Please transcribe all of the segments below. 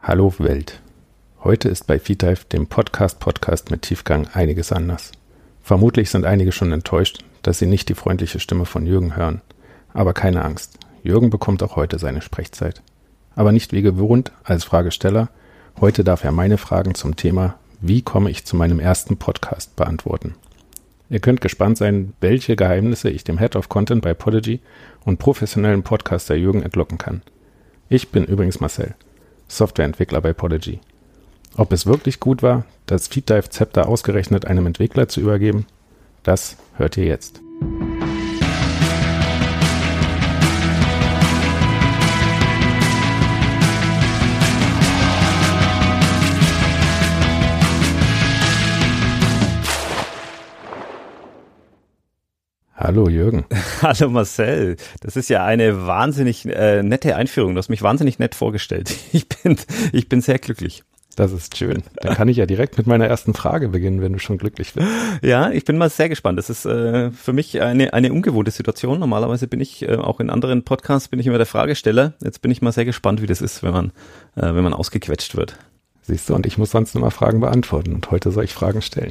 Hallo Welt. Heute ist bei Feeddive, dem Podcast mit Tiefgang, einiges anders. Vermutlich sind einige schon enttäuscht, dass sie nicht die freundliche Stimme von Jürgen hören. Aber keine Angst, Jürgen bekommt auch heute seine Sprechzeit. Aber nicht wie gewohnt als Fragesteller. Heute darf er meine Fragen zum Thema "Wie komme ich zu meinem ersten Podcast?" beantworten. Ihr könnt gespannt sein, welche Geheimnisse ich dem Head of Content bei Podigy und professionellen Podcaster Jürgen entlocken kann. Ich bin übrigens Marcel, Softwareentwickler bei Podigy. Ob es wirklich gut war, das Feeddive-Zepter ausgerechnet einem Entwickler zu übergeben, das hört ihr jetzt. Hallo Jürgen. Hallo Marcel, das ist ja eine wahnsinnig nette Einführung, du hast mich wahnsinnig nett vorgestellt. Ich bin sehr glücklich. Das ist schön. Dann kann ich ja direkt mit meiner ersten Frage beginnen, wenn du schon glücklich bist. Ja, ich bin mal sehr gespannt. Das ist für mich eine ungewohnte Situation. Normalerweise bin ich auch in anderen Podcasts bin ich immer der Fragesteller. Jetzt bin ich mal sehr gespannt, wie das ist, wenn man ausgequetscht wird. Siehst du, und ich muss sonst immer Fragen beantworten und heute soll ich Fragen stellen.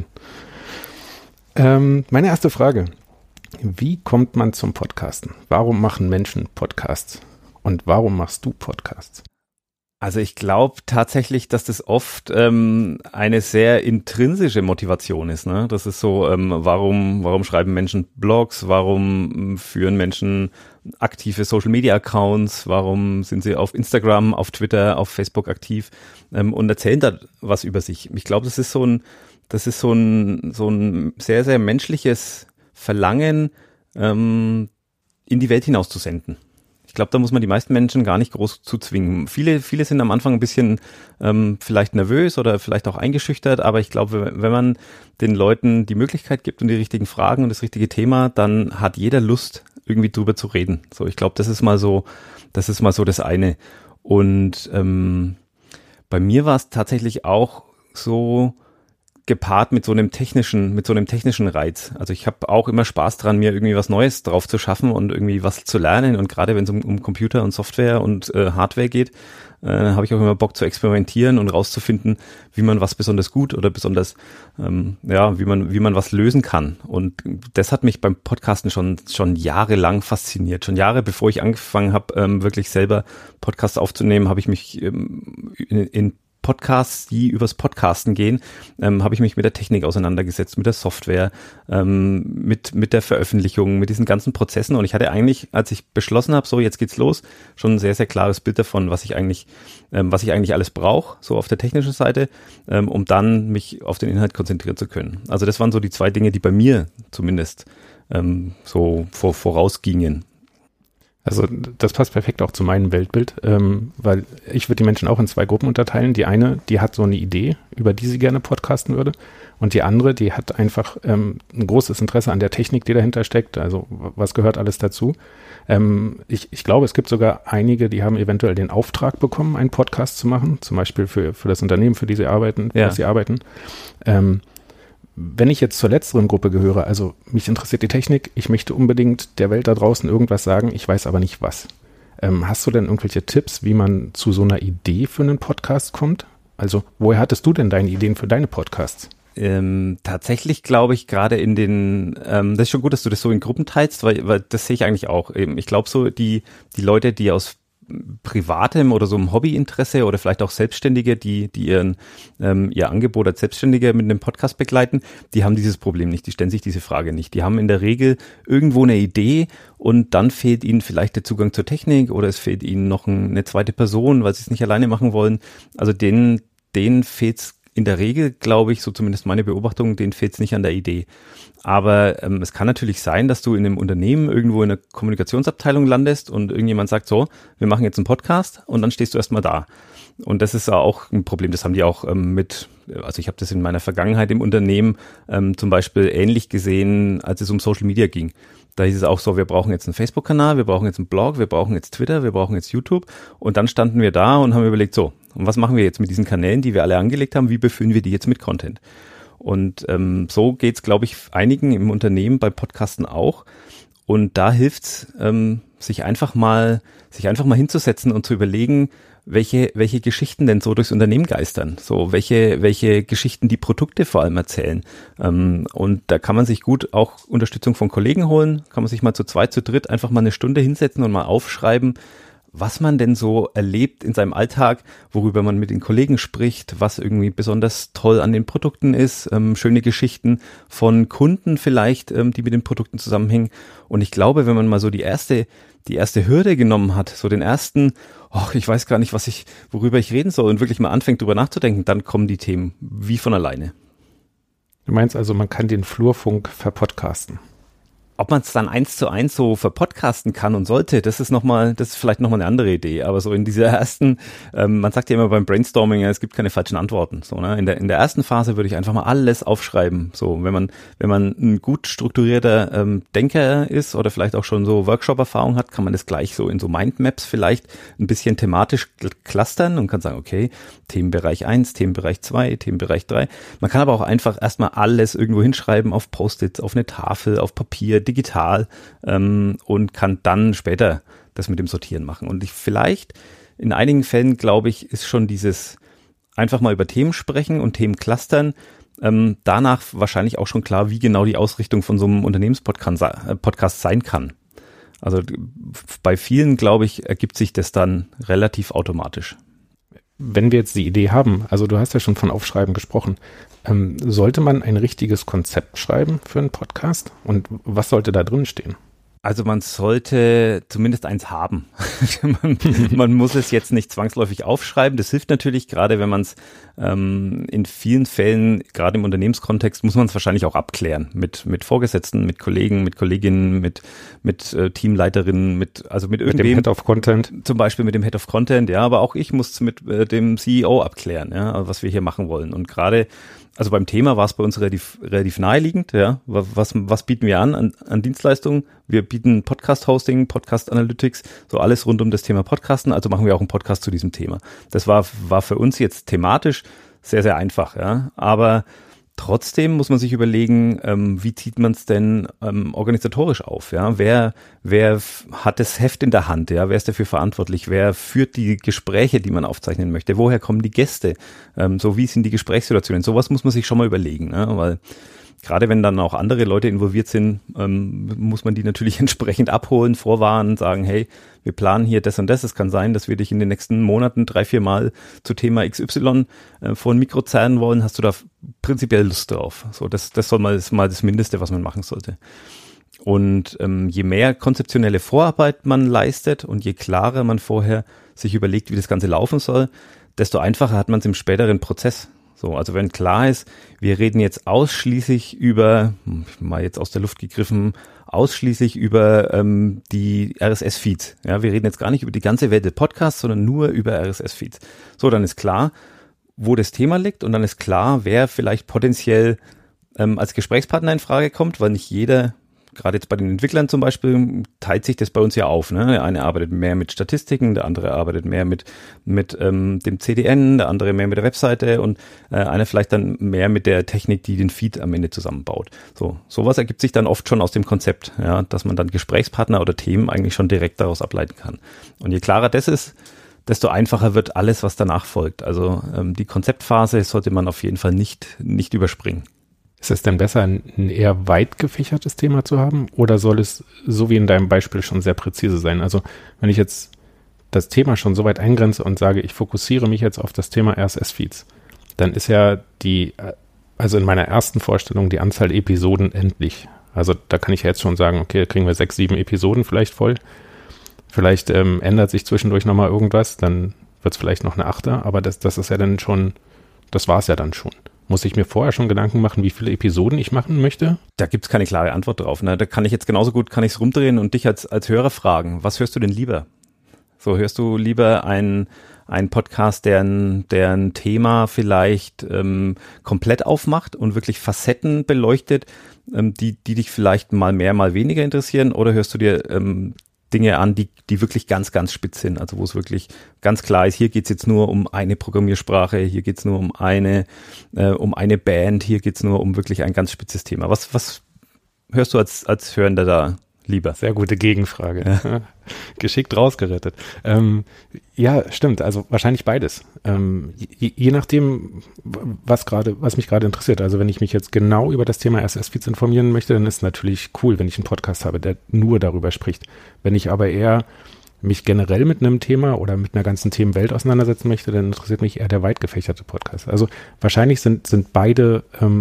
Meine erste Frage. Wie kommt man zum Podcasten? Warum machen Menschen Podcasts? Und warum machst du Podcasts? Also ich glaube tatsächlich, dass das oft eine sehr intrinsische Motivation ist. Ne? Das ist so, warum schreiben Menschen Blogs? Warum führen Menschen aktive Social-Media-Accounts? Warum sind sie auf Instagram, auf Twitter, auf Facebook aktiv und erzählen da was über sich? Ich glaube, das ist so ein sehr, sehr menschliches Verlangen, in die Welt hinaus zu senden. Ich glaube, da muss man die meisten Menschen gar nicht groß zuzwingen. Viele sind am Anfang ein bisschen vielleicht nervös oder vielleicht auch eingeschüchtert, aber ich glaube, wenn man den Leuten die Möglichkeit gibt und die richtigen Fragen und das richtige Thema, dann hat jeder Lust, irgendwie drüber zu reden. So, ich glaube, das ist mal so das eine. Und bei mir war es tatsächlich auch so gepaart mit so einem technischen Reiz. Also ich habe auch immer Spaß dran, mir irgendwie was Neues drauf zu schaffen und irgendwie was zu lernen. Und gerade wenn es um Computer und Software und Hardware geht, habe ich auch immer Bock zu experimentieren und rauszufinden, wie man was besonders gut oder besonders, wie man was lösen kann. Und das hat mich beim Podcasten schon jahrelang fasziniert. Schon Jahre bevor ich angefangen habe, wirklich selber Podcasts aufzunehmen, habe ich mich in Podcasts, die übers Podcasten gehen, habe ich mich mit der Technik auseinandergesetzt, mit der Software, mit der Veröffentlichung, mit diesen ganzen Prozessen. Und ich hatte eigentlich, als ich beschlossen habe, so jetzt geht's los, schon ein sehr, sehr klares Bild davon, was ich eigentlich alles brauche, so auf der technischen Seite, um dann mich auf den Inhalt konzentrieren zu können. Also das waren so die zwei Dinge, die bei mir zumindest so vorausgingen. Also das passt perfekt auch zu meinem Weltbild, weil ich würde die Menschen auch in zwei Gruppen unterteilen. Die eine, die hat so eine Idee, über die sie gerne podcasten würde, und die andere, die hat einfach ein großes Interesse an der Technik, die dahinter steckt, also was gehört alles dazu. Ich glaube, es gibt sogar einige, die haben eventuell den Auftrag bekommen, einen Podcast zu machen, zum Beispiel für das Unternehmen, für die sie arbeiten, ja. was sie arbeiten. Wenn ich jetzt zur letzteren Gruppe gehöre, also mich interessiert die Technik, ich möchte unbedingt der Welt da draußen irgendwas sagen, ich weiß aber nicht was. Hast du denn irgendwelche Tipps, wie man zu so einer Idee für einen Podcast kommt? Also woher hattest du denn deine Ideen für deine Podcasts? Tatsächlich glaube ich gerade das ist schon gut, dass du das so in Gruppen teilst, weil das sehe ich eigentlich auch. Ich glaube so, die Leute, die aus privatem oder so einem Hobbyinteresse oder vielleicht auch Selbstständige, die ihr Angebot als Selbstständige mit einem Podcast begleiten, die haben dieses Problem nicht, die stellen sich diese Frage nicht. Die haben in der Regel irgendwo eine Idee und dann fehlt ihnen vielleicht der Zugang zur Technik oder es fehlt ihnen noch eine zweite Person, weil sie es nicht alleine machen wollen. Also denen fehlt es in der Regel, glaube ich, so zumindest meine Beobachtung, denen fehlt es nicht an der Idee. Aber es kann natürlich sein, dass du in einem Unternehmen irgendwo in einer Kommunikationsabteilung landest und irgendjemand sagt so, wir machen jetzt einen Podcast und dann stehst du erstmal da. Und das ist auch ein Problem, das haben die auch also ich habe das in meiner Vergangenheit im Unternehmen zum Beispiel ähnlich gesehen, als es um Social Media ging. Da hieß es auch so, wir brauchen jetzt einen Facebook-Kanal, wir brauchen jetzt einen Blog, wir brauchen jetzt Twitter, wir brauchen jetzt YouTube. Und dann standen wir da und haben überlegt, so, und was machen wir jetzt mit diesen Kanälen, die wir alle angelegt haben, wie befüllen wir die jetzt mit Content? Und so geht's, glaube ich, einigen im Unternehmen bei Podcasten auch. Und da hilft's, sich einfach mal hinzusetzen und zu überlegen, welche Geschichten denn so durchs Unternehmen geistern, so welche Geschichten die Produkte vor allem erzählen. Und da kann man sich gut auch Unterstützung von Kollegen holen, kann man sich mal zu zweit, zu dritt einfach mal eine Stunde hinsetzen und mal aufschreiben, was man denn so erlebt in seinem Alltag, worüber man mit den Kollegen spricht, was irgendwie besonders toll an den Produkten ist, schöne Geschichten von Kunden vielleicht, die mit den Produkten zusammenhängen. Und ich glaube, wenn man mal so die erste Hürde genommen hat, so den ersten, ich weiß gar nicht, worüber ich reden soll und wirklich mal anfängt, drüber nachzudenken, dann kommen die Themen wie von alleine. Du meinst also, man kann den Flurfunk verpodcasten? Ob man es dann 1:1 so verpodcasten kann und sollte, das ist vielleicht nochmal eine andere Idee. Aber so in dieser ersten, man sagt ja immer beim Brainstorming, es gibt keine falschen Antworten. So, ne? In der ersten Phase würde ich einfach mal alles aufschreiben. So, wenn man ein gut strukturierter Denker ist oder vielleicht auch schon so Workshop-Erfahrung hat, kann man das gleich so in so Mindmaps vielleicht ein bisschen thematisch clustern und kann sagen, okay, Themenbereich 1, Themenbereich 2, Themenbereich 3. Man kann aber auch einfach erstmal alles irgendwo hinschreiben auf Post-its, auf eine Tafel, auf Papier, digital und kann dann später das mit dem Sortieren machen. Und vielleicht in einigen Fällen, glaube ich, ist schon dieses einfach mal über Themen sprechen und Themen clustern, danach wahrscheinlich auch schon klar, wie genau die Ausrichtung von so einem Unternehmenspodcast sein kann. Also bei vielen, glaube ich, ergibt sich das dann relativ automatisch. Wenn wir jetzt die Idee haben, also du hast ja schon von Aufschreiben gesprochen, sollte man ein richtiges Konzept schreiben für einen Podcast? Und was sollte da drin stehen? Also man sollte zumindest eins haben. man muss es jetzt nicht zwangsläufig aufschreiben. Das hilft natürlich, gerade wenn man es in vielen Fällen, gerade im Unternehmenskontext, muss man es wahrscheinlich auch abklären mit Vorgesetzten, mit Kollegen, mit Kolleginnen, mit Teamleiterinnen, mit irgendwem. Mit dem Head of Content. Zum Beispiel mit dem Head of Content, ja, aber auch ich muss es mit dem CEO abklären, ja, was wir hier machen wollen. Und gerade also beim Thema war es bei uns relativ naheliegend, ja. Was bieten wir an Dienstleistungen? Wir bieten Podcast-Hosting, Podcast-Analytics, so alles rund um das Thema Podcasten, also machen wir auch einen Podcast zu diesem Thema. Das war für uns jetzt thematisch sehr, sehr einfach, ja. Aber trotzdem muss man sich überlegen, wie zieht man es denn organisatorisch auf? Ja? Wer hat das Heft in der Hand? Ja? Wer ist dafür verantwortlich? Wer führt die Gespräche, die man aufzeichnen möchte? Woher kommen die Gäste? So wie sind die Gesprächssituationen? Sowas muss man sich schon mal überlegen, ne? Weil gerade wenn dann auch andere Leute involviert sind, muss man die natürlich entsprechend abholen, vorwarnen, sagen, hey, wir planen hier das und das. Es kann sein, dass wir dich in den nächsten Monaten 3-4 Mal zu Thema XY vor ein Mikro zerren wollen. Hast du da prinzipiell Lust drauf? So, das soll mal das Mindeste, was man machen sollte. Und je mehr konzeptionelle Vorarbeit man leistet und je klarer man vorher sich überlegt, wie das Ganze laufen soll, desto einfacher hat man es im späteren Prozess. So, also wenn klar ist, wir reden jetzt ausschließlich über, mal jetzt aus der Luft gegriffen, ausschließlich über die RSS-Feeds. Ja, wir reden jetzt gar nicht über die ganze Welt der Podcasts, sondern nur über RSS-Feeds. So, dann ist klar, wo das Thema liegt und dann ist klar, wer vielleicht potenziell als Gesprächspartner in Frage kommt, weil nicht jeder, gerade jetzt bei den Entwicklern zum Beispiel, teilt sich das bei uns ja auf. Ne? Der eine arbeitet mehr mit Statistiken, der andere arbeitet mehr mit dem CDN, der andere mehr mit der Webseite und einer vielleicht dann mehr mit der Technik, die den Feed am Ende zusammenbaut. Sowas ergibt sich dann oft schon aus dem Konzept, ja, dass man dann Gesprächspartner oder Themen eigentlich schon direkt daraus ableiten kann. Und je klarer das ist, desto einfacher wird alles, was danach folgt. Also die Konzeptphase sollte man auf jeden Fall nicht überspringen. Ist es denn besser, ein eher weit gefächertes Thema zu haben oder soll es, so wie in deinem Beispiel, schon sehr präzise sein? Also wenn ich jetzt das Thema schon so weit eingrenze und sage, ich fokussiere mich jetzt auf das Thema RSS-Feeds, dann ist ja also in meiner ersten Vorstellung die Anzahl Episoden endlich. Also da kann ich ja jetzt schon sagen, okay, da kriegen wir 6, 7 Episoden vielleicht voll. Vielleicht ändert sich zwischendurch nochmal irgendwas, dann wird es vielleicht noch eine 8. Aber das ist ja dann schon, das war es ja dann schon. Muss ich mir vorher schon Gedanken machen, wie viele Episoden ich machen möchte? Da gibt's keine klare Antwort drauf. Ne? Da kann ich jetzt genauso gut, kann ich es rumdrehen und dich als Hörer fragen, was hörst du denn lieber? So, hörst du lieber einen Podcast, der ein Thema vielleicht komplett aufmacht und wirklich Facetten beleuchtet, die dich vielleicht mal mehr, mal weniger interessieren? Oder hörst du dir Dinge an, die wirklich ganz, ganz spitz sind, also wo es wirklich ganz klar ist, hier geht's jetzt nur um eine Programmiersprache, hier geht's nur um eine Band, hier geht's nur um wirklich ein ganz spitzes Thema. Was hörst du als Hörender da lieber? Sehr gute Gegenfrage. Ja. Geschickt rausgerettet. Ja, stimmt. Also wahrscheinlich beides. Je nachdem, was mich gerade interessiert. Also wenn ich mich jetzt genau über das Thema RSS-Feeds informieren möchte, dann ist es natürlich cool, wenn ich einen Podcast habe, der nur darüber spricht. Wenn ich aber eher mich generell mit einem Thema oder mit einer ganzen Themenwelt auseinandersetzen möchte, dann interessiert mich eher der weit gefächerte Podcast. Also wahrscheinlich sind beide,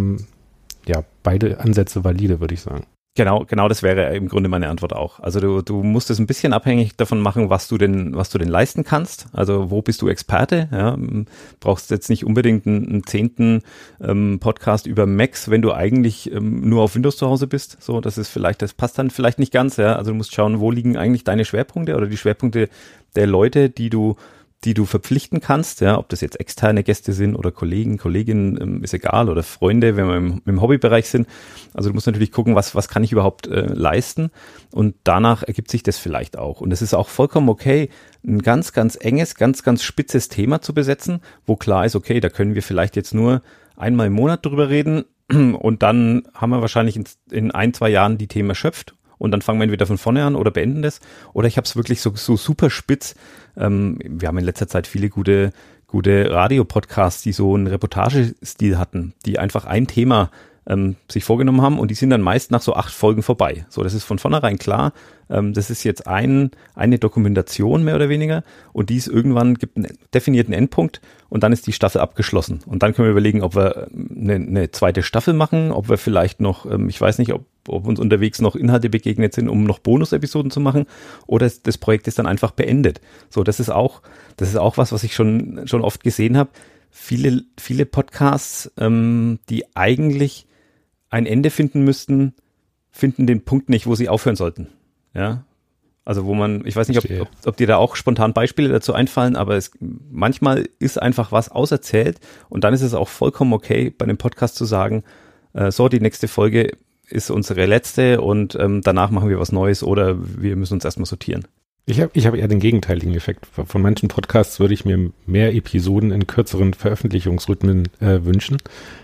beide Ansätze valide, würde ich sagen. Genau, das wäre im Grunde meine Antwort auch. Also du musst es ein bisschen abhängig davon machen, was du denn leisten kannst. Also wo bist du Experte? Ja, brauchst jetzt nicht unbedingt einen 10. Podcast über Macs, wenn du eigentlich nur auf Windows zu Hause bist. So, das passt dann vielleicht nicht ganz. Ja, also du musst schauen, wo liegen eigentlich deine Schwerpunkte oder die Schwerpunkte der Leute, die du verpflichten kannst, ja, ob das jetzt externe Gäste sind oder Kollegen, Kolleginnen, ist egal, oder Freunde, wenn wir im Hobbybereich sind. Also du musst natürlich gucken, was kann ich überhaupt leisten, und danach ergibt sich das vielleicht auch. Und es ist auch vollkommen okay, ein ganz, ganz enges, ganz, ganz spitzes Thema zu besetzen, wo klar ist, okay, da können wir vielleicht jetzt nur einmal im Monat drüber reden, und dann haben wir wahrscheinlich in 1-2 Jahren die Themen erschöpft. Und dann fangen wir entweder von vorne an oder beenden das. Oder ich habe es wirklich so super spitz. Wir haben in letzter Zeit viele gute Radio-Podcasts, die so einen Reportagestil hatten, die einfach ein Thema sich vorgenommen haben, und die sind dann meist nach so 8 Folgen vorbei. So, das ist von vornherein klar. Das ist jetzt eine Dokumentation mehr oder weniger, und die ist irgendwann, gibt einen definierten Endpunkt, und dann ist die Staffel abgeschlossen. Und dann können wir überlegen, ob wir eine zweite Staffel machen, ob wir vielleicht noch, ich weiß nicht, ob uns unterwegs noch Inhalte begegnet sind, um noch Bonus-Episoden zu machen, oder das Projekt ist dann einfach beendet. So, das ist auch was ich schon oft gesehen habe. Viele Podcasts, die eigentlich ein Ende finden müssten, finden den Punkt nicht, wo sie aufhören sollten. Ja, also ich weiß nicht, ob dir da auch spontan Beispiele dazu einfallen, aber manchmal ist einfach was auserzählt, und dann ist es auch vollkommen okay, bei einem Podcast zu sagen, die nächste Folge ist unsere letzte, und danach machen wir was Neues, oder wir müssen uns erstmal sortieren. Ich hab eher den gegenteiligen Effekt. Von manchen Podcasts würde ich mir mehr Episoden in kürzeren Veröffentlichungsrhythmen wünschen.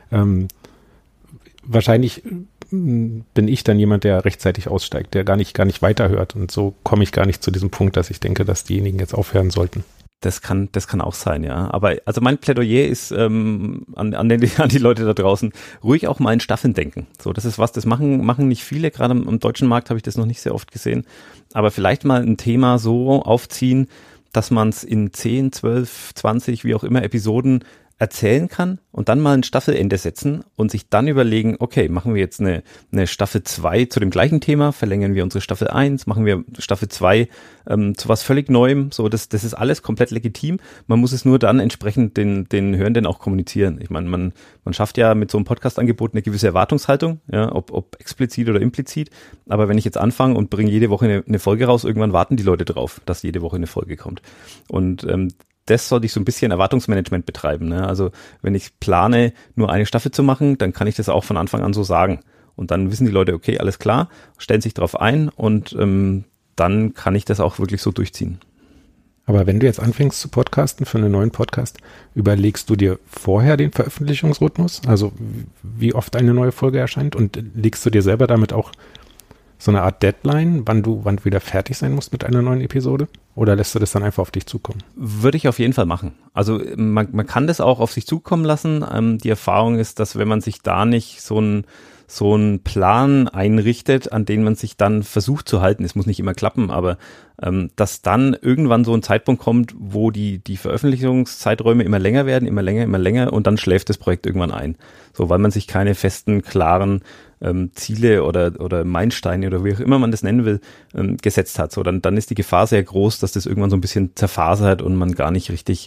Wahrscheinlich bin ich dann jemand, der rechtzeitig aussteigt, der gar nicht weiterhört, und so komme ich gar nicht zu diesem Punkt, dass ich denke, dass diejenigen jetzt aufhören sollten. Das kann auch sein, ja. Aber also mein Plädoyer ist an die Leute da draußen, ruhig auch mal in Staffeln denken. So, das ist das machen nicht viele. Gerade am deutschen Markt habe ich das noch nicht sehr oft gesehen. Aber vielleicht mal ein Thema so aufziehen, dass man es in 10, 12, 20, wie auch immer Episoden erzählen kann, und dann mal ein Staffelende setzen und sich dann überlegen, okay, machen wir jetzt eine Staffel 2 zu dem gleichen Thema, verlängern wir unsere Staffel 1, machen wir Staffel 2 zu was völlig Neuem. So, das ist alles komplett legitim. Man muss es nur dann entsprechend den Hörenden auch kommunizieren. Ich meine, man schafft ja mit so einem Podcast-Angebot eine gewisse Erwartungshaltung, ja, ob explizit oder implizit. Aber wenn ich jetzt anfange und bringe jede Woche eine Folge raus, irgendwann warten die Leute drauf, dass jede Woche eine Folge kommt. Und das sollte ich so ein bisschen Erwartungsmanagement betreiben. Ne? Also wenn ich plane, nur eine Staffel zu machen, dann kann ich das auch von Anfang an so sagen. Und dann wissen die Leute, okay, alles klar, stellen sich drauf ein, und dann kann ich das auch wirklich so durchziehen. Aber wenn du jetzt anfängst zu podcasten für einen neuen Podcast, überlegst du dir vorher den Veröffentlichungsrhythmus, also wie oft eine neue Folge erscheint, und legst du dir selber damit auch so eine Art Deadline, wann du wieder fertig sein musst mit einer neuen Episode? Oder lässt du das dann einfach auf dich zukommen? Würde ich auf jeden Fall machen. Also man kann das auch auf sich zukommen lassen. Die Erfahrung ist, dass wenn man sich da nicht so einen Plan einrichtet, an den man sich dann versucht zu halten, es muss nicht immer klappen, aber dass dann irgendwann so ein Zeitpunkt kommt, wo die Veröffentlichungszeiträume immer länger werden, immer länger, und dann schläft das Projekt irgendwann ein. So, weil man sich keine festen, klaren Ziele oder Meilensteine oder wie auch immer man das nennen will, gesetzt hat. So, dann ist die Gefahr sehr groß, dass das irgendwann so ein bisschen zerfasert und man gar nicht richtig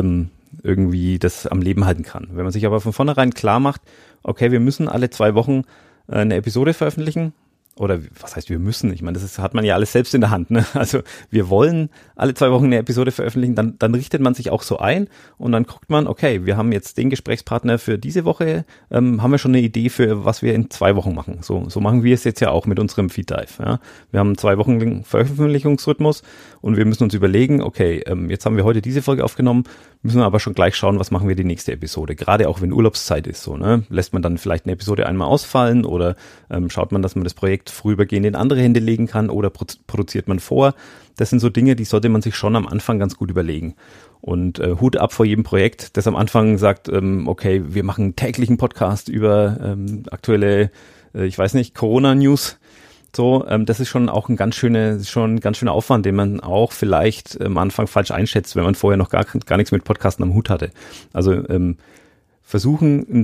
irgendwie das am Leben halten kann. Wenn man sich aber von vornherein klar macht, okay, wir müssen alle 2 Wochen eine Episode veröffentlichen, oder was heißt wir müssen? Ich meine, hat man ja alles selbst in der Hand, ne? Also wir wollen alle 2 Wochen eine Episode veröffentlichen, dann richtet man sich auch so ein, und dann guckt man, okay, wir haben jetzt den Gesprächspartner für diese Woche, haben wir schon eine Idee für, was wir in 2 Wochen machen. So machen wir es jetzt ja auch mit unserem Feed Dive. Ja? Wir haben 2 Wochen Veröffentlichungsrhythmus, und wir müssen uns überlegen, okay, jetzt haben wir heute diese Folge aufgenommen, müssen wir aber schon gleich schauen, was machen wir die nächste Episode. Gerade auch wenn Urlaubszeit ist, so, ne? Lässt man dann vielleicht eine Episode einmal ausfallen, oder schaut man, dass man das Projekt Podcast vorübergehend in andere Hände legen kann oder produziert man vor. Das sind so Dinge, die sollte man sich schon am Anfang ganz gut überlegen. Und Hut ab vor jedem Projekt, das am Anfang sagt, okay, wir machen einen täglichen Podcast über aktuelle, Corona-News. So, das ist schon auch ein ganz schöner Aufwand, den man auch vielleicht am Anfang falsch einschätzt, wenn man vorher noch gar nichts mit Podcasten am Hut hatte. Also versuchen, einen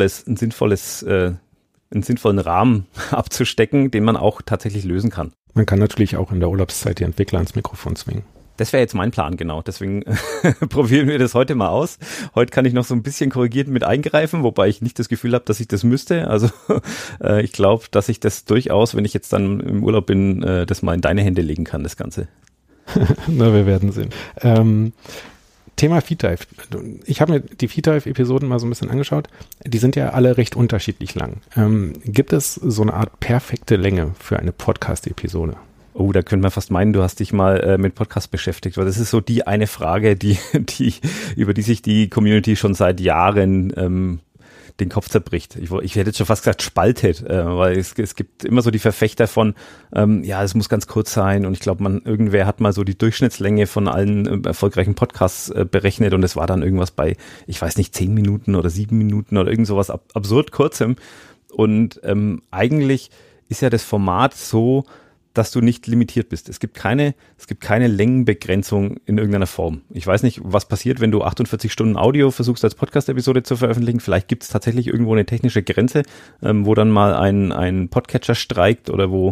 sinnvollen Rahmen abzustecken, den man auch tatsächlich lösen kann. Man kann natürlich auch in der Urlaubszeit die Entwickler ans Mikrofon zwingen. Das wäre jetzt mein Plan, genau. Deswegen probieren wir das heute mal aus. Heute kann ich noch so ein bisschen korrigiert mit eingreifen, wobei ich nicht das Gefühl habe, dass ich das müsste. Also ich glaube, dass ich das durchaus, wenn ich jetzt dann im Urlaub bin, das mal in deine Hände legen kann, das Ganze. Na, wir werden sehen. Thema FeedDive. Ich habe mir die FeedDive-Episoden mal so ein bisschen angeschaut. Die sind ja alle recht unterschiedlich lang. Gibt es so eine Art perfekte Länge für eine Podcast-Episode? Oh, da könnte man fast meinen, du hast dich mal mit Podcast beschäftigt, weil das ist so die eine Frage, über die sich die Community schon seit Jahren den Kopf zerbricht. Ich hätte jetzt schon fast gesagt spaltet, weil es gibt immer so die Verfechter von, es muss ganz kurz sein und ich glaube, irgendwer hat mal so die Durchschnittslänge von allen erfolgreichen Podcasts berechnet und es war dann irgendwas bei, 10 Minuten oder 7 Minuten oder irgend sowas absurd kurzem und eigentlich ist ja das Format so, dass du nicht limitiert bist. Es gibt keine Längenbegrenzung in irgendeiner Form. Ich weiß nicht, was passiert, wenn du 48 Stunden Audio versuchst, als Podcast-Episode zu veröffentlichen. Vielleicht gibt es tatsächlich irgendwo eine technische Grenze, wo dann mal ein Podcatcher streikt oder wo,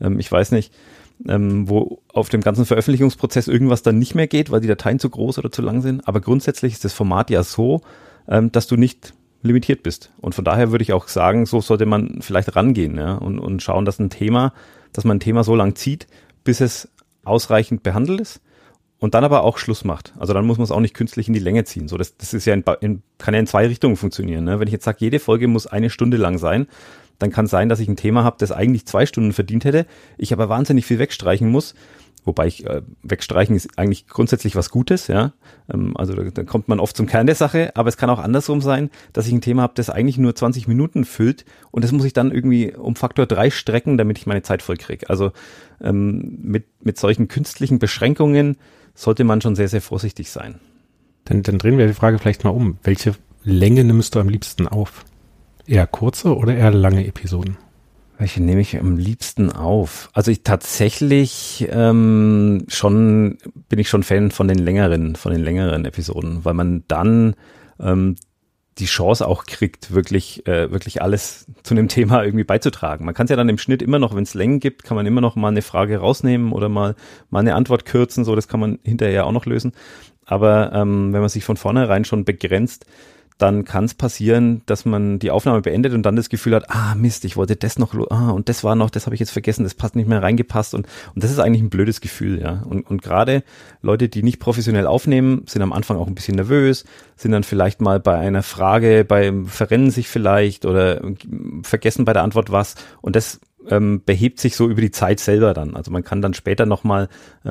wo auf dem ganzen Veröffentlichungsprozess irgendwas dann nicht mehr geht, weil die Dateien zu groß oder zu lang sind. Aber grundsätzlich ist das Format ja so, dass du nicht limitiert bist. Und von daher würde ich auch sagen, so sollte man vielleicht rangehen, ja, und schauen, dass man ein Thema so lang zieht, bis es ausreichend behandelt ist und dann aber auch Schluss macht. Also dann muss man es auch nicht künstlich in die Länge ziehen. So, das ist ja kann ja in zwei Richtungen funktionieren. Ne? Wenn ich jetzt sage, jede Folge muss 1 Stunde lang sein, dann kann es sein, dass ich ein Thema habe, das eigentlich 2 Stunden verdient hätte, ich aber wahnsinnig viel wegstreichen muss. Wobei wegstreichen ist eigentlich grundsätzlich was Gutes, ja. Also da kommt man oft zum Kern der Sache, aber es kann auch andersrum sein, dass ich ein Thema habe, das eigentlich nur 20 Minuten füllt und das muss ich dann irgendwie um Faktor 3 strecken, damit ich meine Zeit voll kriege. Also mit solchen künstlichen Beschränkungen sollte man schon sehr, sehr vorsichtig sein. Dann drehen wir die Frage vielleicht mal um. Welche Länge nimmst du am liebsten auf? Eher kurze oder eher lange Episoden? Welche nehme ich am liebsten auf? Also ich tatsächlich bin ich schon Fan von den längeren Episoden, weil man dann die Chance auch kriegt, wirklich alles zu einem Thema irgendwie beizutragen. Man kann es ja dann im Schnitt immer noch, wenn es Längen gibt, kann man immer noch mal eine Frage rausnehmen oder mal eine Antwort kürzen, so das kann man hinterher auch noch lösen. Aber wenn man sich von vornherein schon begrenzt, dann kann es passieren, dass man die Aufnahme beendet und dann das Gefühl hat, Mist, ich wollte das noch, und das war noch, das habe ich jetzt vergessen, das passt nicht mehr reingepasst und das ist eigentlich ein blödes Gefühl, ja. Und gerade Leute, die nicht professionell aufnehmen, sind am Anfang auch ein bisschen nervös, sind dann vielleicht mal bei einer Frage, verrennen sich vielleicht oder vergessen bei der Antwort was und das behebt sich so über die Zeit selber dann. Also man kann dann später nochmal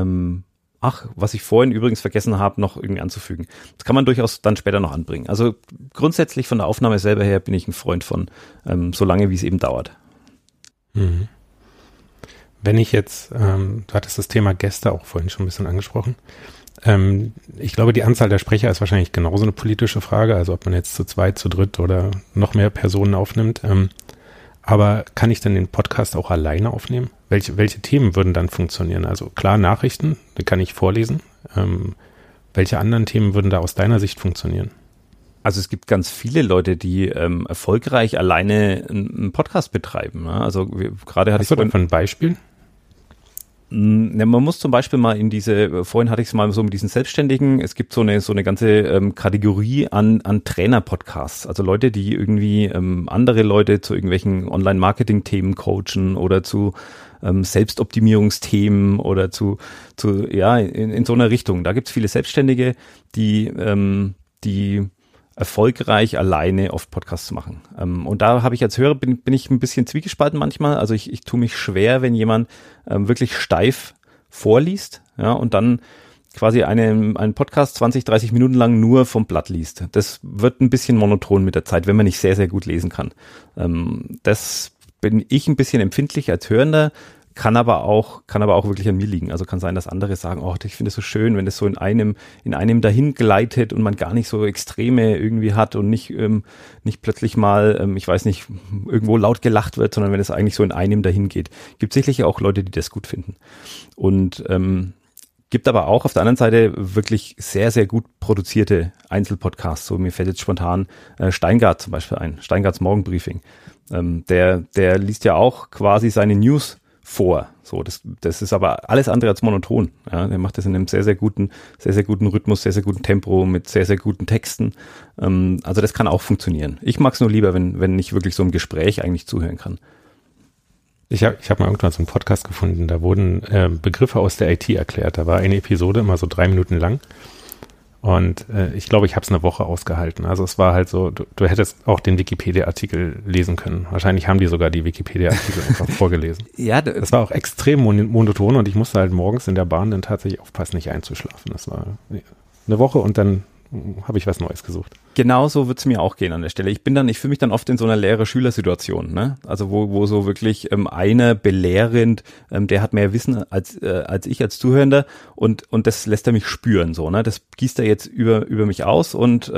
was ich vorhin übrigens vergessen habe, noch irgendwie anzufügen. Das kann man durchaus dann später noch anbringen. Also grundsätzlich von der Aufnahme selber her bin ich ein Freund von so lange, wie es eben dauert. Mhm. Wenn ich jetzt, du hattest das Thema Gäste auch vorhin schon ein bisschen angesprochen. Ich glaube, die Anzahl der Sprecher ist wahrscheinlich genauso eine politische Frage, also ob man jetzt zu zweit, zu dritt oder noch mehr Personen aufnimmt. Aber kann ich denn den Podcast auch alleine aufnehmen? Welche Themen würden dann funktionieren? Also klar, Nachrichten, die kann ich vorlesen. Welche anderen Themen würden da aus deiner Sicht funktionieren? Also es gibt ganz viele Leute, die erfolgreich alleine einen Podcast betreiben. Ne? Also gerade hatte Hast du davon ein Beispiel? Man muss zum Beispiel mal vorhin hatte ich es mal so mit diesen Selbstständigen, es gibt so eine ganze Kategorie an Trainer-Podcasts, also Leute, die irgendwie andere Leute zu irgendwelchen Online-Marketing-Themen coachen oder zu Selbstoptimierungsthemen oder in so einer Richtung. Da gibt es viele Selbstständige, die erfolgreich alleine oft Podcasts machen. Und da habe ich als Hörer, bin ich ein bisschen zwiegespalten manchmal. Also ich tue mich schwer, wenn jemand wirklich steif vorliest, ja, und dann quasi einen Podcast 20, 30 Minuten lang nur vom Blatt liest. Das wird ein bisschen monoton mit der Zeit, wenn man nicht sehr, sehr gut lesen kann. Das bin ich ein bisschen empfindlich als Hörender, kann aber auch wirklich an mir liegen. Also kann sein, dass andere sagen, oh, ich finde es so schön, wenn das so in einem dahin gleitet und man gar nicht so Extreme irgendwie hat und nicht plötzlich mal, ich weiß nicht, irgendwo laut gelacht wird, sondern wenn es eigentlich so in einem dahin geht. Gibt sicherlich auch Leute, die das gut finden. Und gibt aber auch auf der anderen Seite wirklich sehr, sehr gut produzierte Einzelpodcasts. So, mir fällt jetzt spontan Steingart zum Beispiel ein, Steingarts Morgenbriefing. Der liest ja auch quasi seine News vor. So, das ist aber alles andere als monoton. Ja, der macht das in einem sehr, sehr guten Rhythmus, sehr, sehr guten Tempo, mit sehr, sehr guten Texten. Also das kann auch funktionieren. Ich mag es nur lieber, wenn ich wirklich so im Gespräch eigentlich zuhören kann. Ich hab mal irgendwann so einen Podcast gefunden, da wurden Begriffe aus der IT erklärt. Da war eine Episode immer so 3 Minuten lang. Und ich glaube, ich habe es eine Woche ausgehalten. Also es war halt so, du hättest auch den Wikipedia-Artikel lesen können. Wahrscheinlich haben die sogar die Wikipedia-Artikel einfach vorgelesen. Ja, das war auch extrem monoton und ich musste halt morgens in der Bahn dann tatsächlich aufpassen, nicht einzuschlafen. Das war eine Woche und dann habe ich was Neues gesucht. Genau so wird's mir auch gehen an der Stelle. Ich fühle mich dann oft in so einer Lehrer-Schüler-Situation, ne? Also wo so wirklich einer belehrend, der hat mehr Wissen als ich als Zuhörender und das lässt er mich spüren, so, ne? Das gießt er jetzt über mich aus und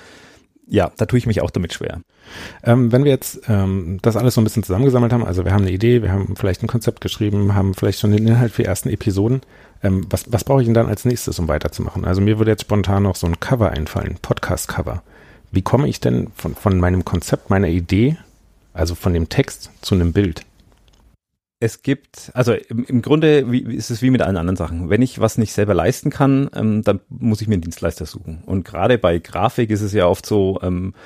ja, da tue ich mich auch damit schwer. Wenn wir jetzt das alles so ein bisschen zusammengesammelt haben, also wir haben eine Idee, wir haben vielleicht ein Konzept geschrieben, haben vielleicht schon den Inhalt für die ersten Episoden. Was brauche ich denn dann als nächstes, um weiterzumachen? Also mir würde jetzt spontan noch so ein Cover einfallen, Podcast-Cover. Wie komme ich denn von meinem Konzept, meiner Idee, also von dem Text zu einem Bild? Es gibt, also im Grunde ist es wie mit allen anderen Sachen. Wenn ich was nicht selber leisten kann, dann muss ich mir einen Dienstleister suchen. Und gerade bei Grafik ist es ja oft so,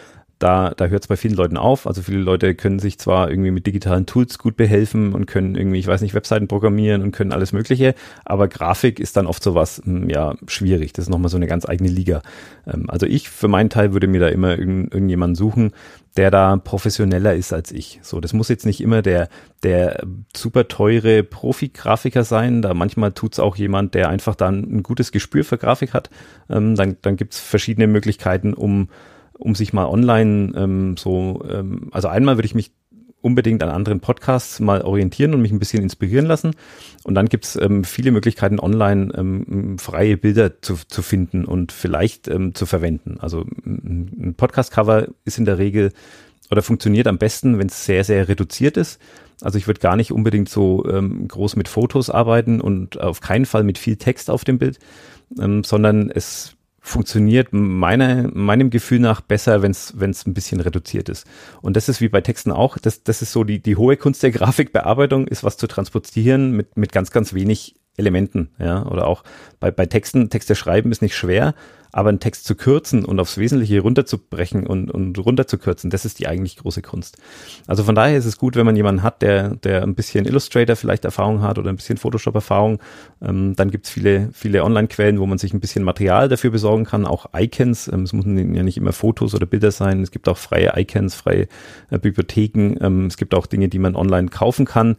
da hört es bei vielen Leuten auf. Also viele Leute können sich zwar irgendwie mit digitalen Tools gut behelfen und können irgendwie, ich weiß nicht, Webseiten programmieren und können alles Mögliche, aber Grafik ist dann oft sowas, ja, schwierig. Das ist nochmal so eine ganz eigene Liga. Also ich für meinen Teil würde mir da immer irgendjemanden suchen, der da professioneller ist als ich. So, das muss jetzt nicht immer der super teure Profi-Grafiker sein. Da manchmal tut's auch jemand, der einfach dann ein gutes Gespür für Grafik hat. Dann gibt's verschiedene Möglichkeiten, um sich mal online also einmal würde ich mich unbedingt an anderen Podcasts mal orientieren und mich ein bisschen inspirieren lassen. Und dann gibt's viele Möglichkeiten online freie Bilder zu finden und vielleicht zu verwenden. Also ein Podcast-Cover ist in der Regel oder funktioniert am besten, wenn es sehr, sehr reduziert ist. Also ich würde gar nicht unbedingt so groß mit Fotos arbeiten und auf keinen Fall mit viel Text auf dem Bild, sondern es funktioniert meinem Gefühl nach besser, wenn es ein bisschen reduziert ist. Und das ist wie bei Texten auch, das ist so die hohe Kunst der Grafikbearbeitung, ist was zu transportieren mit ganz, ganz wenig Elementen, ja, oder auch bei Texte schreiben ist nicht schwer, aber einen Text zu kürzen und aufs Wesentliche runterzubrechen und runterzukürzen, das ist die eigentlich große Kunst. Also von daher ist es gut, wenn man jemanden hat, der ein bisschen Illustrator vielleicht Erfahrung hat oder ein bisschen Photoshop-Erfahrung. Dann gibt's viele Online-Quellen, wo man sich ein bisschen Material dafür besorgen kann, auch Icons. Es müssen ja nicht immer Fotos oder Bilder sein. Es gibt auch freie Icons, freie Bibliotheken. Es gibt auch Dinge, die man online kaufen kann,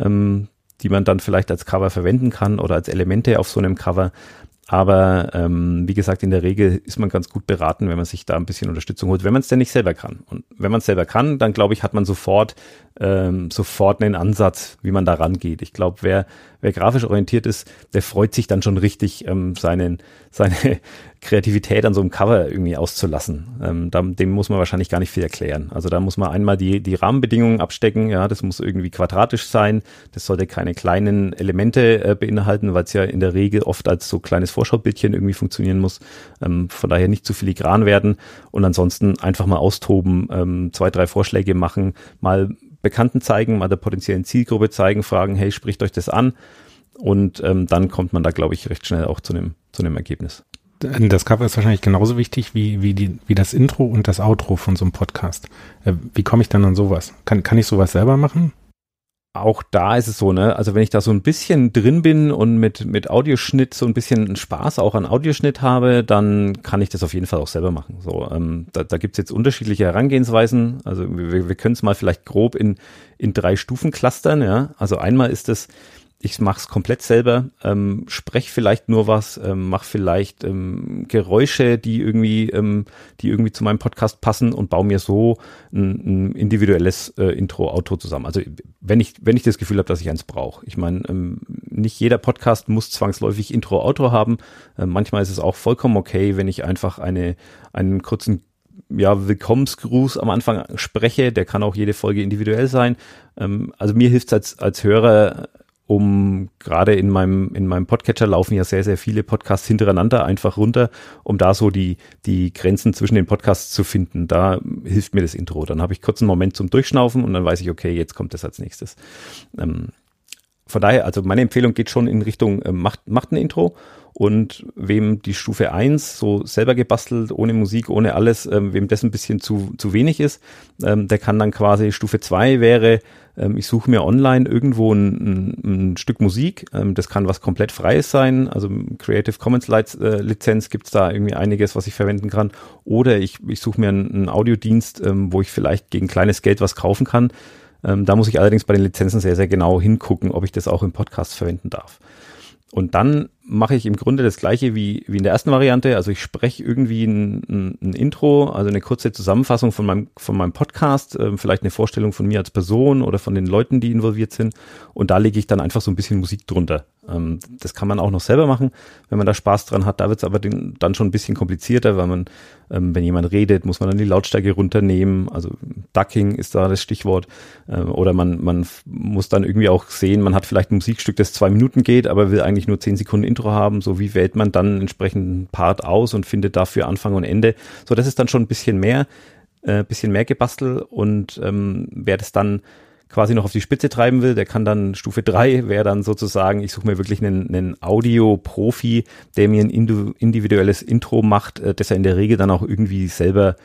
die man dann vielleicht als Cover verwenden kann oder als Elemente auf so einem Cover. Aber wie gesagt, in der Regel ist man ganz gut beraten, wenn man sich da ein bisschen Unterstützung holt, wenn man es denn nicht selber kann. Und wenn man es selber kann, dann glaube ich, hat man sofort einen Ansatz, wie man da rangeht. Ich glaube, wer grafisch orientiert ist, der freut sich dann schon richtig, seine Kreativität an so einem Cover irgendwie auszulassen. Dem muss man wahrscheinlich gar nicht viel erklären. Also da muss man einmal die Rahmenbedingungen abstecken. Ja, das muss irgendwie quadratisch sein. Das sollte keine kleinen Elemente beinhalten, weil es ja in der Regel oft als so kleines Vorschaubildchen irgendwie funktionieren muss. Von daher nicht zu filigran werden und ansonsten einfach mal austoben, 2, 3 Vorschläge machen, mal Bekannten zeigen, mal der potenziellen Zielgruppe zeigen, fragen, hey, spricht euch das an? Und dann kommt man da, glaube ich, recht schnell auch zu einem Ergebnis. Das Cover ist wahrscheinlich genauso wichtig wie das Intro und das Outro von so einem Podcast. Wie komme ich dann an sowas? Kann ich sowas selber machen? Auch da ist es so, ne? Also wenn ich da so ein bisschen drin bin und mit Audioschnitt so ein bisschen Spaß auch an Audioschnitt habe, dann kann ich das auf jeden Fall auch selber machen. So, da gibt's jetzt unterschiedliche Herangehensweisen. Also wir können es mal vielleicht grob in 3 Stufen clustern, ja. Also einmal ist es, ich mache es komplett selber, spreche vielleicht nur was, mache vielleicht Geräusche, die irgendwie zu meinem Podcast passen und baue mir so ein individuelles Intro-Outro zusammen. Also wenn ich das Gefühl habe, dass ich eins brauche. Ich meine, nicht jeder Podcast muss zwangsläufig Intro-Outro haben. Manchmal ist es auch vollkommen okay, wenn ich einfach einen kurzen Willkommensgruß am Anfang spreche. Der kann auch jede Folge individuell sein. Also mir hilft es als Hörer, um gerade in meinem Podcatcher laufen ja sehr, sehr viele Podcasts hintereinander einfach runter, um da so die Grenzen zwischen den Podcasts zu finden. Da hilft mir das Intro. Dann habe ich kurz einen Moment zum Durchschnaufen und dann weiß ich, okay, jetzt kommt das als nächstes. Von daher, also meine Empfehlung geht schon in Richtung, macht ein Intro. Und wem die Stufe 1 so selber gebastelt, ohne Musik, ohne alles, wem das ein bisschen zu wenig ist, der kann dann quasi Stufe 2 wäre, ich suche mir online irgendwo ein Stück Musik, das kann was komplett Freies sein, also Creative Commons Lizenz gibt's da irgendwie einiges, was ich verwenden kann, oder ich suche mir einen Audiodienst, wo ich vielleicht gegen kleines Geld was kaufen kann. Da muss ich allerdings bei den Lizenzen sehr, sehr genau hingucken, ob ich das auch im Podcast verwenden darf. Und dann mache ich im Grunde das Gleiche wie in der ersten Variante. Also ich spreche irgendwie ein Intro, also eine kurze Zusammenfassung von meinem Podcast, vielleicht eine Vorstellung von mir als Person oder von den Leuten, die involviert sind. Und da lege ich dann einfach so ein bisschen Musik drunter. Das kann man auch noch selber machen, wenn man da Spaß dran hat. Da wird es aber dann schon ein bisschen komplizierter, weil man, wenn jemand redet, muss man dann die Lautstärke runternehmen. Also Ducking ist da das Stichwort. Oder man muss dann irgendwie auch sehen, man hat vielleicht ein Musikstück, das 2 Minuten geht, aber will eigentlich nur 10 Sekunden Intro haben. So wie wählt man dann entsprechend einen Part aus und findet dafür Anfang und Ende. So, das ist dann schon ein bisschen mehr gebastelt. Und wer das dann quasi noch auf die Spitze treiben will, der kann dann Stufe 3, wäre dann sozusagen, ich suche mir wirklich einen Audio-Profi, der mir ein individuelles Intro macht, das er in der Regel dann auch irgendwie selber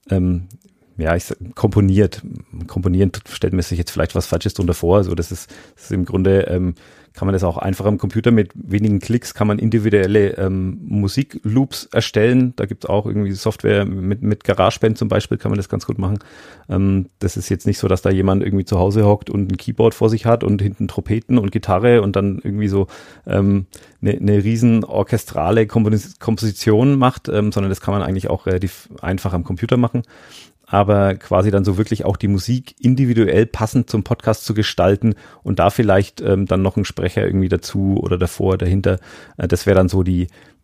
komponiert. Komponieren stellt man sich jetzt vielleicht was Falsches drunter vor. Also das ist im Grunde, kann man das auch einfach am Computer mit wenigen Klicks, kann man individuelle Musikloops erstellen. Da gibt es auch irgendwie Software mit GarageBand zum Beispiel, kann man das ganz gut machen. Das ist jetzt nicht so, dass da jemand irgendwie zu Hause hockt und ein Keyboard vor sich hat und hinten Trompeten und Gitarre und dann irgendwie so eine riesen orchestrale Komposition macht, sondern das kann man eigentlich auch relativ einfach am Computer machen. Aber quasi dann so wirklich auch die Musik individuell passend zum Podcast zu gestalten und da vielleicht dann noch ein Sprecher irgendwie dazu oder davor, dahinter. Das wäre dann so die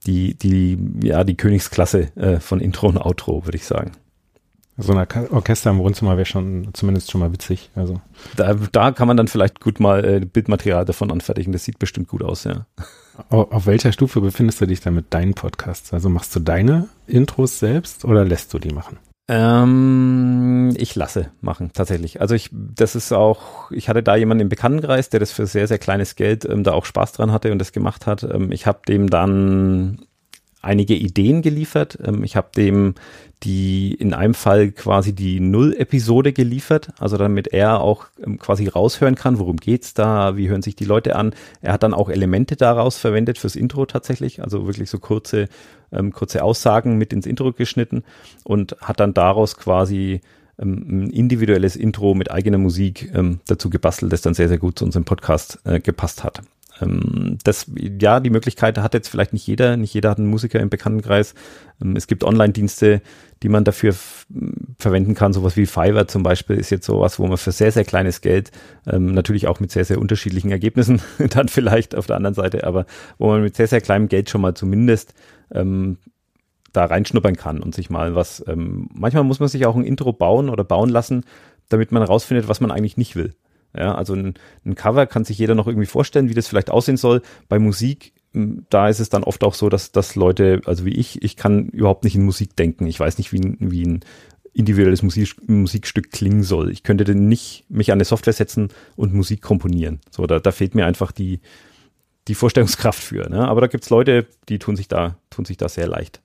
Königsklasse von Intro und Outro, würde ich sagen. So ein Orchester im Wohnzimmer wäre zumindest schon mal witzig. Also da kann man dann vielleicht gut mal Bildmaterial davon anfertigen. Das sieht bestimmt gut aus, ja. Auf welcher Stufe befindest du dich dann mit deinen Podcasts? Also machst du deine Intros selbst oder lässt du die machen? Ich lasse machen, tatsächlich. Also ich hatte da jemanden im Bekanntenkreis, der das für sehr, sehr kleines Geld da auch Spaß dran hatte und das gemacht hat. Ich habe dem dann einige Ideen geliefert. Ich habe dem in einem Fall quasi die Null-Episode geliefert, also damit er auch quasi raushören kann, worum geht's da, wie hören sich die Leute an. Er hat dann auch Elemente daraus verwendet fürs Intro tatsächlich, also wirklich so kurze Aussagen mit ins Intro geschnitten und hat dann daraus quasi ein individuelles Intro mit eigener Musik dazu gebastelt, das dann sehr, sehr gut zu unserem Podcast gepasst hat. Die Möglichkeit hat jetzt vielleicht nicht jeder hat einen Musiker im Bekanntenkreis. Es gibt Online-Dienste, die man dafür verwenden kann, sowas wie Fiverr zum Beispiel ist jetzt sowas, wo man für sehr, sehr kleines Geld, natürlich auch mit sehr, sehr unterschiedlichen Ergebnissen dann vielleicht auf der anderen Seite, aber wo man mit sehr, sehr kleinem Geld schon mal zumindest da reinschnuppern kann und sich mal was, manchmal muss man sich auch ein Intro bauen oder bauen lassen, damit man herausfindet, was man eigentlich nicht will. Ja, also ein Cover kann sich jeder noch irgendwie vorstellen, wie das vielleicht aussehen soll. Bei Musik, da ist es dann oft auch so, dass Leute, also wie ich kann überhaupt nicht in Musik denken. Ich weiß nicht, wie ein individuelles Musikstück klingen soll. Ich könnte denn nicht mich an eine Software setzen und Musik komponieren. So, da fehlt mir einfach die Vorstellungskraft für. Ne? Aber da gibt's Leute, die tun sich da sehr leicht.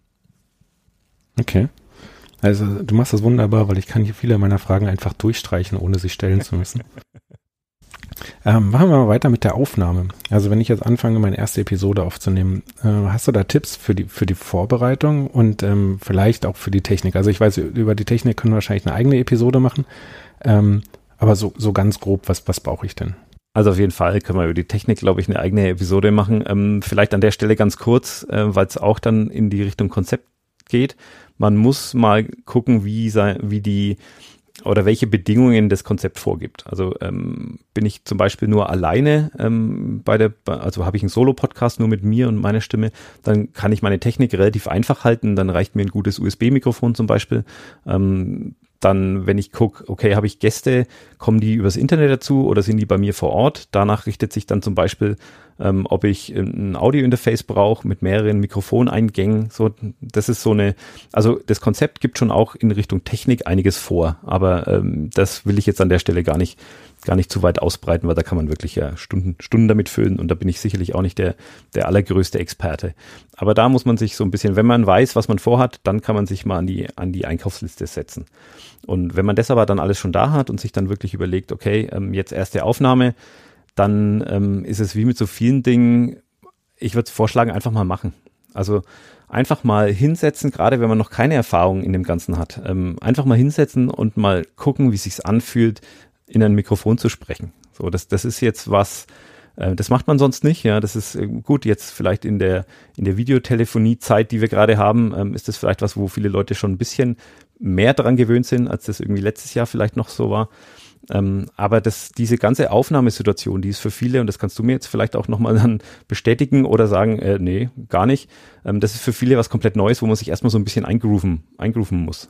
Okay. Also du machst das wunderbar, weil ich kann hier viele meiner Fragen einfach durchstreichen, ohne sie stellen zu müssen. Machen wir mal weiter mit der Aufnahme. Also wenn ich jetzt anfange, meine erste Episode aufzunehmen, hast du da Tipps für die Vorbereitung und vielleicht auch für die Technik? Also ich weiß, über die Technik können wir wahrscheinlich eine eigene Episode machen, aber so ganz grob, was brauche ich denn? Also auf jeden Fall können wir über die Technik, glaube ich, eine eigene Episode machen. Vielleicht an der Stelle ganz kurz, weil es auch dann in die Richtung Konzept geht. Man muss mal gucken, welche Bedingungen das Konzept vorgibt. Also bin ich zum Beispiel nur alleine also habe ich einen Solo-Podcast nur mit mir und meiner Stimme, dann kann ich meine Technik relativ einfach halten, dann reicht mir ein gutes USB-Mikrofon zum Beispiel. Dann, wenn ich gucke, okay, habe ich Gäste, kommen die übers Internet dazu oder sind die bei mir vor Ort? Danach richtet sich dann zum Beispiel, ob ich ein Audio-Interface brauche mit mehreren Mikrofoneingängen. So, das ist also das Konzept gibt schon auch in Richtung Technik einiges vor, aber das will ich jetzt an der Stelle gar nicht zu weit ausbreiten, weil da kann man wirklich ja Stunden damit füllen und da bin ich sicherlich auch nicht der allergrößte Experte. Aber da muss man sich so ein bisschen, wenn man weiß, was man vorhat, dann kann man sich mal an die Einkaufsliste setzen. Und wenn man das aber dann alles schon da hat und sich dann wirklich überlegt, okay, jetzt erste Aufnahme, dann ist es wie mit so vielen Dingen, ich würde vorschlagen, einfach mal machen. Also einfach mal hinsetzen, gerade wenn man noch keine Erfahrung in dem Ganzen hat, einfach mal hinsetzen und mal gucken, wie es sich anfühlt, in ein Mikrofon zu sprechen. So, das ist jetzt was, das macht man sonst nicht, ja, das ist gut, jetzt vielleicht in der Videotelefonie-Zeit, die wir gerade haben, ist das vielleicht was, wo viele Leute schon ein bisschen mehr dran gewöhnt sind, als das irgendwie letztes Jahr vielleicht noch so war. Aber diese ganze Aufnahmesituation, die ist für viele, und das kannst du mir jetzt vielleicht auch nochmal dann bestätigen oder sagen, nee, gar nicht, das ist für viele was komplett Neues, wo man sich erstmal so ein bisschen eingrooven muss.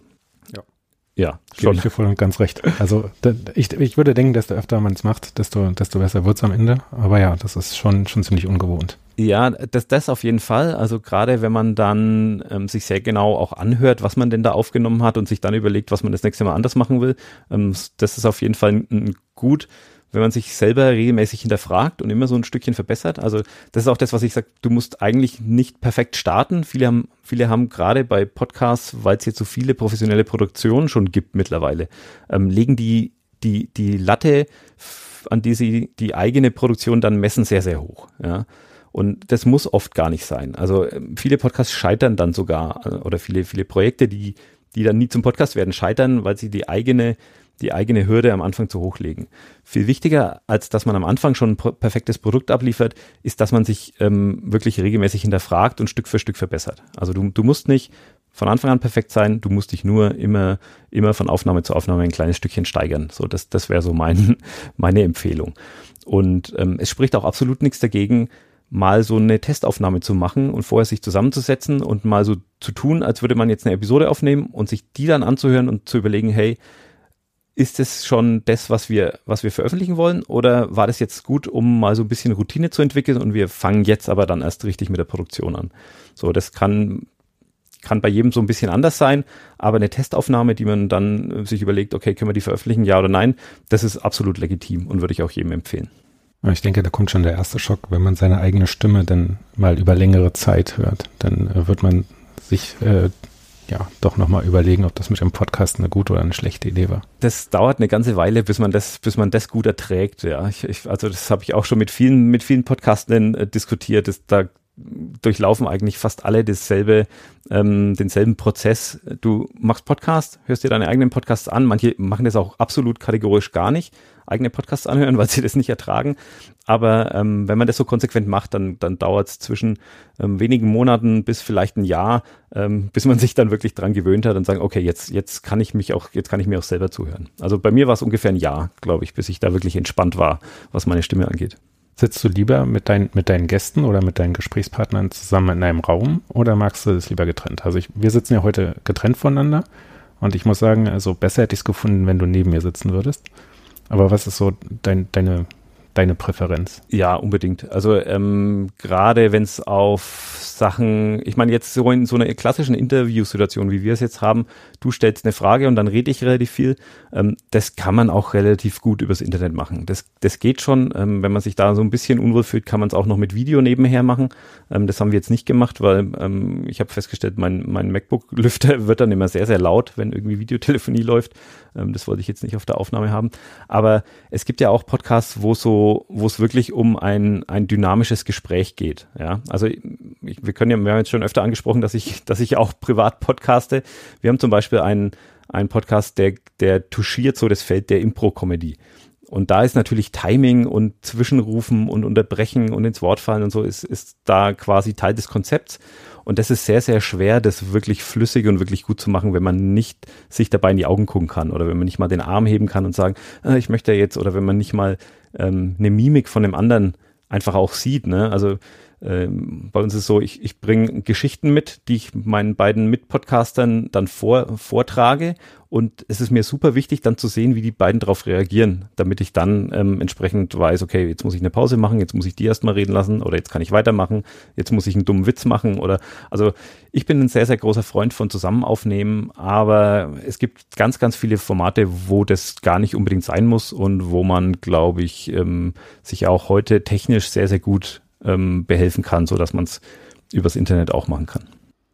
Ja, schon. Ich dir voll und ganz recht. Also ich würde denken, desto öfter man es macht, desto besser wird es am Ende. Aber ja, das ist schon ziemlich ungewohnt. Ja, das auf jeden Fall. Also gerade wenn man dann sich sehr genau auch anhört, was man denn da aufgenommen hat und sich dann überlegt, was man das nächste Mal anders machen will, das ist auf jeden Fall gut, wenn man sich selber regelmäßig hinterfragt und immer so ein Stückchen verbessert. Also das ist auch das, was ich sage, du musst eigentlich nicht perfekt starten. Viele haben gerade bei Podcasts, weil es jetzt so viele professionelle Produktionen schon gibt mittlerweile, legen die Latte, an die sie die eigene Produktion dann messen, sehr, sehr hoch. Ja. Und das muss oft gar nicht sein. Also viele Podcasts scheitern dann sogar, oder viele Projekte, die dann nie zum Podcast werden, scheitern, weil sie die eigene Hürde am Anfang zu hoch legen. Viel wichtiger, als dass man am Anfang schon ein perfektes Produkt abliefert, ist, dass man sich wirklich regelmäßig hinterfragt und Stück für Stück verbessert. Also du musst nicht von Anfang an perfekt sein, du musst dich nur immer von Aufnahme zu Aufnahme ein kleines Stückchen steigern. So, das wäre so meine Empfehlung. Und es spricht auch absolut nichts dagegen, mal so eine Testaufnahme zu machen und vorher sich zusammenzusetzen und mal so zu tun, als würde man jetzt eine Episode aufnehmen und sich die dann anzuhören und zu überlegen, hey, ist es schon das, was wir veröffentlichen wollen, oder war das jetzt gut, um mal so ein bisschen Routine zu entwickeln und wir fangen jetzt aber dann erst richtig mit der Produktion an? So, das kann bei jedem so ein bisschen anders sein, aber eine Testaufnahme, die man dann sich überlegt, okay, können wir die veröffentlichen, ja oder nein, das ist absolut legitim und würde ich auch jedem empfehlen. Ich denke, da kommt schon der erste Schock, wenn man seine eigene Stimme dann mal über längere Zeit hört. Dann wird man sich doch nochmal überlegen, ob das mit dem Podcast eine gute oder eine schlechte Idee war. Das dauert eine ganze Weile, bis man das gut erträgt. Ja, also das habe ich auch schon mit vielen Podcastern diskutiert. Da durchlaufen eigentlich fast alle denselben Prozess. Du machst Podcast, hörst dir deine eigenen Podcasts an. Manche machen das auch absolut kategorisch gar nicht, eigene Podcasts anhören, weil sie das nicht ertragen. Aber wenn man das so konsequent macht, dann dauert es zwischen wenigen Monaten bis vielleicht ein Jahr, bis man sich dann wirklich dran gewöhnt hat und sagt, okay, jetzt kann ich mir auch selber zuhören. Also bei mir war es ungefähr ein Jahr, glaube ich, bis ich da wirklich entspannt war, was meine Stimme angeht. Sitzt du lieber mit deinen Gästen oder mit deinen Gesprächspartnern zusammen in einem Raum oder magst du das lieber getrennt? Also wir sitzen ja heute getrennt voneinander und ich muss sagen, also besser hätte ich es gefunden, wenn du neben mir sitzen würdest. Aber was ist so deine Präferenz? Ja, unbedingt. Also gerade wenn es auf Sachen, ich meine jetzt so in so einer klassischen Interviewsituation, wie wir es jetzt haben, du stellst eine Frage und dann rede ich relativ viel, das kann man auch relativ gut übers Internet machen. Das geht schon, wenn man sich da so ein bisschen unwohl fühlt, kann man es auch noch mit Video nebenher machen. Das haben wir jetzt nicht gemacht, weil ich habe festgestellt, mein MacBook-Lüfter wird dann immer sehr, sehr laut, wenn irgendwie Videotelefonie läuft. Das wollte ich jetzt nicht auf der Aufnahme haben. Aber es gibt ja auch Podcasts, wo es wirklich um ein dynamisches Gespräch geht. Ja, also wir haben jetzt schon öfter angesprochen, dass ich auch privat podcaste. Wir haben zum Beispiel einen Podcast, der touchiert so das Feld der Impro-Comedy. Und da ist natürlich Timing und Zwischenrufen und Unterbrechen und ins Wort fallen und so ist da quasi Teil des Konzepts. Und das ist sehr, sehr schwer, das wirklich flüssig und wirklich gut zu machen, wenn man nicht sich dabei in die Augen gucken kann oder wenn man nicht mal den Arm heben kann und sagen, ich möchte jetzt, oder wenn man nicht mal eine Mimik von dem anderen einfach auch sieht, ne? Also bei uns ist es so, ich bringe Geschichten mit, die ich meinen beiden Mitpodcastern dann vortrage, und es ist mir super wichtig, dann zu sehen, wie die beiden darauf reagieren, damit ich dann entsprechend weiß, okay, jetzt muss ich eine Pause machen, jetzt muss ich die erstmal reden lassen oder jetzt kann ich weitermachen, jetzt muss ich einen dummen Witz machen oder, also ich bin ein sehr, sehr großer Freund von Zusammenaufnehmen, aber es gibt ganz, ganz viele Formate, wo das gar nicht unbedingt sein muss und wo man, glaube ich, sich auch heute technisch sehr, sehr gut behelfen kann, so dass man es übers Internet auch machen kann.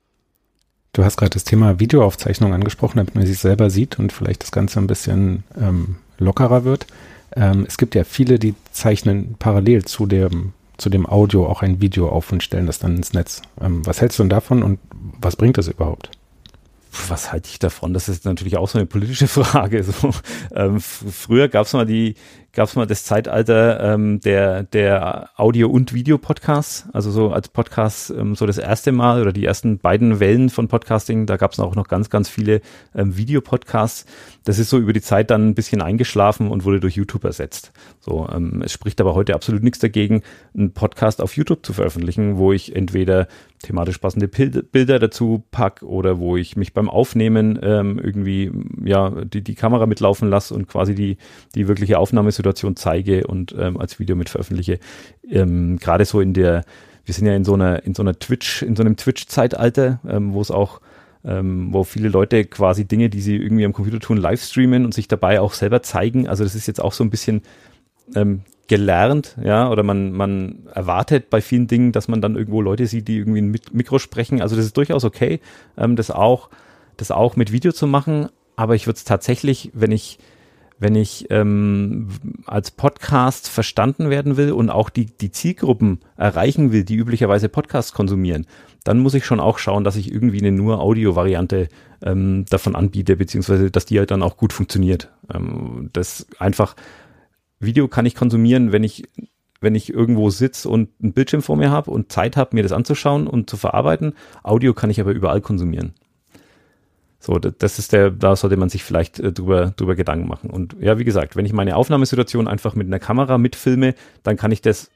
Du hast gerade das Thema Videoaufzeichnung angesprochen, damit man sich selber sieht und vielleicht das Ganze ein bisschen lockerer wird. Es gibt ja viele, die zeichnen parallel zu dem Audio auch ein Video auf und stellen das dann ins Netz. Was hältst du denn davon und was bringt das überhaupt? Was halte ich davon? Das ist natürlich auch so eine politische Frage. So, früher gab es mal das Zeitalter der Audio- und Video-Podcasts, also so als Podcast so das erste Mal oder die ersten beiden Wellen von Podcasting, da gab es auch noch ganz, ganz viele Videopodcasts. Das ist so über die Zeit dann ein bisschen eingeschlafen und wurde durch YouTube ersetzt. So, es spricht aber heute absolut nichts dagegen, einen Podcast auf YouTube zu veröffentlichen, wo ich entweder thematisch passende Bilder dazu pack oder wo ich mich beim Aufnehmen irgendwie die Kamera mitlaufen lasse und quasi die wirkliche Aufnahmesituation zeige und als Video mit veröffentliche. Gerade so wir sind ja in so einem Twitch-Zeitalter, wo es auch wo viele Leute quasi Dinge, die sie irgendwie am Computer tun, live streamen und sich dabei auch selber zeigen. Also das ist jetzt auch so ein bisschen gelernt, ja, oder man erwartet bei vielen Dingen, dass man dann irgendwo Leute sieht, die irgendwie ein Mikro sprechen. Also das ist durchaus okay, das auch mit Video zu machen. Aber ich würde es tatsächlich, wenn ich als Podcast verstanden werden will und auch die Zielgruppen erreichen will, die üblicherweise Podcasts konsumieren, dann muss ich schon auch schauen, dass ich irgendwie eine nur Audio-Variante davon anbiete, beziehungsweise dass die halt dann auch gut funktioniert. Das einfach, Video kann ich konsumieren, wenn ich irgendwo sitze und einen Bildschirm vor mir habe und Zeit habe, mir das anzuschauen und zu verarbeiten. Audio kann ich aber überall konsumieren. So, das ist da sollte man sich vielleicht drüber Gedanken machen. Und ja, wie gesagt, wenn ich meine Aufnahmesituation einfach mit einer Kamera mitfilme, dann kann ich das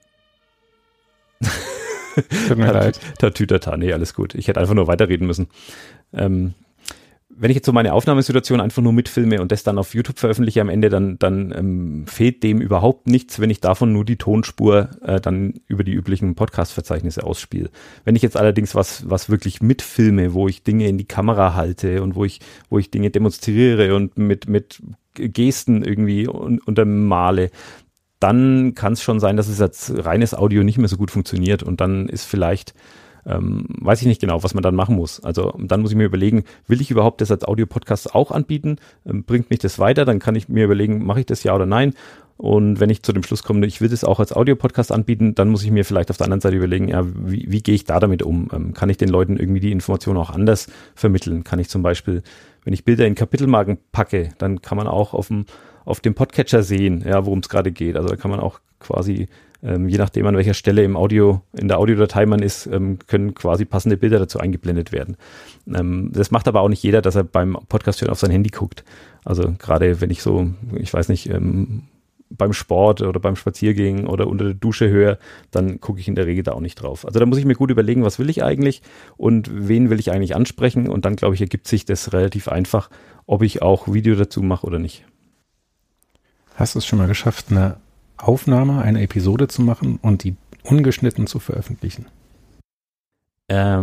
Tut mir leid. Tatütata, nee, alles gut. Ich hätte einfach nur weiterreden müssen. Wenn ich jetzt so meine Aufnahmesituation einfach nur mitfilme und das dann auf YouTube veröffentliche am Ende, dann fehlt dem überhaupt nichts, wenn ich davon nur die Tonspur dann über die üblichen Podcast-Verzeichnisse ausspiele. Wenn ich jetzt allerdings was wirklich mitfilme, wo ich Dinge in die Kamera halte und wo ich Dinge demonstriere und mit Gesten irgendwie untermale, dann kann es schon sein, dass es als reines Audio nicht mehr so gut funktioniert und dann ist vielleicht weiß ich nicht genau, was man dann machen muss. Also dann muss ich mir überlegen, will ich überhaupt das als Audio-Podcast auch anbieten? Bringt mich das weiter? Dann kann ich mir überlegen, mache ich das ja oder nein? Und wenn ich zu dem Schluss komme, ich will das auch als Audio-Podcast anbieten, dann muss ich mir vielleicht auf der anderen Seite überlegen, ja, wie gehe ich da damit um? Kann ich den Leuten irgendwie die Informationen auch anders vermitteln? Kann ich zum Beispiel, wenn ich Bilder in Kapitelmarken packe, dann kann man auch auf dem Podcatcher sehen, ja, worum es gerade geht. Also da kann man auch quasi je nachdem, an welcher Stelle in der Audiodatei man ist, können quasi passende Bilder dazu eingeblendet werden. Das macht aber auch nicht jeder, dass er beim Podcast hören auf sein Handy guckt. Also gerade wenn ich so, ich weiß nicht, beim Sport oder beim Spaziergehen oder unter der Dusche höre, dann gucke ich in der Regel da auch nicht drauf. Also da muss ich mir gut überlegen, was will ich eigentlich und wen will ich eigentlich ansprechen und dann, glaube ich, ergibt sich das relativ einfach, ob ich auch Video dazu mache oder nicht. Hast du es schon mal geschafft, eine Episode zu machen und die ungeschnitten zu veröffentlichen? Ja,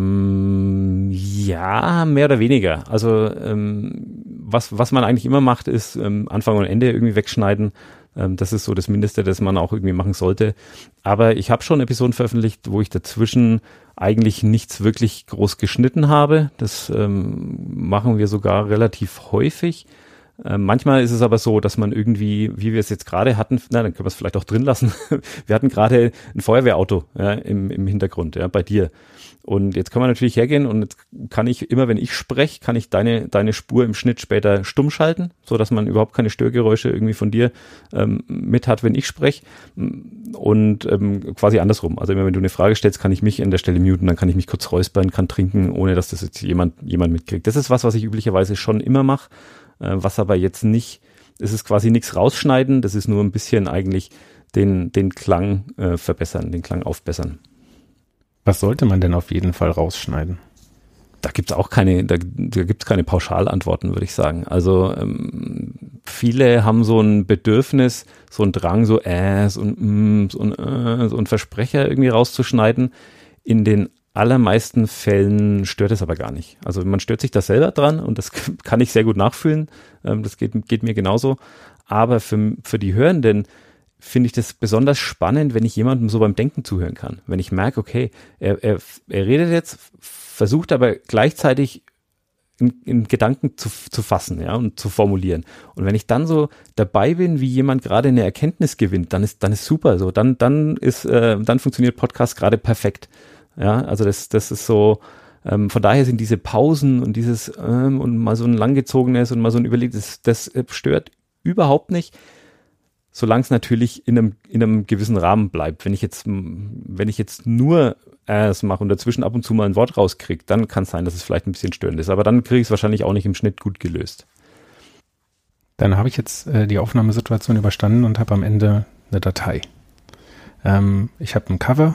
mehr oder weniger. Also was man eigentlich immer macht, ist Anfang und Ende irgendwie wegschneiden. Das ist so das Mindeste, das man auch irgendwie machen sollte. Aber ich habe schon Episoden veröffentlicht, wo ich dazwischen eigentlich nichts wirklich groß geschnitten habe. Das machen wir sogar relativ häufig. Manchmal ist es aber so, dass man irgendwie, wie wir es jetzt gerade hatten, dann können wir es vielleicht auch drin lassen. Wir hatten gerade ein Feuerwehrauto im Hintergrund, bei dir. Und jetzt kann man natürlich hergehen und jetzt kann ich immer, wenn ich spreche, kann ich deine Spur im Schnitt später stumm schalten, so dass man überhaupt keine Störgeräusche irgendwie von dir mit hat, wenn ich spreche. Und quasi andersrum. Also immer wenn du eine Frage stellst, kann ich mich an der Stelle muten, dann kann ich mich kurz räuspern, kann trinken, ohne dass das jetzt jemand mitkriegt. Das ist was ich üblicherweise schon immer mache, was aber jetzt nicht, es ist quasi nichts rausschneiden, das ist nur ein bisschen eigentlich den Klang verbessern, den Klang aufbessern. Was sollte man denn auf jeden Fall rausschneiden? Da gibt's auch keine Pauschalantworten, würde ich sagen. Also viele haben so ein Bedürfnis, so einen Drang, so und Versprecher irgendwie rauszuschneiden. In den allermeisten Fällen stört es aber gar nicht. Also man stört sich da selber dran und das kann ich sehr gut nachfühlen. Das geht mir genauso. Aber für die Hörenden finde ich das besonders spannend, wenn ich jemandem so beim Denken zuhören kann. Wenn ich merke, okay, er redet jetzt, versucht aber gleichzeitig in Gedanken zu fassen, und zu formulieren. Und wenn ich dann so dabei bin, wie jemand gerade eine Erkenntnis gewinnt, dann ist super. So, dann funktioniert Podcast gerade perfekt. Ja, also das ist so. Von daher sind diese Pausen und dieses und mal so ein langgezogenes und mal so ein Überlegtes, das stört überhaupt nicht. Solange es natürlich in einem gewissen Rahmen bleibt. Wenn ich jetzt nur es mache und dazwischen ab und zu mal ein Wort rauskriege, dann kann es sein, dass es vielleicht ein bisschen störend ist. Aber dann kriege ich es wahrscheinlich auch nicht im Schnitt gut gelöst. Dann habe ich jetzt die Aufnahmesituation überstanden und habe am Ende eine Datei. Ich habe ein Cover.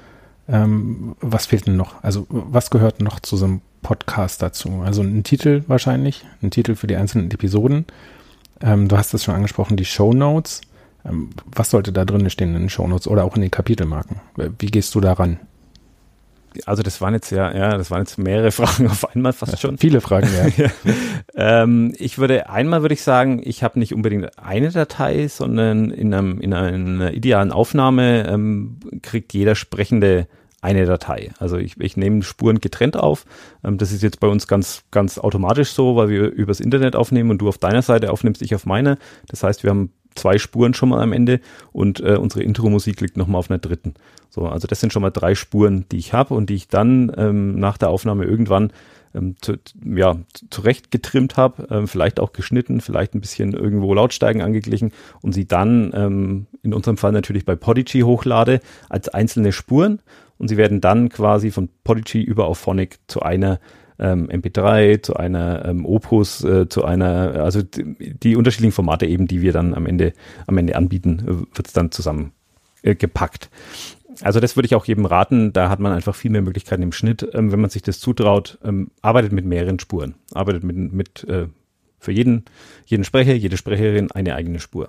Was fehlt denn noch? Also was gehört noch zu so einem Podcast dazu? Also ein Titel wahrscheinlich, ein Titel für die einzelnen Episoden. Du hast es schon angesprochen, die Shownotes. Was sollte da drin stehen in den Shownotes oder auch in den Kapitelmarken? Wie gehst du daran? Also das waren jetzt mehrere Fragen auf einmal fast schon. Viele Fragen, ja. Ich würde sagen, ich habe nicht unbedingt eine Datei, sondern in einer idealen Aufnahme kriegt jeder Sprechende eine Datei. Also ich nehme Spuren getrennt auf. Das ist jetzt bei uns ganz, ganz automatisch so, weil wir übers Internet aufnehmen und du auf deiner Seite aufnimmst, ich auf meiner. Das heißt, wir haben 2 Spuren schon mal am Ende und unsere Intro-Musik liegt nochmal auf einer dritten. So, also das sind schon mal 3 Spuren, die ich habe und die ich dann nach der Aufnahme irgendwann zurecht getrimmt habe, vielleicht auch geschnitten, vielleicht ein bisschen irgendwo Lautstärken angeglichen und sie dann in unserem Fall natürlich bei Podigy hochlade als einzelne Spuren und sie werden dann quasi von Podigy über Auphonic zu einer MP3, zu einer Opus, zu einer, also die unterschiedlichen Formate eben, die wir dann am Ende anbieten, wird es dann zusammen gepackt. Also das würde ich auch jedem raten, da hat man einfach viel mehr Möglichkeiten im Schnitt, wenn man sich das zutraut, arbeitet mit mehreren Spuren, arbeitet mit für jeden Sprecher, jede Sprecherin eine eigene Spur.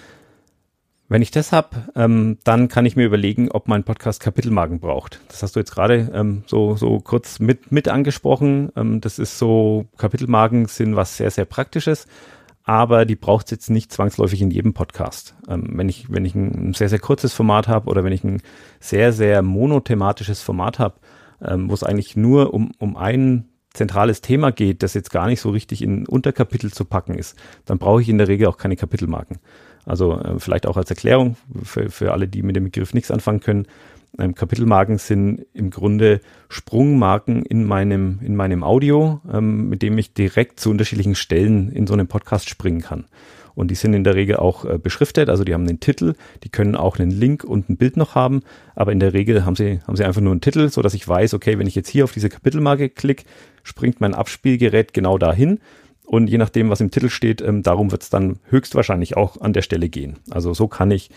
Wenn ich das habe, dann kann ich mir überlegen, ob mein Podcast Kapitelmarken braucht. Das hast du jetzt gerade so kurz mit angesprochen. Das ist so, Kapitelmarken sind was sehr, sehr Praktisches, aber die braucht es jetzt nicht zwangsläufig in jedem Podcast. Wenn ich ein sehr, sehr kurzes Format habe oder wenn ich ein sehr, sehr monothematisches Format habe, wo es eigentlich nur um ein zentrales Thema geht, das jetzt gar nicht so richtig in Unterkapitel zu packen ist, dann brauche ich in der Regel auch keine Kapitelmarken. Also vielleicht auch als Erklärung für alle, die mit dem Begriff nichts anfangen können. Kapitelmarken sind im Grunde Sprungmarken in meinem Audio, mit dem ich direkt zu unterschiedlichen Stellen in so einem Podcast springen kann. Und die sind in der Regel auch beschriftet, also die haben einen Titel, die können auch einen Link und ein Bild noch haben, aber in der Regel haben sie einfach nur einen Titel, so dass ich weiß, okay, wenn ich jetzt hier auf diese Kapitelmarke klicke, springt mein Abspielgerät genau dahin. Und je nachdem, was im Titel steht, darum wird es dann höchstwahrscheinlich auch an der Stelle gehen. Also so kann ich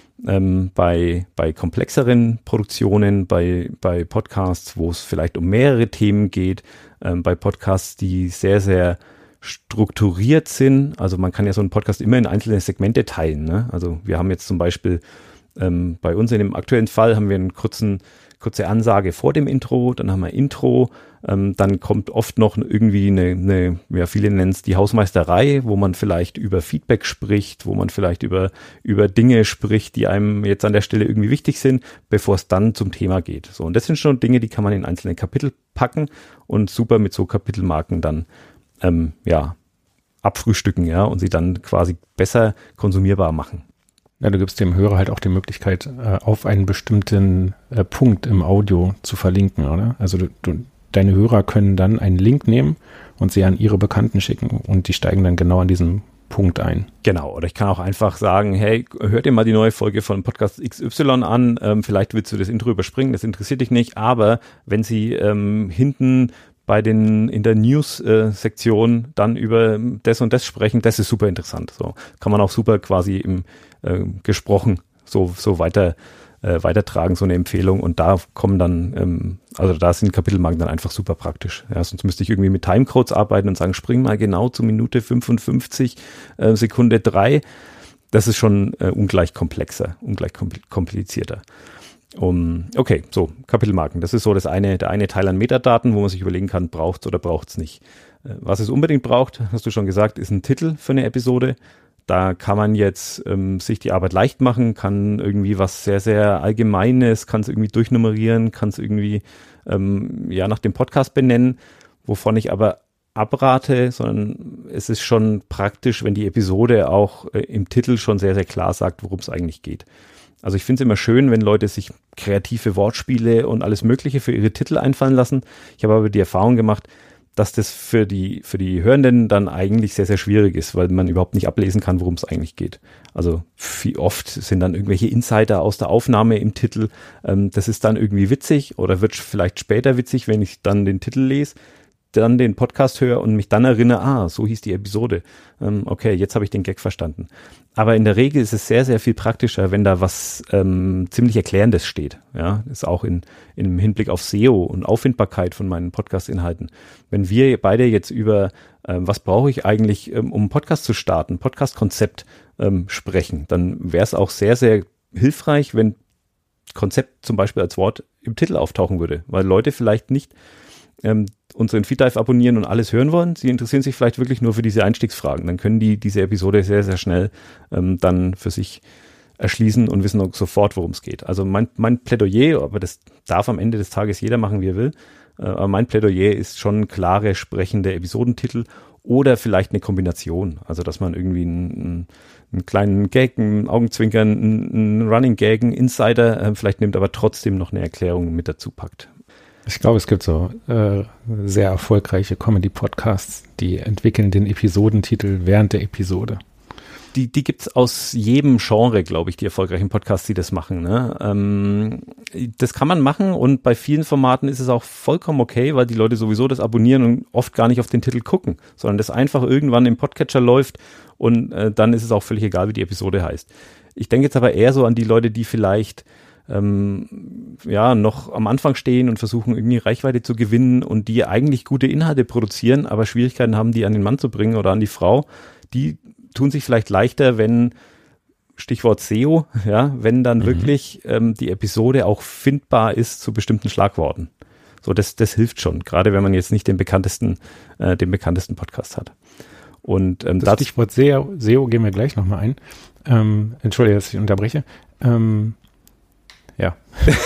bei komplexeren Produktionen, bei Podcasts, wo es vielleicht um mehrere Themen geht, bei Podcasts, die sehr, sehr strukturiert sind. Also man kann ja so einen Podcast immer in einzelne Segmente teilen, ne? Also wir haben jetzt zum Beispiel bei uns in dem aktuellen Fall haben wir einen kurze Ansage vor dem Intro, dann haben wir Intro, dann kommt oft noch irgendwie eine viele nennen es die Hausmeisterei, wo man vielleicht über Feedback spricht, wo man vielleicht über Dinge spricht, die einem jetzt an der Stelle irgendwie wichtig sind, bevor es dann zum Thema geht. So, und das sind schon Dinge, die kann man in einzelne Kapitel packen und super mit so Kapitelmarken dann abfrühstücken, ja, und sie dann quasi besser konsumierbar machen. Ja, du gibst dem Hörer halt auch die Möglichkeit, auf einen bestimmten Punkt im Audio zu verlinken, oder? Also deine Hörer können dann einen Link nehmen und sie an ihre Bekannten schicken und die steigen dann genau an diesem Punkt ein. Genau, oder ich kann auch einfach sagen, hey, hört dir mal die neue Folge von Podcast XY an, vielleicht willst du das Intro überspringen, das interessiert dich nicht, aber wenn sie hinten in der News-Sektion dann über das und das sprechen, das ist super interessant. So kann man auch super quasi im gesprochen so weitertragen, so eine Empfehlung, und da kommen dann, also da sind Kapitelmarken dann einfach super praktisch. Ja, sonst müsste ich irgendwie mit Timecodes arbeiten und sagen, spring mal genau zu Minute 55, Sekunde 3. Das ist schon ungleich komplexer, ungleich komplizierter. Okay, so, Kapitelmarken. Das ist so der eine Teil an Metadaten, wo man sich überlegen kann, braucht's oder braucht's nicht. Was es unbedingt braucht, hast du schon gesagt, ist ein Titel für eine Episode. Da kann man jetzt sich die Arbeit leicht machen, kann irgendwie was sehr, sehr Allgemeines, kann es irgendwie durchnummerieren, kann es irgendwie nach dem Podcast benennen, wovon ich aber abrate, sondern es ist schon praktisch, wenn die Episode auch im Titel schon sehr, sehr klar sagt, worum es eigentlich geht. Also ich finde es immer schön, wenn Leute sich kreative Wortspiele und alles Mögliche für ihre Titel einfallen lassen. Ich habe aber die Erfahrung gemacht, dass das für die Hörenden dann eigentlich sehr, sehr schwierig ist, weil man überhaupt nicht ablesen kann, worum es eigentlich geht. Also wie oft sind dann irgendwelche Insider aus der Aufnahme im Titel. Das ist dann irgendwie witzig oder wird vielleicht später witzig, wenn ich dann den Titel lese, dann den Podcast höre und mich dann erinnere, so hieß die Episode. Okay, jetzt habe ich den Gag verstanden. Aber in der Regel ist es sehr, sehr viel praktischer, wenn da was ziemlich Erklärendes steht. Ja, ist auch im Hinblick auf SEO und Auffindbarkeit von meinen Podcast-Inhalten. Wenn wir beide jetzt über was brauche ich eigentlich, um einen Podcast zu starten, Podcast-Konzept sprechen, dann wäre es auch sehr, sehr hilfreich, wenn Konzept zum Beispiel als Wort im Titel auftauchen würde, weil Leute vielleicht nicht unseren Feed-Dive abonnieren und alles hören wollen. Sie interessieren sich vielleicht wirklich nur für diese Einstiegsfragen. Dann können die diese Episode sehr, sehr schnell dann für sich erschließen und wissen auch sofort, worum es geht. Also mein Plädoyer, aber das darf am Ende des Tages jeder machen, wie er will, aber mein Plädoyer ist schon klare, sprechende Episodentitel oder vielleicht eine Kombination. Also dass man irgendwie einen kleinen Gag, einen Augenzwinkern, einen Running Gag, einen Insider vielleicht nimmt, aber trotzdem noch eine Erklärung mit dazu packt. Ich glaube, es gibt so sehr erfolgreiche Comedy-Podcasts, die entwickeln den Episodentitel während der Episode. Die gibt's aus jedem Genre, glaube ich, die erfolgreichen Podcasts, die das machen. Ne? Das kann man machen und bei vielen Formaten ist es auch vollkommen okay, weil die Leute sowieso das abonnieren und oft gar nicht auf den Titel gucken, sondern das einfach irgendwann im Podcatcher läuft und dann ist es auch völlig egal, wie die Episode heißt. Ich denke jetzt aber eher so an die Leute, die vielleicht noch am Anfang stehen und versuchen irgendwie Reichweite zu gewinnen und die eigentlich gute Inhalte produzieren, aber Schwierigkeiten haben, die an den Mann zu bringen oder an die Frau. Die tun sich vielleicht leichter, wenn, Stichwort SEO, wenn dann wirklich die Episode auch findbar ist zu bestimmten Schlagworten. So, das hilft schon, gerade wenn man jetzt nicht den bekanntesten Podcast hat. Und das Stichwort SEO gehen wir gleich nochmal ein. Entschuldige, dass ich unterbreche. Ja.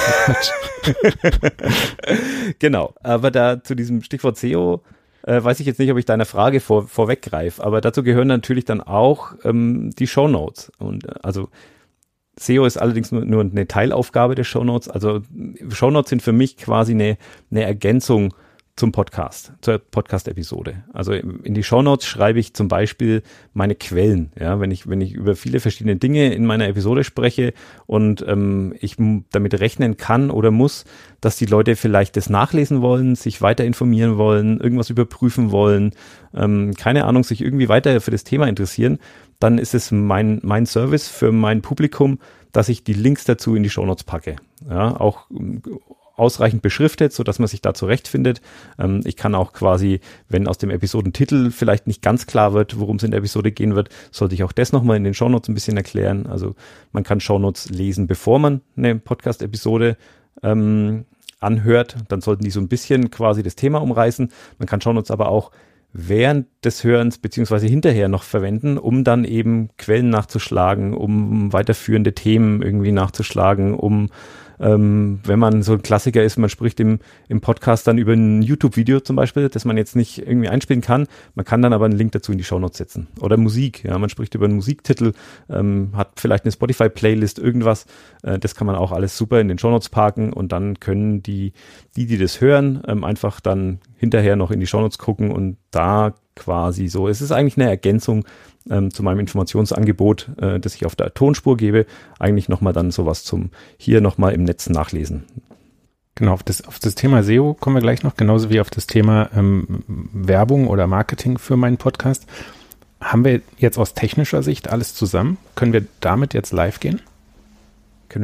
Genau, aber da zu diesem Stichwort SEO weiß ich jetzt nicht, ob ich deiner Frage vorweggreife, aber dazu gehören natürlich dann auch die Shownotes. Und also SEO ist allerdings nur eine Teilaufgabe der Shownotes. Also Shownotes sind für mich quasi eine Ergänzung zum Podcast, zur Podcast-Episode. Also in die Shownotes schreibe ich zum Beispiel meine Quellen, wenn ich über viele verschiedene Dinge in meiner Episode spreche und ich damit rechnen kann oder muss, dass die Leute vielleicht das nachlesen wollen, sich weiter informieren wollen, irgendwas überprüfen wollen, keine Ahnung, sich irgendwie weiter für das Thema interessieren, dann ist es mein Service für mein Publikum, dass ich die Links dazu in die Shownotes packe. Ja, auch ausreichend beschriftet, so dass man sich da zurechtfindet. Ich kann auch quasi, wenn aus dem Episodentitel vielleicht nicht ganz klar wird, worum es in der Episode gehen wird, sollte ich auch das nochmal in den Shownotes ein bisschen erklären. Also man kann Shownotes lesen, bevor man eine Podcast-Episode anhört. Dann sollten die so ein bisschen quasi das Thema umreißen. Man kann Shownotes aber auch während des Hörens beziehungsweise hinterher noch verwenden, um dann eben Quellen nachzuschlagen, um weiterführende Themen irgendwie nachzuschlagen, um wenn man so ein Klassiker ist, man spricht im Podcast dann über ein YouTube-Video zum Beispiel, das man jetzt nicht irgendwie einspielen kann. Man kann dann aber einen Link dazu in die Shownotes setzen. Oder Musik, ja, man spricht über einen Musiktitel, hat vielleicht eine Spotify-Playlist, irgendwas. Das kann man auch alles super in den Shownotes parken und dann können die das hören, einfach dann hinterher noch in die Shownotes gucken und da quasi so. Es ist eigentlich eine Ergänzung zu meinem Informationsangebot, das ich auf der Tonspur gebe, eigentlich nochmal dann sowas zum hier nochmal im Netz nachlesen. Genau, auf das Thema SEO kommen wir gleich noch, genauso wie auf das Thema Werbung oder Marketing für meinen Podcast. Haben wir jetzt aus technischer Sicht alles zusammen? Können wir damit jetzt live gehen? Wir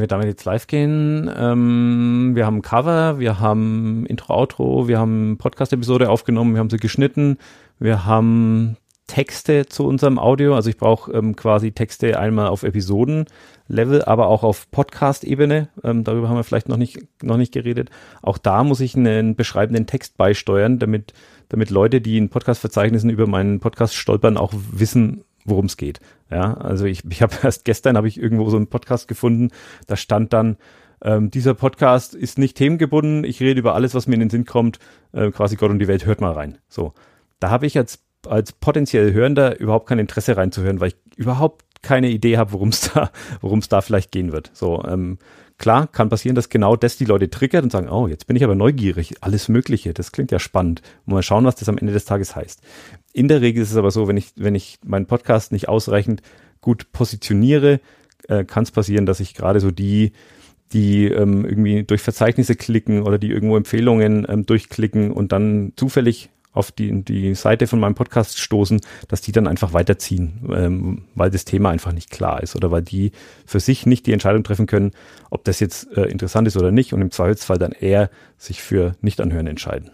haben ein Cover, wir haben Intro, Outro, wir haben Podcast-Episode aufgenommen, wir haben sie geschnitten, wir haben Texte zu unserem Audio, also ich brauche quasi Texte einmal auf Episoden-Level, aber auch auf Podcast-Ebene, darüber haben wir vielleicht noch nicht geredet. Auch da muss ich einen beschreibenden Text beisteuern, damit Leute, die in Podcast-Verzeichnissen über meinen Podcast stolpern, auch wissen, worum es geht. Ja, also ich habe erst gestern irgendwo so einen Podcast gefunden, da stand dann, dieser Podcast ist nicht themengebunden, ich rede über alles, was mir in den Sinn kommt, quasi Gott und die Welt, hört mal rein. So, da habe ich als potenziell Hörender überhaupt kein Interesse reinzuhören, weil ich überhaupt keine Idee habe, worum es da vielleicht gehen wird. So, klar, kann passieren, dass genau das die Leute triggert und sagen, oh, jetzt bin ich aber neugierig, alles Mögliche, das klingt ja spannend. Mal schauen, was das am Ende des Tages heißt. In der Regel ist es aber so, wenn ich meinen Podcast nicht ausreichend gut positioniere, kann es passieren, dass ich gerade so die irgendwie durch Verzeichnisse klicken oder die irgendwo Empfehlungen durchklicken und dann zufällig auf die Seite von meinem Podcast stoßen, dass die dann einfach weiterziehen, weil das Thema einfach nicht klar ist oder weil die für sich nicht die Entscheidung treffen können, ob das jetzt interessant ist oder nicht und im Zweifelsfall dann eher sich für Nicht-Anhören entscheiden.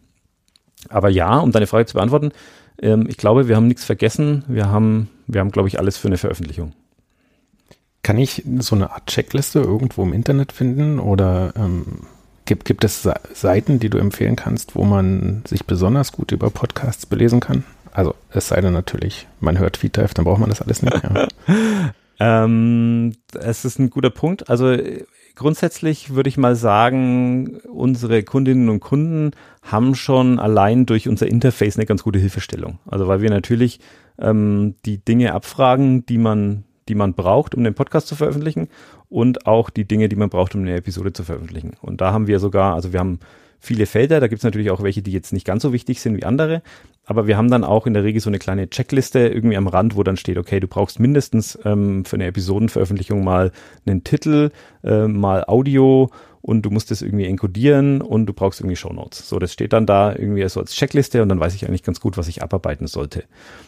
Aber ja, um deine Frage zu beantworten, ich glaube, wir haben nichts vergessen. Wir haben, glaube ich, alles für eine Veröffentlichung. Kann ich so eine Art Checkliste irgendwo im Internet finden oder gibt es Seiten, die du empfehlen kannst, wo man sich besonders gut über Podcasts belesen kann? Also es sei denn natürlich, man hört Feeddive, dann braucht man das alles nicht. Ja. Es ist ein guter Punkt. Also grundsätzlich würde ich mal sagen, unsere Kundinnen und Kunden haben schon allein durch unser Interface eine ganz gute Hilfestellung. Also weil wir natürlich die Dinge abfragen, die man braucht, um den Podcast zu veröffentlichen und auch die Dinge, die man braucht, um eine Episode zu veröffentlichen. Und da haben wir wir haben viele Felder, da gibt es natürlich auch welche, die jetzt nicht ganz so wichtig sind wie andere, aber wir haben dann auch in der Regel so eine kleine Checkliste irgendwie am Rand, wo dann steht, okay, du brauchst mindestens für eine Episodenveröffentlichung mal einen Titel, mal Audio und du musst das irgendwie enkodieren und du brauchst irgendwie Shownotes. So, das steht dann da irgendwie so als Checkliste und dann weiß ich eigentlich ganz gut, was ich abarbeiten sollte.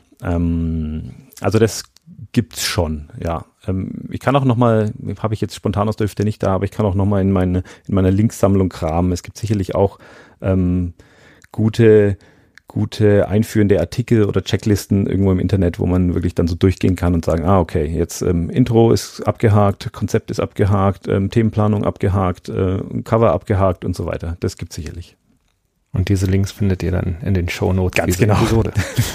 Also das gibt's schon, ja. Ich kann auch nochmal, habe ich jetzt spontan aus der Hüfte nicht da, aber ich kann auch nochmal in meiner Linksammlung kramen. Es gibt sicherlich auch gute einführende Artikel oder Checklisten irgendwo im Internet, wo man wirklich dann so durchgehen kann und sagen, okay, jetzt Intro ist abgehakt, Konzept ist abgehakt, Themenplanung abgehakt, Cover abgehakt und so weiter. Das gibt's sicherlich. Und diese Links findet ihr dann in den Shownotes dieser genau. Episode.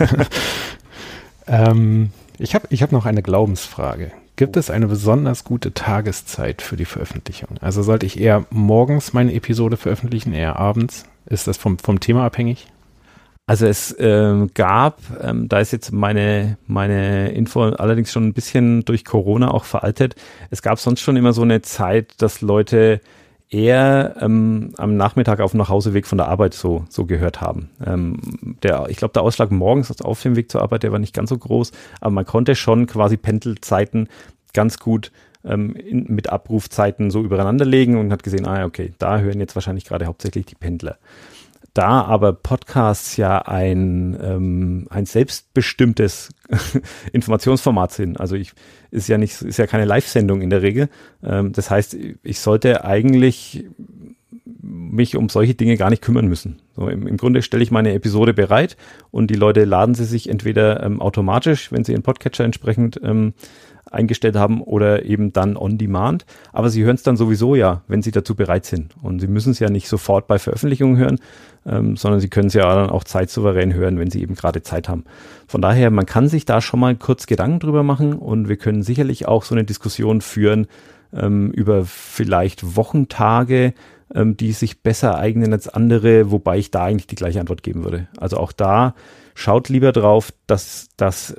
Ich hab noch eine Glaubensfrage. Gibt es eine besonders gute Tageszeit für die Veröffentlichung? Also sollte ich eher morgens meine Episode veröffentlichen, eher abends? Ist das vom Thema abhängig? Also es gab, da ist jetzt meine Info allerdings schon ein bisschen durch Corona auch veraltet, es gab sonst schon immer so eine Zeit, dass Leute eher am Nachmittag auf dem Nachhauseweg von der Arbeit so gehört haben. Ich glaube, der Ausschlag morgens auf dem Weg zur Arbeit, der war nicht ganz so groß, aber man konnte schon quasi Pendelzeiten ganz gut mit Abrufzeiten so übereinander legen und hat gesehen, okay, da hören jetzt wahrscheinlich gerade hauptsächlich die Pendler. Da aber Podcasts ja ein selbstbestimmtes Informationsformat sind, also ist ja keine Live-Sendung in der Regel. Das heißt, ich sollte eigentlich mich um solche Dinge gar nicht kümmern müssen. So, im Grunde stelle ich meine Episode bereit und die Leute laden sie sich entweder automatisch, wenn sie ihren Podcatcher entsprechend eingestellt haben, oder eben dann on demand. Aber sie hören es dann sowieso ja, wenn sie dazu bereit sind. Und sie müssen es ja nicht sofort bei Veröffentlichung hören, sondern sie können es ja dann auch zeitsouverän hören, wenn sie eben gerade Zeit haben. Von daher, man kann sich da schon mal kurz Gedanken drüber machen und wir können sicherlich auch so eine Diskussion führen über vielleicht Wochentage, die sich besser eignen als andere, wobei ich da eigentlich die gleiche Antwort geben würde. Also auch da schaut lieber drauf, dass das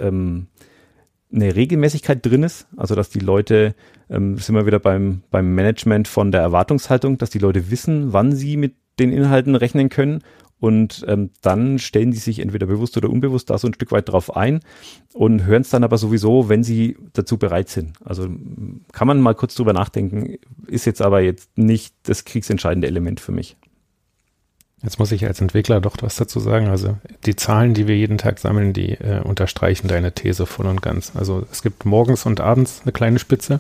eine Regelmäßigkeit drin ist, also dass die Leute, sind wir wieder beim Management von der Erwartungshaltung, dass die Leute wissen, wann sie mit den Inhalten rechnen können und dann stellen die sich entweder bewusst oder unbewusst da so ein Stück weit drauf ein und hören es dann aber sowieso, wenn sie dazu bereit sind. Also kann man mal kurz drüber nachdenken, ist jetzt aber jetzt nicht das kriegsentscheidende Element für mich. Jetzt muss ich als Entwickler doch was dazu sagen. Also die Zahlen, die wir jeden Tag sammeln, die unterstreichen deine These voll und ganz. Also es gibt morgens und abends eine kleine Spitze.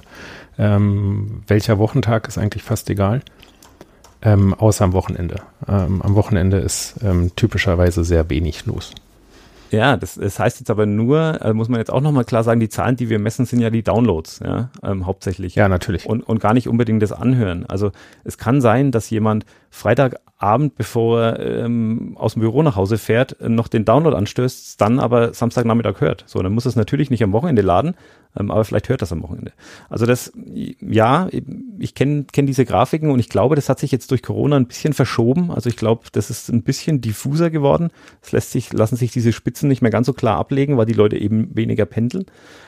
Welcher Wochentag ist eigentlich fast egal. Außer am Wochenende. Am Wochenende ist typischerweise sehr wenig los. Ja, das heißt jetzt aber nur, muss man jetzt auch nochmal klar sagen, die Zahlen, die wir messen, sind ja die Downloads, ja, hauptsächlich. Ja, natürlich. Und gar nicht unbedingt das Anhören. Also es kann sein, dass jemand Freitagabend, bevor er aus dem Büro nach Hause fährt, noch den Download anstößt, dann aber Samstagnachmittag hört. So, dann muss es natürlich nicht am Wochenende laden, aber vielleicht hört das am Wochenende. Also das, ja, ich kenn diese Grafiken und ich glaube, das hat sich jetzt durch Corona ein bisschen verschoben. Also ich glaube, das ist ein bisschen diffuser geworden. Lassen sich diese Spitzen nicht mehr ganz so klar ablegen, weil die Leute eben weniger pendeln.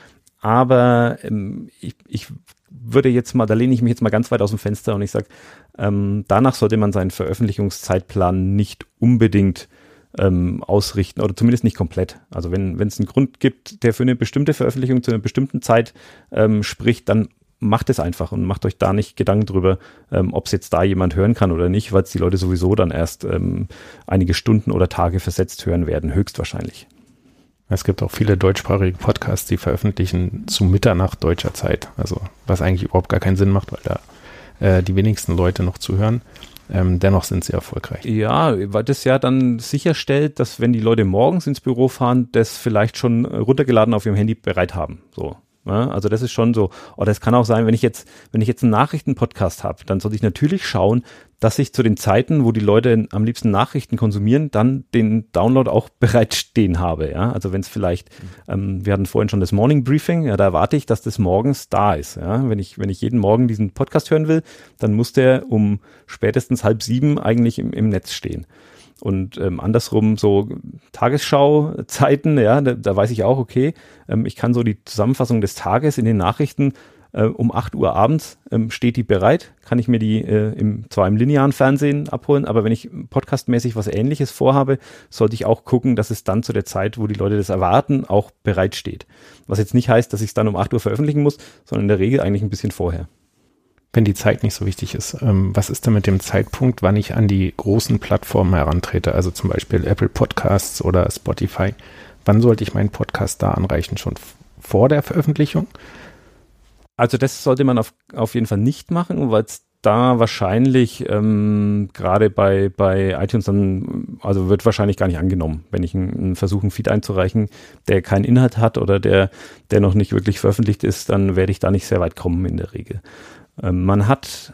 Aber ich würde jetzt mal, da lehne ich mich jetzt mal ganz weit aus dem Fenster und ich sage, danach sollte man seinen Veröffentlichungszeitplan nicht unbedingt ausrichten oder zumindest nicht komplett. Also wenn es einen Grund gibt, der für eine bestimmte Veröffentlichung zu einer bestimmten Zeit spricht, dann macht es einfach und macht euch da nicht Gedanken drüber, ob es jetzt da jemand hören kann oder nicht, weil es die Leute sowieso dann erst einige Stunden oder Tage versetzt hören werden, höchstwahrscheinlich. Es gibt auch viele deutschsprachige Podcasts, die veröffentlichen zu Mitternacht deutscher Zeit. Also was eigentlich überhaupt gar keinen Sinn macht, weil da die wenigsten Leute noch zuhören. Dennoch sind sie erfolgreich. Ja, weil das ja dann sicherstellt, dass wenn die Leute morgens ins Büro fahren, das vielleicht schon runtergeladen auf ihrem Handy bereit haben. So. Ja, also das ist schon so. Oder es kann auch sein, wenn ich jetzt einen Nachrichtenpodcast habe, dann sollte ich natürlich schauen, dass ich zu den Zeiten, wo die Leute am liebsten Nachrichten konsumieren, dann den Download auch bereitstehen habe. Ja, also wenn es vielleicht, wir hatten vorhin schon das Morning Briefing, ja, da erwarte ich, dass das morgens da ist. Ja, wenn ich jeden Morgen diesen Podcast hören will, dann muss der um spätestens 6:30 eigentlich im Netz stehen. Und andersrum so Tagesschau-Zeiten, ja, da weiß ich auch, okay, ich kann so die Zusammenfassung des Tages in den Nachrichten um 8 Uhr abends steht die bereit, kann ich mir die zwar im linearen Fernsehen abholen, aber wenn ich podcastmäßig was Ähnliches vorhabe, sollte ich auch gucken, dass es dann zu der Zeit, wo die Leute das erwarten, auch bereit steht. Was jetzt nicht heißt, dass ich es dann um 8 Uhr veröffentlichen muss, sondern in der Regel eigentlich ein bisschen vorher. Wenn die Zeit nicht so wichtig ist, was ist denn mit dem Zeitpunkt, wann ich an die großen Plattformen herantrete, also zum Beispiel Apple Podcasts oder Spotify? Wann sollte ich meinen Podcast da anreichen? Schon vor der Veröffentlichung? Also das sollte man auf jeden Fall nicht machen, weil es da wahrscheinlich gerade bei iTunes dann, also wird wahrscheinlich gar nicht angenommen, wenn ich versuche, einen Feed einzureichen, der keinen Inhalt hat oder der noch nicht wirklich veröffentlicht ist, dann werde ich da nicht sehr weit kommen in der Regel. Man hat,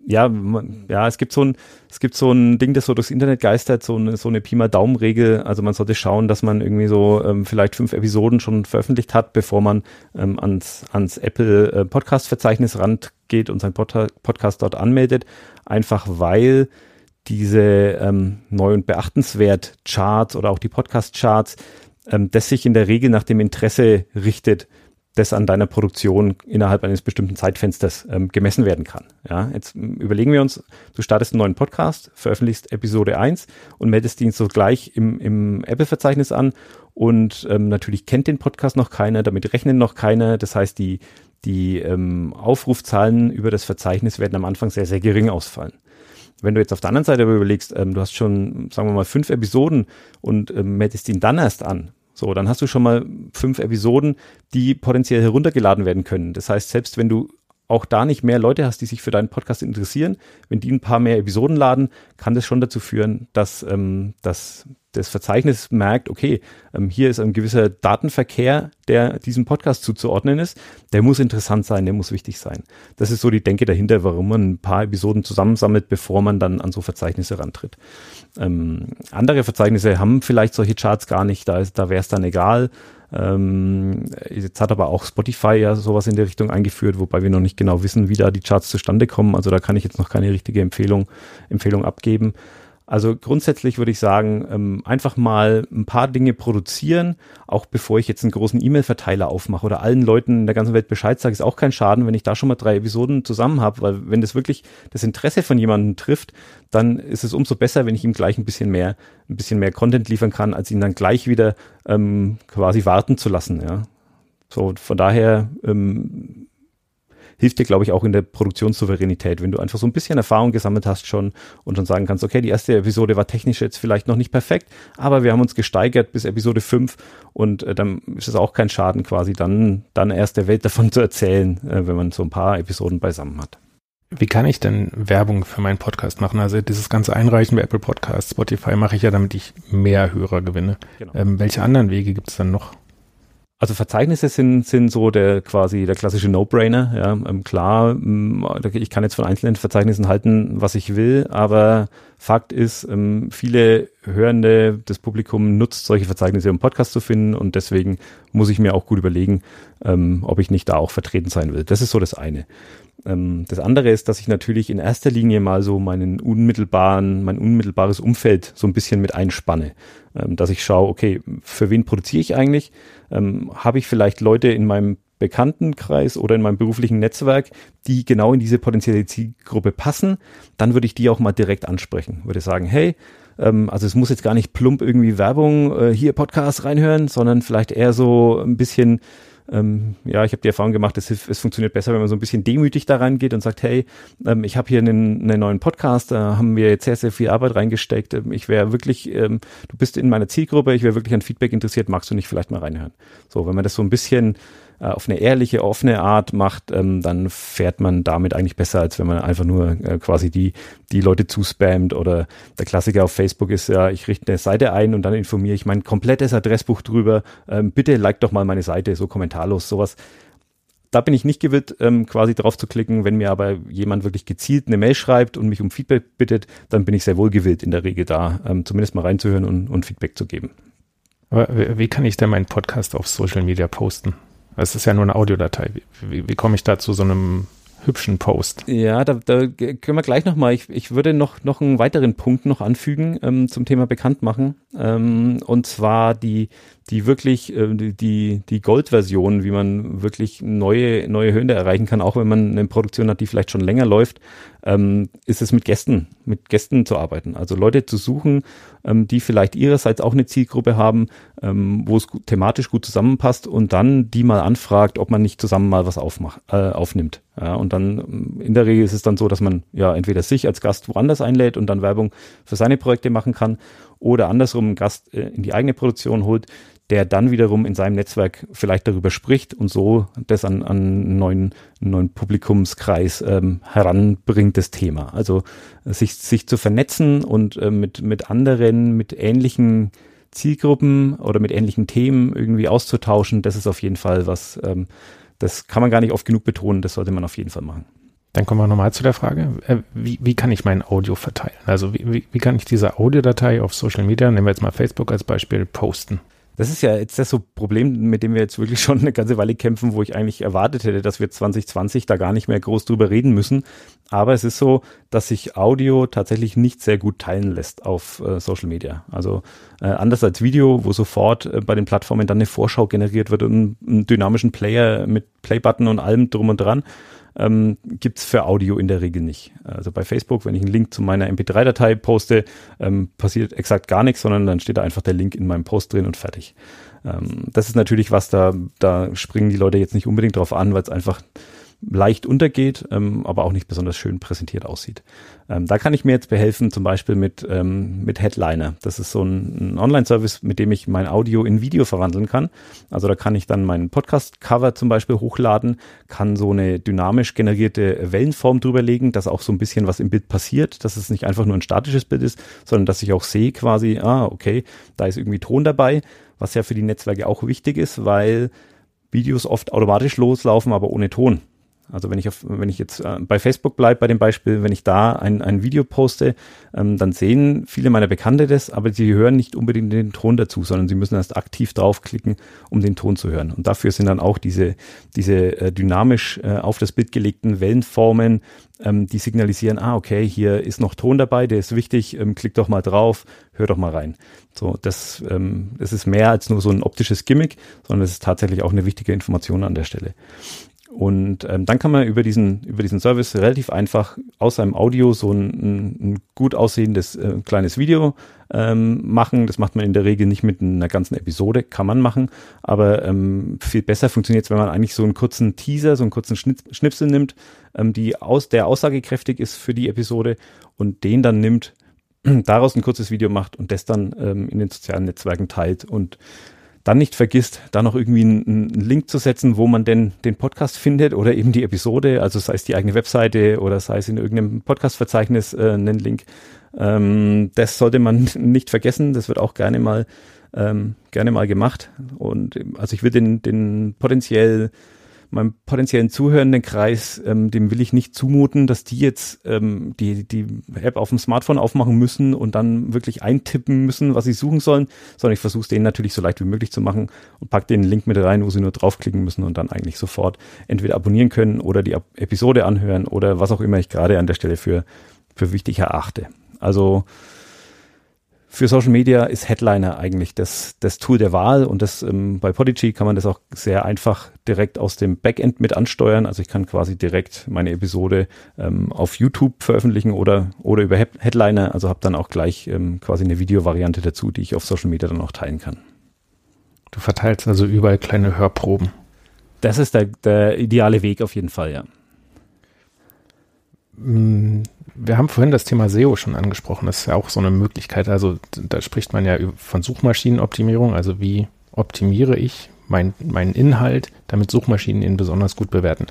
es gibt so ein Ding, das so durchs Internet geistert, so eine Pi mal Daumen-Regel. Also man sollte schauen, dass man irgendwie so vielleicht 5 Episoden schon veröffentlicht hat, bevor man ans Apple Podcast-Verzeichnis rangeht und seinen Podcast dort anmeldet. Einfach weil diese neu und beachtenswert Charts oder auch die Podcast-Charts, das sich in der Regel nach dem Interesse richtet, das an deiner Produktion innerhalb eines bestimmten Zeitfensters gemessen werden kann. Ja, jetzt überlegen wir uns, du startest einen neuen Podcast, veröffentlichst Episode 1 und meldest ihn sogleich im Apple-Verzeichnis an und natürlich kennt den Podcast noch keiner, damit rechnet noch keiner. Das heißt, die Aufrufzahlen über das Verzeichnis werden am Anfang sehr, sehr gering ausfallen. Wenn du jetzt auf der anderen Seite aber überlegst, du hast schon, sagen wir mal, 5 Episoden und meldest ihn dann erst an, so, dann hast du schon mal 5 Episoden, die potenziell heruntergeladen werden können. Das heißt, selbst wenn du auch da nicht mehr Leute hast, die sich für deinen Podcast interessieren, wenn die ein paar mehr Episoden laden, kann das schon dazu führen, dass das Verzeichnis merkt, okay, hier ist ein gewisser Datenverkehr, der diesem Podcast zuzuordnen ist. Der muss interessant sein, der muss wichtig sein. Das ist so die Denke dahinter, warum man ein paar Episoden zusammensammelt, bevor man dann an so Verzeichnisse rantritt. Andere Verzeichnisse haben vielleicht solche Charts gar nicht, da wäre es dann egal. Jetzt hat aber auch Spotify ja sowas in der Richtung eingeführt, wobei wir noch nicht genau wissen, wie da die Charts zustande kommen. Also da kann ich jetzt noch keine richtige Empfehlung abgeben. Also grundsätzlich würde ich sagen, einfach mal ein paar Dinge produzieren, auch bevor ich jetzt einen großen E-Mail-Verteiler aufmache oder allen Leuten in der ganzen Welt Bescheid sage, ist auch kein Schaden, wenn ich da schon mal 3 Episoden zusammen habe, weil wenn das wirklich das Interesse von jemandem trifft, dann ist es umso besser, wenn ich ihm gleich ein bisschen mehr Content liefern kann, als ihn dann gleich wieder quasi warten zu lassen. Ja. So, von daher hilft dir, glaube ich, auch in der Produktionssouveränität, wenn du einfach so ein bisschen Erfahrung gesammelt hast schon und dann sagen kannst, okay, die erste Episode war technisch jetzt vielleicht noch nicht perfekt, aber wir haben uns gesteigert bis Episode 5 und dann ist es auch kein Schaden quasi, dann erst der Welt davon zu erzählen, wenn man so ein paar Episoden beisammen hat. Wie kann ich denn Werbung für meinen Podcast machen? Also dieses ganze Einreichen bei Apple Podcasts, Spotify mache ich ja, damit ich mehr Hörer gewinne. Genau. Welche anderen Wege gibt es dann noch? Also Verzeichnisse sind so der klassische No-Brainer. Ja, klar, ich kann jetzt von einzelnen Verzeichnissen halten, was ich will, aber Fakt ist, viele Hörende, das Publikum nutzt solche Verzeichnisse, um Podcasts zu finden und deswegen muss ich mir auch gut überlegen, ob ich nicht da auch vertreten sein will. Das ist so das eine. Das andere ist, dass ich natürlich in erster Linie mal so mein unmittelbares Umfeld so ein bisschen mit einspanne. Dass ich schaue, okay, für wen produziere ich eigentlich? Habe ich vielleicht Leute in meinem Bekanntenkreis oder in meinem beruflichen Netzwerk, die genau in diese potenzielle Zielgruppe passen? Dann würde ich die auch mal direkt ansprechen. Würde sagen, hey, also es muss jetzt gar nicht plump irgendwie Werbung, hier Podcast reinhören, sondern vielleicht eher so ein bisschen ich habe die Erfahrung gemacht, es funktioniert besser, wenn man so ein bisschen demütig da reingeht und sagt, hey, ich habe hier einen neuen Podcast, da haben wir jetzt sehr, sehr viel Arbeit reingesteckt. Ich wäre wirklich, du bist in meiner Zielgruppe, ich wäre wirklich an Feedback interessiert, magst du nicht vielleicht mal reinhören? So, wenn man das so ein bisschen auf eine ehrliche, offene Art macht, dann fährt man damit eigentlich besser, als wenn man einfach nur quasi die Leute zuspammt oder der Klassiker auf Facebook ist ja, ich richte eine Seite ein und dann informiere ich mein komplettes Adressbuch drüber, bitte like doch mal meine Seite, so kommentarlos, sowas. Da bin ich nicht gewillt, quasi drauf zu klicken. Wenn mir aber jemand wirklich gezielt eine Mail schreibt und mich um Feedback bittet, dann bin ich sehr wohl gewillt, in der Regel da zumindest mal reinzuhören und Feedback zu geben. Aber wie kann ich denn meinen Podcast auf Social Media posten? Es ist ja nur eine Audiodatei. Wie komme ich da zu so einem hübschen Post? Ja, da können wir gleich nochmal, ich würde noch einen weiteren Punkt noch anfügen zum Thema Bekanntmachen. Und zwar die Gold-Version, wie man wirklich neue Hörende erreichen kann, auch wenn man eine Produktion hat, die vielleicht schon länger läuft, ist es mit Gästen zu arbeiten. Also Leute zu suchen, die vielleicht ihrerseits auch eine Zielgruppe haben, wo es thematisch gut zusammenpasst und dann die mal anfragt, ob man nicht zusammen mal was aufnimmt. Ja, und dann in der Regel ist es dann so, dass man ja entweder sich als Gast woanders einlädt und dann Werbung für seine Projekte machen kann oder andersrum einen Gast in die eigene Produktion holt, der dann wiederum in seinem Netzwerk vielleicht darüber spricht und so das an einen neuen Publikumskreis heranbringt, das Thema. Also sich zu vernetzen und mit anderen, mit ähnlichen Zielgruppen oder mit ähnlichen Themen irgendwie auszutauschen, das ist auf jeden Fall was, das kann man gar nicht oft genug betonen, das sollte man auf jeden Fall machen. Dann kommen wir nochmal zu der Frage, wie kann ich mein Audio verteilen? Also wie kann ich diese Audiodatei auf Social Media, nehmen wir jetzt mal Facebook als Beispiel, posten? Das ist ja jetzt das so Problem, mit dem wir jetzt wirklich schon eine ganze Weile kämpfen, wo ich eigentlich erwartet hätte, dass wir 2020 da gar nicht mehr groß drüber reden müssen. Aber es ist so, dass sich Audio tatsächlich nicht sehr gut teilen lässt auf Social Media. Also anders als Video, wo sofort bei den Plattformen dann eine Vorschau generiert wird und einen dynamischen Player mit Playbutton und allem drum und dran, gibt's für Audio in der Regel nicht. Also bei Facebook, wenn ich einen Link zu meiner MP3-Datei poste, passiert exakt gar nichts, sondern dann steht da einfach der Link in meinem Post drin und fertig. Das ist natürlich was, da springen die Leute jetzt nicht unbedingt drauf an, weil es einfach leicht untergeht, aber auch nicht besonders schön präsentiert aussieht. Da kann ich mir jetzt behelfen, zum Beispiel mit Headliner. Das ist so ein Online-Service, mit dem ich mein Audio in Video verwandeln kann. Also da kann ich dann meinen Podcast-Cover zum Beispiel hochladen, kann so eine dynamisch generierte Wellenform drüber legen, dass auch so ein bisschen was im Bild passiert, dass es nicht einfach nur ein statisches Bild ist, sondern dass ich auch sehe quasi, okay, da ist irgendwie Ton dabei, was ja für die Netzwerke auch wichtig ist, weil Videos oft automatisch loslaufen, aber ohne Ton. Also wenn ich jetzt bei Facebook bleibe, bei dem Beispiel, wenn ich da ein Video poste, dann sehen viele meiner Bekannte das, aber sie hören nicht unbedingt den Ton dazu, sondern sie müssen erst aktiv draufklicken, um den Ton zu hören. Und dafür sind dann auch diese dynamisch auf das Bild gelegten Wellenformen, die signalisieren, okay, hier ist noch Ton dabei, der ist wichtig, klick doch mal drauf, hör doch mal rein. So, das ist mehr als nur so ein optisches Gimmick, sondern es ist tatsächlich auch eine wichtige Information an der Stelle. Und dann kann man über diesen Service relativ einfach aus seinem Audio so ein gut aussehendes kleines Video machen. Das macht man in der Regel nicht mit einer ganzen Episode, kann man machen, aber viel besser funktioniert es, wenn man eigentlich so einen kurzen Teaser, so einen kurzen Schnipsel nimmt, der aussagekräftig ist für die Episode und den dann nimmt, daraus ein kurzes Video macht und das dann in den sozialen Netzwerken teilt und dann nicht vergisst, da noch irgendwie einen Link zu setzen, wo man denn den Podcast findet oder eben die Episode, also sei es die eigene Webseite oder sei es in irgendeinem Podcast-Verzeichnis einen Link. Das sollte man nicht vergessen, das wird auch gerne mal gemacht. Und also ich will meinem potenziellen zuhörenden Kreis, dem will ich nicht zumuten, dass die jetzt die App auf dem Smartphone aufmachen müssen und dann wirklich eintippen müssen, was sie suchen sollen, sondern ich versuche es denen natürlich so leicht wie möglich zu machen und packe den Link mit rein, wo sie nur draufklicken müssen und dann eigentlich sofort entweder abonnieren können oder die Episode anhören oder was auch immer ich gerade an der Stelle für wichtig erachte. Also für Social Media ist Headliner eigentlich das Tool der Wahl und bei Podigy kann man das auch sehr einfach direkt aus dem Backend mit ansteuern. Also ich kann quasi direkt meine Episode auf YouTube veröffentlichen oder über Headliner, also habe dann auch gleich quasi eine Videovariante dazu, die ich auf Social Media dann auch teilen kann. Du verteilst also überall kleine Hörproben. Das ist der ideale Weg auf jeden Fall, ja. Wir haben vorhin das Thema SEO schon angesprochen. Das ist ja auch so eine Möglichkeit. Also da spricht man ja von Suchmaschinenoptimierung. Also wie optimiere ich meinen Inhalt, damit Suchmaschinen ihn besonders gut bewerten.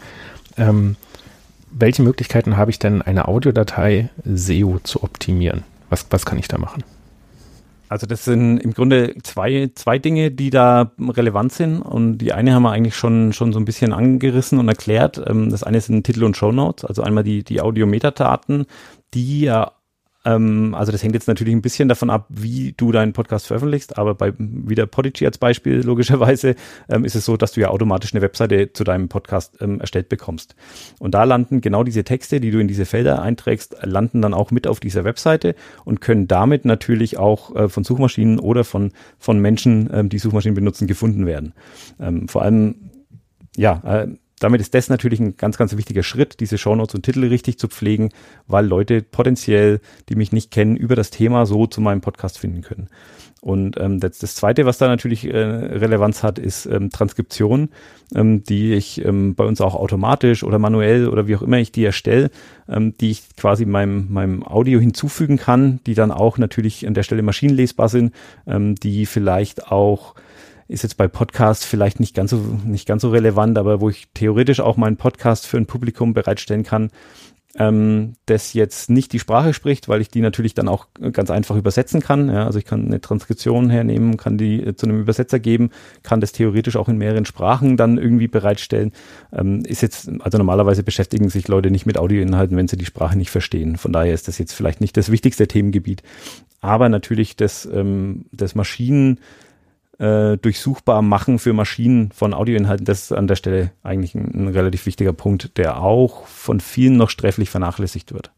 Welche Möglichkeiten habe ich denn, eine Audiodatei SEO zu optimieren? Was kann ich da machen? Also das sind im Grunde zwei Dinge, die da relevant sind und die eine haben wir eigentlich schon so ein bisschen angerissen und erklärt. Das eine sind Titel und Shownotes, also einmal die Audio-Metadaten, die ja, also das hängt jetzt natürlich ein bisschen davon ab, wie du deinen Podcast veröffentlichst, aber bei wieder Podigy als Beispiel logischerweise ist es so, dass du ja automatisch eine Webseite zu deinem Podcast erstellt bekommst. Und da landen genau diese Texte, die du in diese Felder einträgst, landen dann auch mit auf dieser Webseite und können damit natürlich auch von Suchmaschinen oder von Menschen, die Suchmaschinen benutzen, gefunden werden. Vor allem, damit ist das natürlich ein ganz, ganz wichtiger Schritt, diese Shownotes und Titel richtig zu pflegen, weil Leute potenziell, die mich nicht kennen, über das Thema so zu meinem Podcast finden können. Und das Zweite, was da natürlich Relevanz hat, ist Transkription, die ich bei uns auch automatisch oder manuell oder wie auch immer ich die erstelle, die ich quasi meinem Audio hinzufügen kann, die dann auch natürlich an der Stelle maschinenlesbar sind, die vielleicht auch ist jetzt bei Podcasts vielleicht nicht ganz so relevant, aber wo ich theoretisch auch meinen Podcast für ein Publikum bereitstellen kann, das jetzt nicht die Sprache spricht, weil ich die natürlich dann auch ganz einfach übersetzen kann. Ja, also ich kann eine Transkription hernehmen, kann die zu einem Übersetzer geben, kann das theoretisch auch in mehreren Sprachen dann irgendwie bereitstellen. Also normalerweise beschäftigen sich Leute nicht mit Audioinhalten, wenn sie die Sprache nicht verstehen. Von daher ist das jetzt vielleicht nicht das wichtigste Themengebiet. Aber natürlich das Maschinen durchsuchbar machen für Maschinen von Audioinhalten, das ist an der Stelle eigentlich ein relativ wichtiger Punkt, der auch von vielen noch sträflich vernachlässigt wird.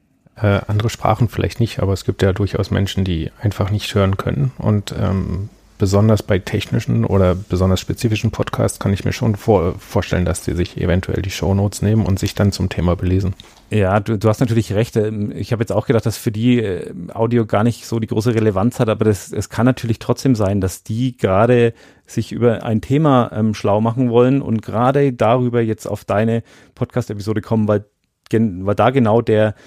Andere Sprachen vielleicht nicht, aber es gibt ja durchaus Menschen, die einfach nicht hören können und besonders bei technischen oder besonders spezifischen Podcasts kann ich mir schon vorstellen, dass die sich eventuell die Shownotes nehmen und sich dann zum Thema belesen. Ja, du hast natürlich recht. Ich habe jetzt auch gedacht, dass für die Audio gar nicht so die große Relevanz hat, aber es kann natürlich trotzdem sein, dass die gerade sich über ein Thema schlau machen wollen und gerade darüber jetzt auf deine Podcast-Episode kommen, weil da genau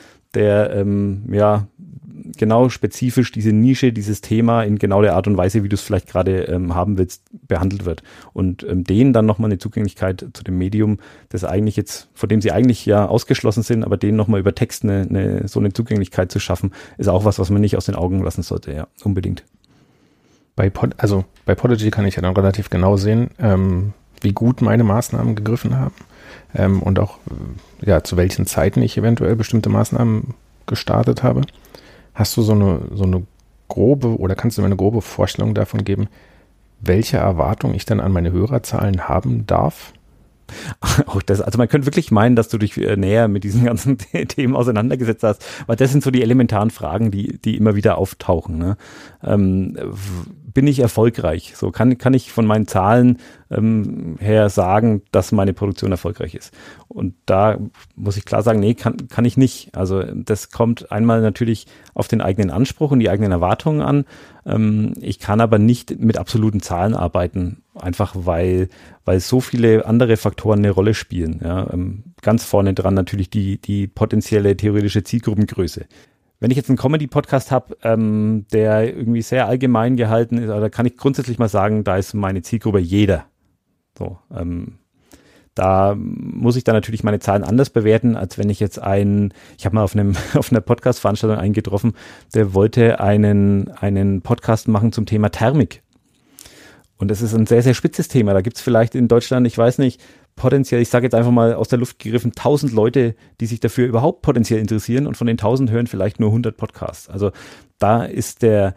genau spezifisch diese Nische, dieses Thema in genau der Art und Weise, wie du es vielleicht gerade haben willst, behandelt wird. Und denen dann nochmal eine Zugänglichkeit zu dem Medium, das eigentlich jetzt, vor dem sie eigentlich ja ausgeschlossen sind, aber denen nochmal über Text so eine Zugänglichkeit zu schaffen, ist auch was man nicht aus den Augen lassen sollte, ja, unbedingt. Bei Podigy kann ich ja dann relativ genau sehen, wie gut meine Maßnahmen gegriffen haben und auch zu welchen Zeiten ich eventuell bestimmte Maßnahmen gestartet habe. Hast du so eine grobe oder kannst du mir eine grobe Vorstellung davon geben, welche Erwartung ich dann an meine Hörerzahlen haben darf? Auch das, also man könnte wirklich meinen, dass du dich näher mit diesen ganzen Themen auseinandergesetzt hast, weil das sind so die elementaren Fragen, die immer wieder auftauchen. Ne? Bin ich erfolgreich? So kann ich von meinen Zahlen her sagen, dass meine Produktion erfolgreich ist. Und da muss ich klar sagen, nee, kann ich nicht. Also das kommt einmal natürlich auf den eigenen Anspruch und die eigenen Erwartungen an. Ich kann aber nicht mit absoluten Zahlen arbeiten, einfach weil so viele andere Faktoren eine Rolle spielen. Ja? Ganz vorne dran natürlich die potenzielle theoretische Zielgruppengröße. Wenn ich jetzt einen Comedy-Podcast habe, der irgendwie sehr allgemein gehalten ist, da kann ich grundsätzlich mal sagen, da ist meine Zielgruppe jeder. So, da muss ich dann natürlich meine Zahlen anders bewerten, als wenn ich jetzt ich habe mal auf einer Podcast-Veranstaltung einen getroffen, der wollte einen Podcast machen zum Thema Thermik. Und das ist ein sehr, sehr spitzes Thema. Da gibt es vielleicht in Deutschland, ich weiß nicht, potenziell, ich sage jetzt einfach mal aus der Luft gegriffen, 1000 Leute, die sich dafür überhaupt potenziell interessieren und von den 1000 hören vielleicht nur 100 Podcasts. Also da ist der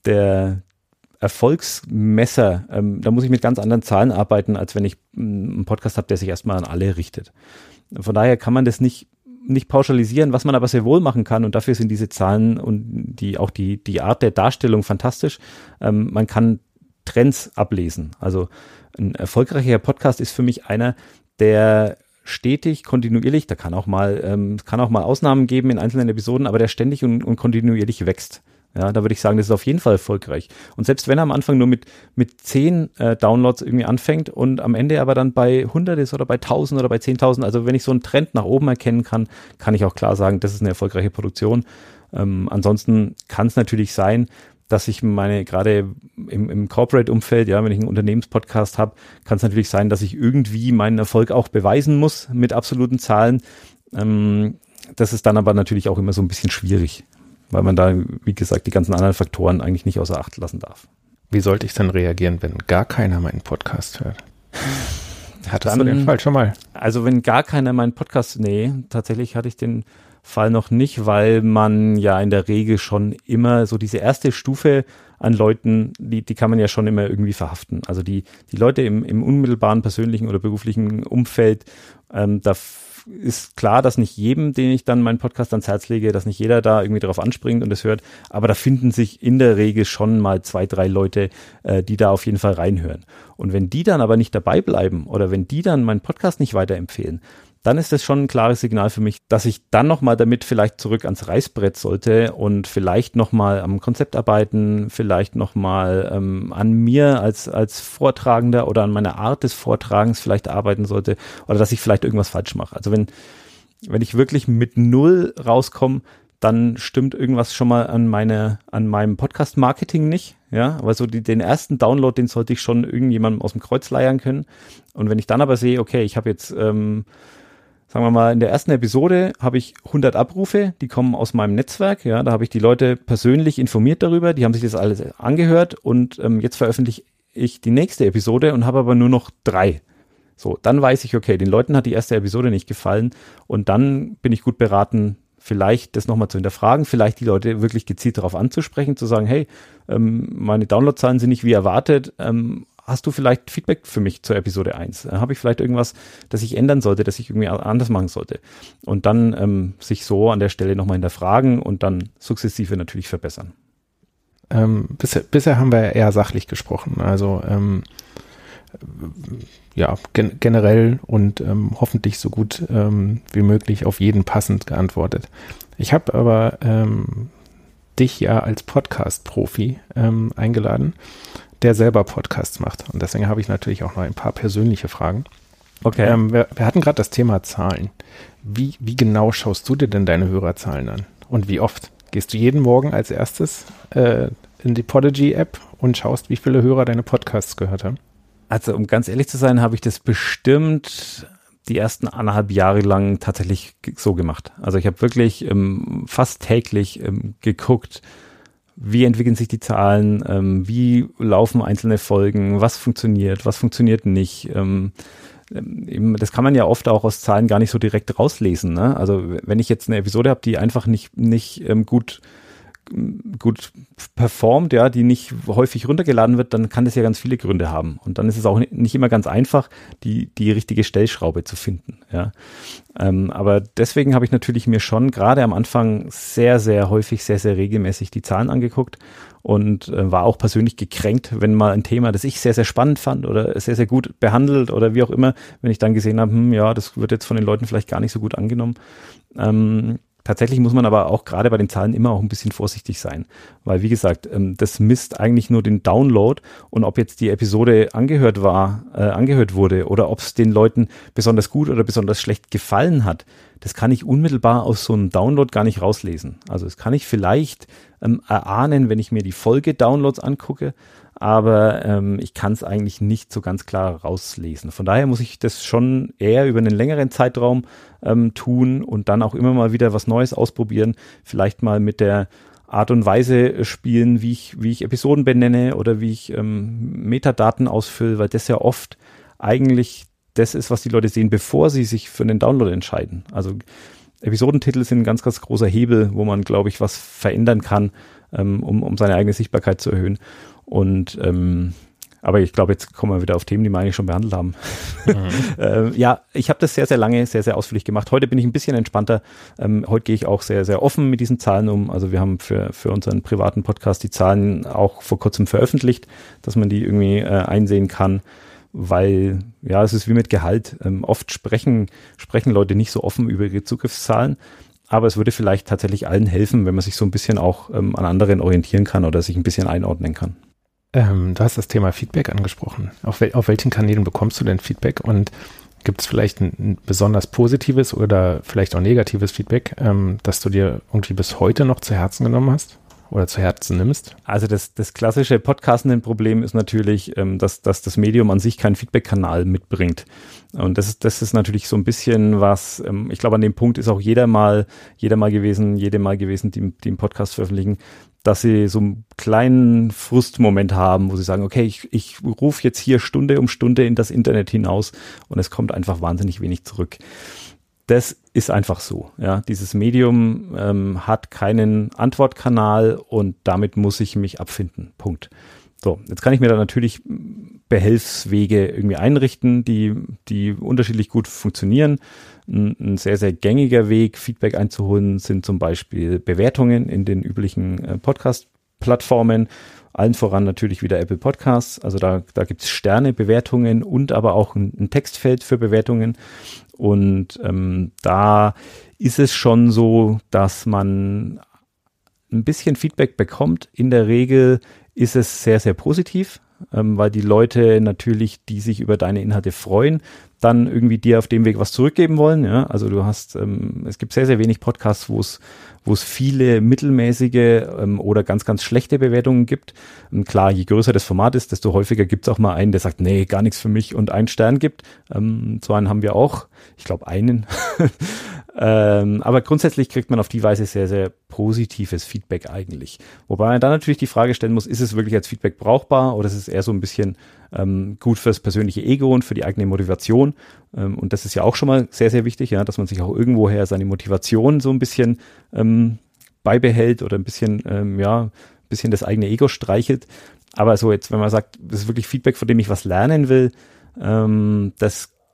Erfolgsmesser, da muss ich mit ganz anderen Zahlen arbeiten, als wenn ich einen Podcast habe, der sich erstmal an alle richtet. Von daher kann man das nicht pauschalisieren, was man aber sehr wohl machen kann, und dafür sind diese Zahlen und auch die Art der Darstellung fantastisch. Man kann Trends ablesen. Also ein erfolgreicher Podcast ist für mich einer, der stetig, kontinuierlich, da kann auch mal Ausnahmen geben in einzelnen Episoden, aber der ständig und kontinuierlich wächst. Ja, da würde ich sagen, das ist auf jeden Fall erfolgreich. Und selbst wenn er am Anfang nur mit 10 Downloads irgendwie anfängt und am Ende aber dann bei 100 ist oder bei 1000 oder bei 10.000, also wenn ich so einen Trend nach oben erkennen kann, kann ich auch klar sagen, das ist eine erfolgreiche Produktion. Ansonsten kann es natürlich sein, dass ich gerade im Corporate-Umfeld, ja, wenn ich einen Unternehmenspodcast habe, kann es natürlich sein, dass ich irgendwie meinen Erfolg auch beweisen muss mit absoluten Zahlen. Das ist dann aber natürlich auch immer so ein bisschen schwierig, weil man da, wie gesagt, die ganzen anderen Faktoren eigentlich nicht außer Acht lassen darf. Wie sollte ich dann reagieren, wenn gar keiner meinen Podcast hört? Hattest du den Fall schon mal? Also wenn gar keiner meinen Podcast, nee, tatsächlich hatte ich den Fall noch nicht, weil man ja in der Regel schon immer so diese erste Stufe an Leuten, die kann man ja schon immer irgendwie verhaften. Also die Leute im unmittelbaren persönlichen oder beruflichen Umfeld, da ist klar, dass nicht jedem, den ich dann meinen Podcast ans Herz lege, dass nicht jeder da irgendwie drauf anspringt und es hört, aber da finden sich in der Regel schon mal 2, 3 Leute, die da auf jeden Fall reinhören. Und wenn die dann aber nicht dabei bleiben oder wenn die dann meinen Podcast nicht weiterempfehlen, dann ist das schon ein klares Signal für mich, dass ich dann nochmal damit vielleicht zurück ans Reißbrett sollte und vielleicht nochmal am Konzept arbeiten, vielleicht nochmal an mir als Vortragender oder an meiner Art des Vortragens vielleicht arbeiten sollte oder dass ich vielleicht irgendwas falsch mache. Also wenn ich wirklich mit 0 rauskomme, dann stimmt irgendwas schon mal an meinem Podcast-Marketing nicht. Ja, aber so den ersten Download, den sollte ich schon irgendjemandem aus dem Kreuz leiern können. Und wenn ich dann aber sehe, okay, ich habe jetzt sagen wir mal, in der ersten Episode habe ich 100 Abrufe, die kommen aus meinem Netzwerk, ja, da habe ich die Leute persönlich informiert darüber, die haben sich das alles angehört und jetzt veröffentliche ich die nächste Episode und habe aber nur noch 3. So, dann weiß ich, okay, den Leuten hat die erste Episode nicht gefallen und dann bin ich gut beraten, vielleicht das nochmal zu hinterfragen, vielleicht die Leute wirklich gezielt darauf anzusprechen, zu sagen, hey, meine Downloadzahlen sind nicht wie erwartet, hast du vielleicht Feedback für mich zur Episode 1? Habe ich vielleicht irgendwas, das ich ändern sollte, das ich irgendwie anders machen sollte? Und dann sich so an der Stelle nochmal hinterfragen und dann sukzessive natürlich verbessern. bisher haben wir eher sachlich gesprochen, also generell und hoffentlich so gut wie möglich auf jeden passend geantwortet. Ich habe aber dich ja als Podcast-Profi eingeladen, der selber Podcasts macht. Und deswegen habe ich natürlich auch noch ein paar persönliche Fragen. Okay. Wir hatten gerade das Thema Zahlen. Wie genau schaust du dir denn deine Hörerzahlen an? Und wie oft? Gehst du jeden Morgen als erstes in die Podigy-App und schaust, wie viele Hörer deine Podcasts gehört haben? Also um ganz ehrlich zu sein, habe ich das bestimmt die ersten 1,5 Jahre lang tatsächlich so gemacht. Also ich habe wirklich fast täglich geguckt, wie entwickeln sich die Zahlen, wie laufen einzelne Folgen, was funktioniert nicht. Das kann man ja oft auch aus Zahlen gar nicht so direkt rauslesen. Ne? Also wenn ich jetzt eine Episode habe, die einfach nicht gut performt, ja, die nicht häufig runtergeladen wird, dann kann das ja ganz viele Gründe haben. Und dann ist es auch nicht immer ganz einfach, die richtige Stellschraube zu finden. Ja. Aber deswegen habe ich natürlich mir schon gerade am Anfang sehr, sehr häufig, sehr, sehr regelmäßig die Zahlen angeguckt und war auch persönlich gekränkt, wenn mal ein Thema, das ich sehr, sehr spannend fand oder sehr, sehr gut behandelt oder wie auch immer, wenn ich dann gesehen habe, das wird jetzt von den Leuten vielleicht gar nicht so gut angenommen. Tatsächlich muss man aber auch gerade bei den Zahlen immer auch ein bisschen vorsichtig sein, weil wie gesagt, das misst eigentlich nur den Download und ob jetzt die Episode angehört wurde oder ob es den Leuten besonders gut oder besonders schlecht gefallen hat, das kann ich unmittelbar aus so einem Download gar nicht rauslesen. Also das kann ich vielleicht erahnen, wenn ich mir die Folge-Downloads angucke, aber ich kann es eigentlich nicht so ganz klar rauslesen. Von daher muss ich das schon eher über einen längeren Zeitraum tun und dann auch immer mal wieder was Neues ausprobieren, vielleicht mal mit der Art und Weise spielen, wie ich Episoden benenne oder wie ich Metadaten ausfülle, weil das ja oft eigentlich das ist, was die Leute sehen, bevor sie sich für einen Download entscheiden. Also Episodentitel sind ein ganz, ganz großer Hebel, wo man, glaube ich, was verändern kann, um seine eigene Sichtbarkeit zu erhöhen. Und aber ich glaube, jetzt kommen wir wieder auf Themen, die wir eigentlich schon behandelt haben. Mhm. Ich habe das sehr, sehr lange, sehr, sehr ausführlich gemacht. Heute bin ich ein bisschen entspannter. Heute gehe ich auch sehr, sehr offen mit diesen Zahlen um. Also wir haben für unseren privaten Podcast die Zahlen auch vor kurzem veröffentlicht, dass man die irgendwie einsehen kann. Weil, es ist wie mit Gehalt. Oft sprechen Leute nicht so offen über ihre Zugriffszahlen. Aber es würde vielleicht tatsächlich allen helfen, wenn man sich so ein bisschen auch an anderen orientieren kann oder sich ein bisschen einordnen kann. Du hast das Thema Feedback angesprochen. Auf welchen Kanälen bekommst du denn Feedback? Und gibt es vielleicht ein besonders positives oder vielleicht auch negatives Feedback, das du dir irgendwie bis heute noch zu Herzen genommen hast oder zu Herzen nimmst? Also das klassische Podcastenden-Problem ist natürlich, dass das Medium an sich keinen Feedback-Kanal mitbringt. Und das ist natürlich so ein bisschen was, ich glaube, an dem Punkt ist auch jede mal gewesen, die einen Podcast veröffentlichen, dass sie so einen kleinen Frustmoment haben, wo sie sagen, okay, ich rufe jetzt hier Stunde um Stunde in das Internet hinaus und es kommt einfach wahnsinnig wenig zurück. Das ist einfach so. Ja, dieses Medium hat keinen Antwortkanal und damit muss ich mich abfinden. Punkt. So, jetzt kann ich mir da natürlich Behelfswege irgendwie einrichten, die unterschiedlich gut funktionieren. Ein sehr, sehr gängiger Weg, Feedback einzuholen, sind zum Beispiel Bewertungen in den üblichen Podcast-Plattformen. Allen voran natürlich wieder Apple Podcasts. Also da gibt es Sterne-Bewertungen und aber auch ein Textfeld für Bewertungen. Und da ist es schon so, dass man ein bisschen Feedback bekommt. In der Regel ist es sehr, sehr positiv, weil die Leute natürlich, die sich über deine Inhalte freuen, dann irgendwie dir auf dem Weg was zurückgeben wollen. Ja? Also du hast, es gibt sehr, sehr wenig Podcasts, wo es viele mittelmäßige oder ganz, ganz schlechte Bewertungen gibt. Und klar, je größer das Format ist, desto häufiger gibt es auch mal einen, der sagt, nee, gar nichts für mich und einen Stern gibt. So einen haben wir auch. Ich glaube, einen. Aber grundsätzlich kriegt man auf die Weise sehr, sehr positives Feedback eigentlich. Wobei man dann natürlich die Frage stellen muss, ist es wirklich als Feedback brauchbar oder ist es eher so ein bisschen gut fürs persönliche Ego und für die eigene Motivation? Und das ist ja auch schon mal sehr, sehr wichtig, ja, dass man sich auch irgendwoher seine Motivation so ein bisschen beibehält oder ein bisschen das eigene Ego streichelt. Aber so jetzt, wenn man sagt, das ist wirklich Feedback, von dem ich was lernen will, das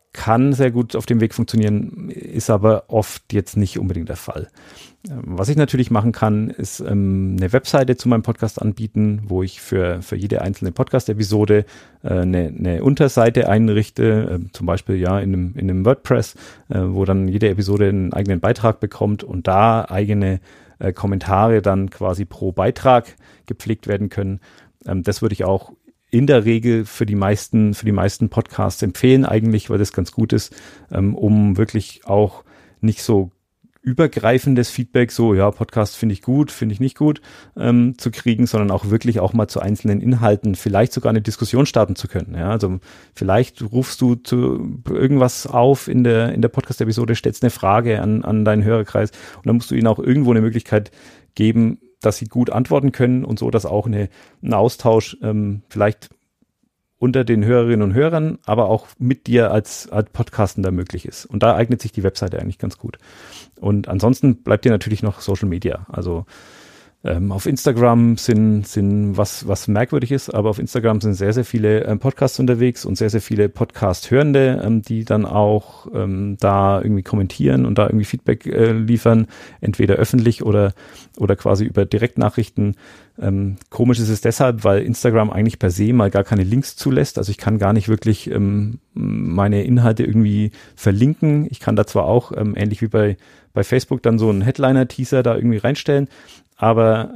kann sehr gut auf dem Weg funktionieren, ist aber oft jetzt nicht unbedingt der Fall. Was ich natürlich machen kann, ist eine Webseite zu meinem Podcast anbieten, wo ich für jede einzelne Podcast-Episode eine Unterseite einrichte, zum Beispiel ja in einem WordPress, wo dann jede Episode einen eigenen Beitrag bekommt und da eigene Kommentare dann quasi pro Beitrag gepflegt werden können. Das würde ich auch in der Regel für die meisten Podcasts empfehlen eigentlich, weil das ganz gut ist, um wirklich auch nicht so übergreifendes Feedback, so ja, Podcast finde ich gut, finde ich nicht gut, zu kriegen, sondern auch wirklich auch mal zu einzelnen Inhalten vielleicht sogar eine Diskussion starten zu können. Ja, also vielleicht rufst du zu irgendwas auf in der Podcast-Episode, stellst eine Frage an deinen Hörerkreis und dann musst du ihnen auch irgendwo eine Möglichkeit geben, dass sie gut antworten können und so, dass auch ein Austausch vielleicht unter den Hörerinnen und Hörern, aber auch mit dir als Podcastender möglich ist. Und da eignet sich die Webseite eigentlich ganz gut. Und ansonsten bleibt dir natürlich noch Social Media. Also auf Instagram sind was merkwürdig ist, aber auf Instagram sind sehr, sehr viele Podcasts unterwegs und sehr, sehr viele Podcast-Hörende, die dann auch da irgendwie kommentieren und da irgendwie Feedback liefern, entweder öffentlich oder quasi über Direktnachrichten. Komisch ist es deshalb, weil Instagram eigentlich per se mal gar keine Links zulässt. Also ich kann gar nicht wirklich meine Inhalte irgendwie verlinken. Ich kann da zwar auch, ähnlich wie bei Facebook, dann so einen Headliner-Teaser da irgendwie reinstellen, aber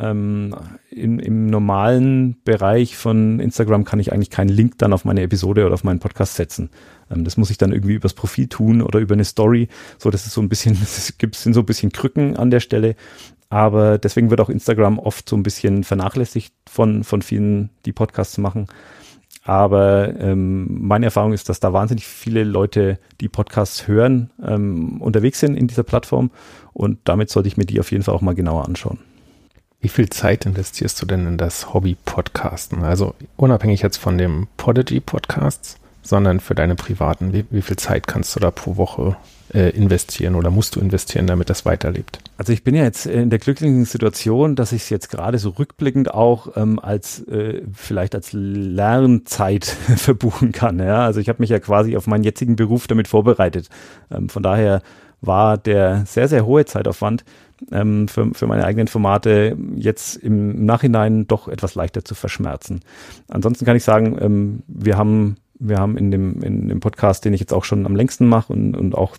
im normalen Bereich von Instagram kann ich eigentlich keinen Link dann auf meine Episode oder auf meinen Podcast setzen. Das muss ich dann irgendwie übers Profil tun oder über eine Story. So, das ist so ein bisschen, sind so ein bisschen Krücken an der Stelle. Aber deswegen wird auch Instagram oft so ein bisschen vernachlässigt von vielen, die Podcasts machen. Aber meine Erfahrung ist, dass da wahnsinnig viele Leute, die Podcasts hören, unterwegs sind in dieser Plattform. Und damit sollte ich mir die auf jeden Fall auch mal genauer anschauen. Wie viel Zeit investierst du denn in das Hobby-Podcasten? Also unabhängig jetzt von dem Podigy-Podcasts, sondern für deine privaten. Wie viel Zeit kannst du da pro Woche investieren oder musst du investieren, damit das weiterlebt? Also ich bin ja jetzt in der glücklichen Situation, dass ich es jetzt gerade so rückblickend auch vielleicht als Lernzeit verbuchen kann. Ja? Also ich habe mich ja quasi auf meinen jetzigen Beruf damit vorbereitet. Von daher war der sehr, sehr hohe Zeitaufwand für meine eigenen Formate jetzt im Nachhinein doch etwas leichter zu verschmerzen. Ansonsten kann ich sagen, wir haben in dem Podcast, den ich jetzt auch schon am längsten mache und auch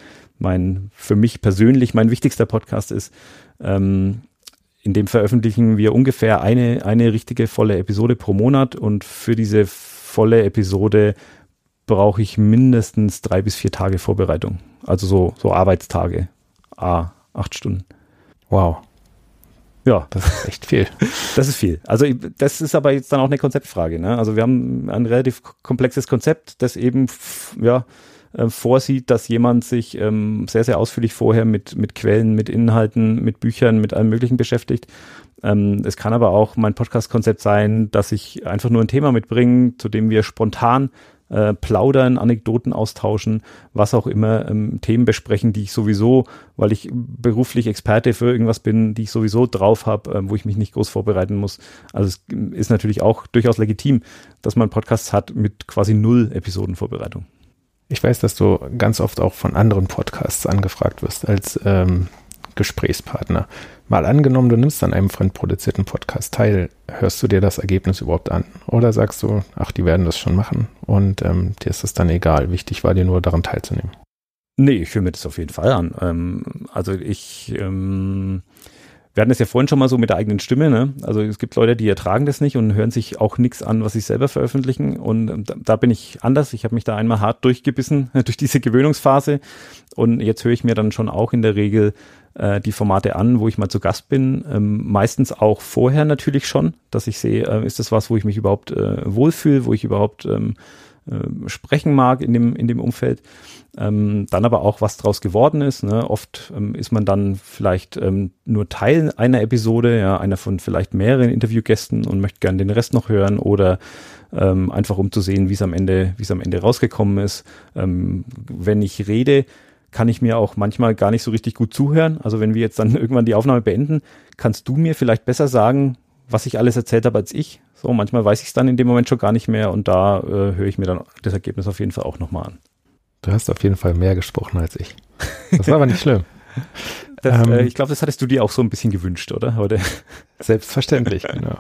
für mich persönlich mein wichtigster Podcast ist, in dem veröffentlichen wir ungefähr eine richtige volle Episode pro Monat und für diese volle Episode brauche ich mindestens 3 bis 4 Tage Vorbereitung. Also so Arbeitstage, 8 Stunden. Wow. Ja. Das ist echt viel. Das ist viel. Also das ist aber jetzt dann auch eine Konzeptfrage. Ne? Also wir haben ein relativ komplexes Konzept, das eben vorsieht, dass jemand sich sehr, sehr ausführlich vorher mit Quellen, mit Inhalten, mit Büchern, mit allem Möglichen beschäftigt. Es kann aber auch mein Podcast-Konzept sein, dass ich einfach nur ein Thema mitbringe, zu dem wir spontan plaudern, Anekdoten austauschen, was auch immer, Themen besprechen, die ich sowieso, weil ich beruflich Experte für irgendwas bin, die ich sowieso drauf habe, wo ich mich nicht groß vorbereiten muss. Also es ist natürlich auch durchaus legitim, dass man Podcasts hat mit quasi 0 Episodenvorbereitung. Ich weiß, dass du ganz oft auch von anderen Podcasts angefragt wirst als Gesprächspartner. Mal angenommen, du nimmst an einem fremdproduzierten Podcast teil, hörst du dir das Ergebnis überhaupt an? Oder sagst du, ach, die werden das schon machen und dir ist es dann egal, wichtig war dir nur daran teilzunehmen? Nee, ich höre mir das auf jeden Fall an. Wir hatten es ja vorhin schon mal so mit der eigenen Stimme, ne? Also es gibt Leute, die ertragen das nicht und hören sich auch nichts an, was sie selber veröffentlichen und da bin ich anders. Ich habe mich da einmal hart durchgebissen durch diese Gewöhnungsphase und jetzt höre ich mir dann schon auch in der Regel die Formate an, wo ich mal zu Gast bin, meistens auch vorher natürlich schon, dass ich sehe, ist das was, wo ich mich überhaupt wohlfühle, wo ich überhaupt sprechen mag in dem Umfeld. Dann aber auch, was draus geworden ist. Ne? Oft ist man dann vielleicht nur Teil einer Episode, ja, einer von vielleicht mehreren Interviewgästen und möchte gerne den Rest noch hören oder einfach um zu sehen, wie es am Ende rausgekommen ist. Wenn ich rede, kann ich mir auch manchmal gar nicht so richtig gut zuhören. Also wenn wir jetzt dann irgendwann die Aufnahme beenden, kannst du mir vielleicht besser sagen, was ich alles erzählt habe als ich. So, manchmal weiß ich es dann in dem Moment schon gar nicht mehr und da höre ich mir dann das Ergebnis auf jeden Fall auch nochmal an. Du hast auf jeden Fall mehr gesprochen als ich. Das war aber nicht schlimm. Ich glaube, das hattest du dir auch so ein bisschen gewünscht, oder? Selbstverständlich, genau.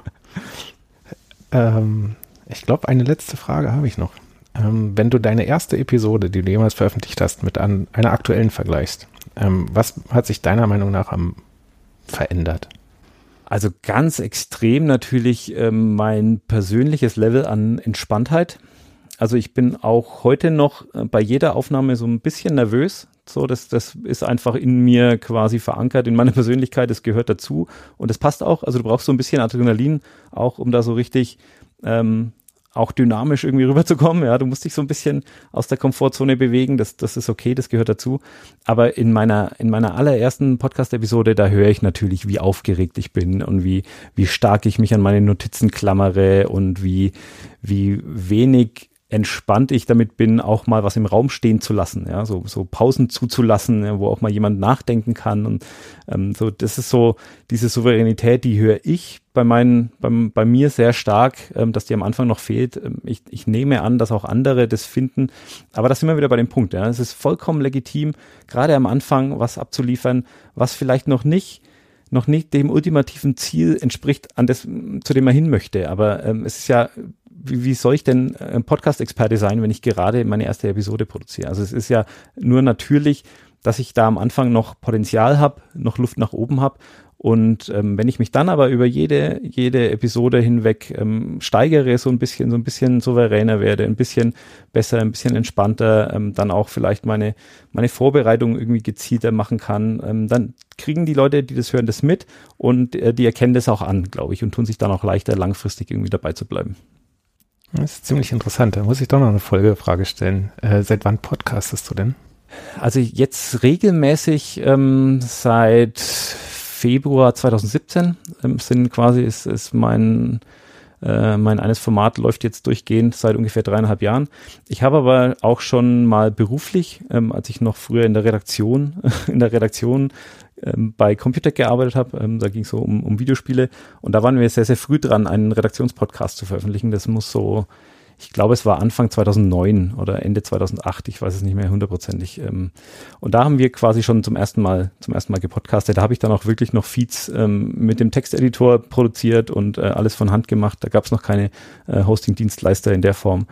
Ich glaube, eine letzte Frage habe ich noch. Wenn du deine erste Episode, die du jemals veröffentlicht hast, mit einer aktuellen vergleichst, was hat sich deiner Meinung nach verändert? Also ganz extrem natürlich mein persönliches Level an Entspanntheit. Also ich bin auch heute noch bei jeder Aufnahme so ein bisschen nervös. So, das ist einfach in mir quasi verankert, in meiner Persönlichkeit, das gehört dazu und das passt auch. Also du brauchst so ein bisschen Adrenalin, auch um da so richtig auch dynamisch irgendwie rüberzukommen. Ja, du musst dich so ein bisschen aus der Komfortzone bewegen, das ist okay, das gehört dazu. Aber in meiner allerersten Podcast-Episode, da höre ich natürlich, wie aufgeregt ich bin und wie stark ich mich an meine Notizen klammere und wie wenig entspannt ich damit bin, auch mal was im Raum stehen zu lassen, ja, so Pausen zuzulassen, ja, wo auch mal jemand nachdenken kann und so, das ist so diese Souveränität, die höre ich bei mir sehr stark, dass die am Anfang noch fehlt. Ich nehme an, dass auch andere das finden, aber da sind wir wieder bei dem Punkt, ja, es ist vollkommen legitim, gerade am Anfang was abzuliefern, was vielleicht noch nicht dem ultimativen Ziel entspricht, zu dem man hin möchte, aber es ist ja, wie soll ich denn Podcast-Experte sein, wenn ich gerade meine erste Episode produziere? Also es ist ja nur natürlich, dass ich da am Anfang noch Potenzial habe, noch Luft nach oben habe. Und wenn ich mich dann aber über jede Episode hinweg steigere, so ein bisschen souveräner werde, ein bisschen besser, ein bisschen entspannter, dann auch vielleicht meine Vorbereitung irgendwie gezielter machen kann, dann kriegen die Leute, die das hören, das mit und die erkennen das auch an, glaube ich, und tun sich dann auch leichter, langfristig irgendwie dabei zu bleiben. Das ist ziemlich interessant. Da muss ich doch noch eine Folgefrage stellen. Seit wann podcastest du denn? Also jetzt regelmäßig seit Februar 2017 ist mein eines Format läuft jetzt durchgehend seit ungefähr 3,5 Jahren. Ich habe aber auch schon mal beruflich, als ich noch früher in der Redaktion bei Computec gearbeitet habe, da ging es so um Videospiele und da waren wir sehr, sehr früh dran, einen Redaktionspodcast zu veröffentlichen. Das muss so, ich glaube, es war Anfang 2009 oder Ende 2008, ich weiß es nicht mehr hundertprozentig. Und da haben wir quasi schon zum ersten Mal gepodcastet. Da habe ich dann auch wirklich noch Feeds mit dem Texteditor produziert und alles von Hand gemacht. Da gab es noch keine Hosting-Dienstleister in der Form.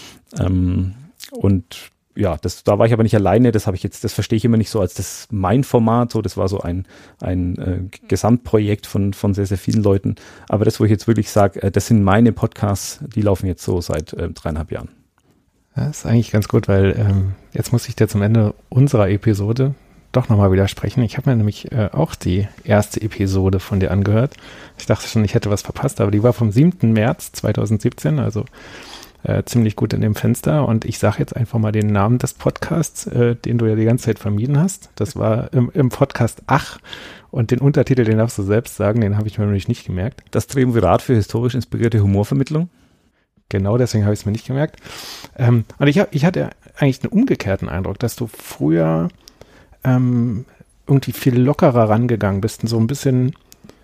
Und ja, da war ich aber nicht alleine, das verstehe ich immer nicht so als das mein Format, so, das war so ein Gesamtprojekt von sehr, sehr vielen Leuten, aber das, wo ich jetzt wirklich sage, das sind meine Podcasts, die laufen jetzt so seit 3,5 Jahren. Das ist eigentlich ganz gut, weil jetzt muss ich dir zum Ende unserer Episode doch nochmal widersprechen. Ich habe mir nämlich auch die erste Episode von dir angehört. Ich dachte schon, ich hätte was verpasst, aber die war vom 7. März 2017, also ziemlich gut in dem Fenster und ich sage jetzt einfach mal den Namen des Podcasts, den du ja die ganze Zeit vermieden hast. Das war im Podcast Ach und den Untertitel, den darfst du selbst sagen, den habe ich mir nämlich nicht gemerkt. Das Triumvirat für historisch inspirierte Humorvermittlung. Genau, deswegen habe ich es mir nicht gemerkt. Und ich hatte eigentlich einen umgekehrten Eindruck, dass du früher irgendwie viel lockerer rangegangen bist und so ein bisschen,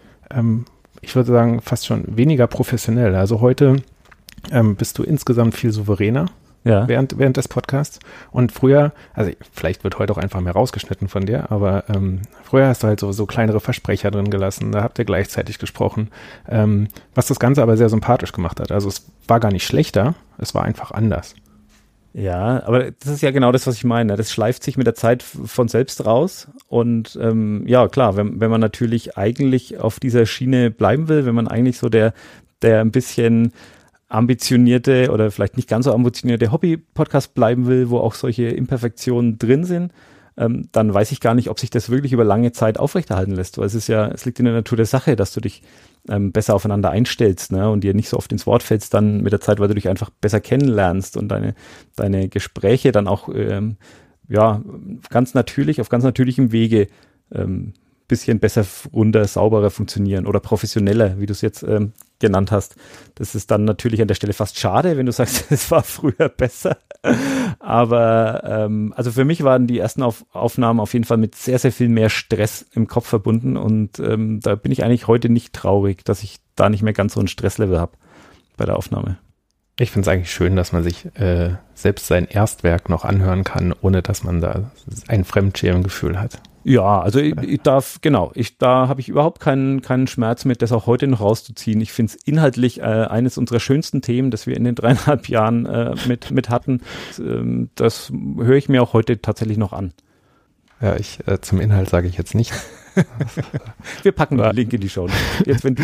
ich würde sagen, fast schon weniger professionell. Also heute bist du insgesamt viel souveräner während des Podcasts. Und früher, also vielleicht wird heute auch einfach mehr rausgeschnitten von dir, aber früher hast du halt so kleinere Versprecher drin gelassen, da habt ihr gleichzeitig gesprochen, was das Ganze aber sehr sympathisch gemacht hat. Also es war gar nicht schlechter, es war einfach anders. Ja, aber das ist ja genau das, was ich meine. Das schleift sich mit der Zeit von selbst raus. Und ja, klar, wenn man natürlich eigentlich auf dieser Schiene bleiben will, wenn man eigentlich so der ein bisschen ambitionierte oder vielleicht nicht ganz so ambitionierte Hobby-Podcast bleiben will, wo auch solche Imperfektionen drin sind, dann weiß ich gar nicht, ob sich das wirklich über lange Zeit aufrechterhalten lässt, weil es liegt in der Natur der Sache, dass du dich besser aufeinander einstellst, ne, und dir nicht so oft ins Wort fällst dann mit der Zeit, weil du dich einfach besser kennenlernst und deine Gespräche dann auch ganz natürlich, auf ganz natürlichem Wege bisschen besser, runder, sauberer funktionieren oder professioneller, wie du es jetzt genannt hast. Das ist dann natürlich an der Stelle fast schade, wenn du sagst, es war früher besser. Aber also für mich waren die ersten Aufnahmen auf jeden Fall mit sehr, sehr viel mehr Stress im Kopf verbunden und da bin ich eigentlich heute nicht traurig, dass ich da nicht mehr ganz so ein Stresslevel habe bei der Aufnahme. Ich finde es eigentlich schön, dass man sich selbst sein Erstwerk noch anhören kann, ohne dass man da ein Fremdschämengefühl hat. Ja, also da habe ich überhaupt keinen Schmerz mit, das auch heute noch rauszuziehen. Ich finde es inhaltlich eines unserer schönsten Themen, das wir in den 3,5 Jahren mit hatten. Das höre ich mir auch heute tatsächlich noch an. Ja, zum Inhalt sage ich jetzt nicht. Wir packen den Link in die Show. Jetzt, wenn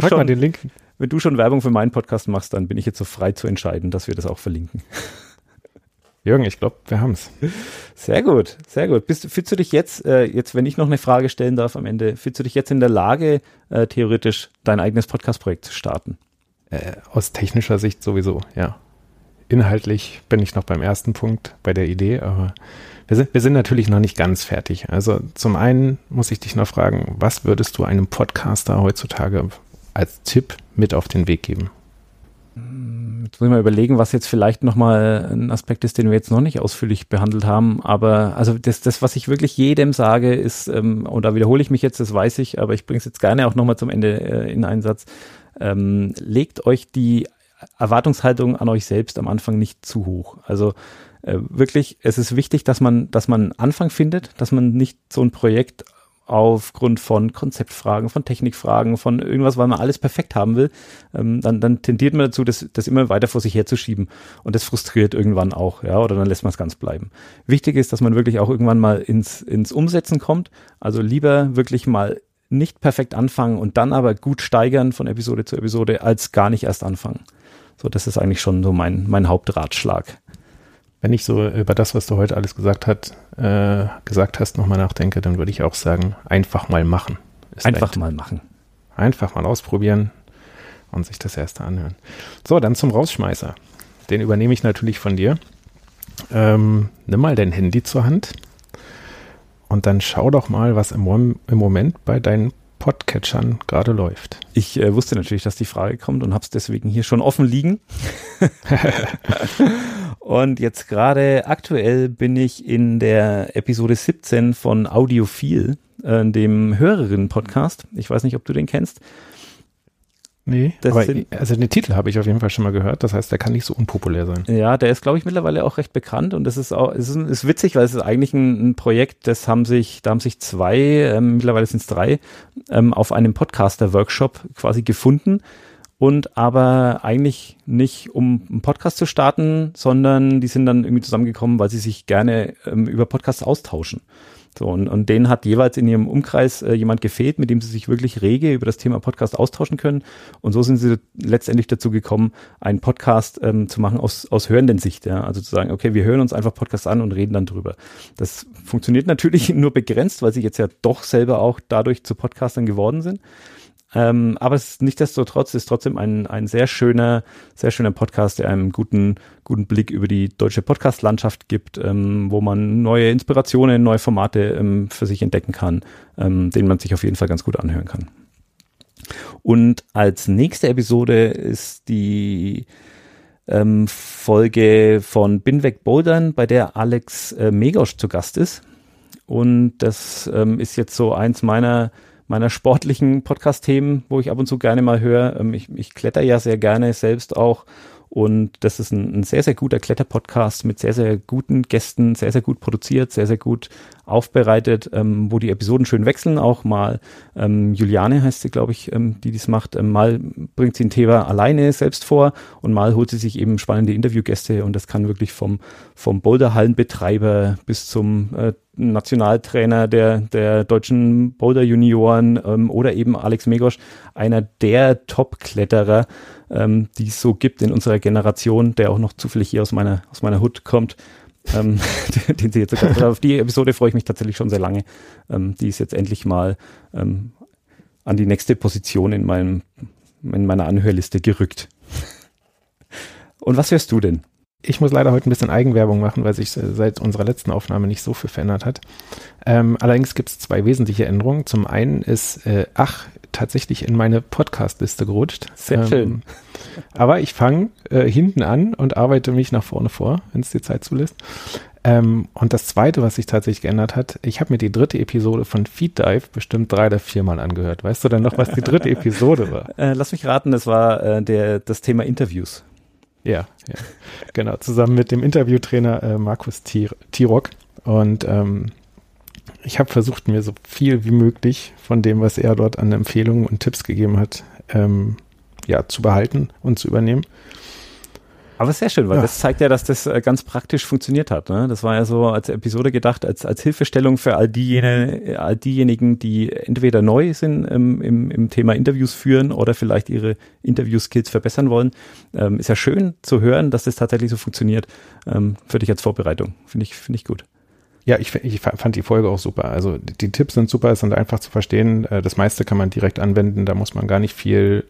du schon Werbung für meinen Podcast machst, dann bin ich jetzt so frei zu entscheiden, dass wir das auch verlinken. Jürgen, ich glaube, wir haben es. Sehr gut, sehr gut. Fühlst du dich jetzt, wenn ich noch eine Frage stellen darf am Ende, fühlst du dich jetzt in der Lage, theoretisch dein eigenes Podcast-Projekt zu starten? Aus technischer Sicht sowieso, ja. Inhaltlich bin ich noch beim ersten Punkt, bei der Idee, aber wir sind natürlich noch nicht ganz fertig. Also zum einen muss ich dich noch fragen, was würdest du einem Podcaster heutzutage als Tipp mit auf den Weg geben? Jetzt muss ich mal überlegen, was jetzt vielleicht nochmal ein Aspekt ist, den wir jetzt noch nicht ausführlich behandelt haben. Aber also das was ich wirklich jedem sage, ist, und da wiederhole ich mich jetzt, das weiß ich, aber ich bringe es jetzt gerne auch nochmal zum Ende in Einsatz. Legt euch die Erwartungshaltung an euch selbst am Anfang nicht zu hoch. Also wirklich, es ist wichtig, dass man einen Anfang findet, dass man nicht so ein Projekt aufgrund von Konzeptfragen, von Technikfragen, von irgendwas, weil man alles perfekt haben will, dann tendiert man dazu, das immer weiter vor sich herzuschieben. Und das frustriert irgendwann auch, ja, oder dann lässt man es ganz bleiben. Wichtig ist, dass man wirklich auch irgendwann mal ins Umsetzen kommt. Also lieber wirklich mal nicht perfekt anfangen und dann aber gut steigern von Episode zu Episode, als gar nicht erst anfangen. So, das ist eigentlich schon so mein Hauptratschlag. Wenn ich so über das, was du heute alles gesagt hast, nochmal nachdenke, dann würde ich auch sagen, einfach mal machen. Einfach mal machen. Einfach mal ausprobieren und sich das erste anhören. So, dann zum Rausschmeißer. Den übernehme ich natürlich von dir. Nimm mal dein Handy zur Hand und dann schau doch mal, was im Moment bei deinen Podcatchern gerade läuft. Ich wusste natürlich, dass die Frage kommt und habe es deswegen hier schon offen liegen. Und jetzt gerade aktuell bin ich in der Episode 17 von Audiophil, dem Hörerinnen-Podcast. Ich weiß nicht, ob du den kennst. Nee, also den Titel habe ich auf jeden Fall schon mal gehört. Das heißt, der kann nicht so unpopulär sein. Ja, der ist, glaube ich, mittlerweile auch recht bekannt und das ist witzig, weil es ist eigentlich ein Projekt, da haben sich zwei, mittlerweile sind es 3, auf einem Podcaster-Workshop quasi gefunden und aber eigentlich nicht, um einen Podcast zu starten, sondern die sind dann irgendwie zusammengekommen, weil sie sich gerne über Podcasts austauschen. So, und denen hat jeweils in ihrem Umkreis jemand gefehlt, mit dem sie sich wirklich rege über das Thema Podcast austauschen können. Und so sind sie letztendlich dazu gekommen, einen Podcast zu machen aus hörenden Sicht. Ja? Also zu sagen, okay, wir hören uns einfach Podcasts an und reden dann drüber. Das funktioniert natürlich nur begrenzt, weil sie jetzt ja doch selber auch dadurch zu Podcastern geworden sind. Aber nichtsdestotrotz ist trotzdem ein sehr schöner Podcast, der einem guten Blick über die deutsche Podcast-Landschaft gibt, wo man neue Inspirationen, neue Formate für sich entdecken kann, den man sich auf jeden Fall ganz gut anhören kann. Und als nächste Episode ist die Folge von Bin weg Bouldern, bei der Alex Megosch zu Gast ist. Und das ist jetzt so eins meiner sportlichen Podcast-Themen, wo ich ab und zu gerne mal höre. Ich kletter ja sehr gerne selbst auch und das ist ein sehr, sehr guter Kletter-Podcast mit sehr, sehr guten Gästen, sehr, sehr gut produziert, sehr, sehr gut aufbereitet, wo die Episoden schön wechseln. Auch mal Juliane heißt sie, glaube ich, die das macht. Mal bringt sie ein Thema alleine selbst vor und mal holt sie sich eben spannende Interviewgäste und das kann wirklich vom Boulderhallenbetreiber bis zum Nationaltrainer der deutschen Boulder-Junioren oder eben Alex Megosch, einer der Top-Kletterer, die es so gibt in unserer Generation, der auch noch zufällig hier aus meiner Hut kommt, den sie jetzt sogar, auf die Episode freue ich mich tatsächlich schon sehr lange. Die ist jetzt endlich mal an die nächste Position in meiner Anhörliste gerückt. Und was hörst du denn? Ich muss leider heute ein bisschen Eigenwerbung machen, weil sich seit unserer letzten Aufnahme nicht so viel verändert hat. Allerdings gibt es 2 wesentliche Änderungen. Zum einen ist tatsächlich in meine Podcast-Liste gerutscht. Sehr schön. Aber ich fange hinten an und arbeite mich nach vorne vor, wenn es die Zeit zulässt. Und das Zweite, was sich tatsächlich geändert hat, ich habe mir die 3. Episode von Feed Dive bestimmt 3 oder 4 Mal angehört. Weißt du denn noch, was die 3. Episode war? Lass mich raten, das war das Thema Interviews. Ja, genau, zusammen mit dem Interviewtrainer Markus Tirok. Und ich habe versucht, mir so viel wie möglich von dem, was er dort an Empfehlungen und Tipps gegeben hat, zu behalten und zu übernehmen. Aber sehr schön, weil das zeigt ja, dass das ganz praktisch funktioniert hat. Ne? Das war ja so als Episode gedacht, als Hilfestellung für all diejenigen, die entweder neu sind im Thema Interviews führen oder vielleicht ihre Interview-Skills verbessern wollen. Ist ja schön zu hören, dass das tatsächlich so funktioniert. Für dich als Vorbereitung. Finde ich gut. Ja, ich fand die Folge auch super. Also die Tipps sind super, es sind einfach zu verstehen. Das meiste kann man direkt anwenden. Da muss man gar nicht viel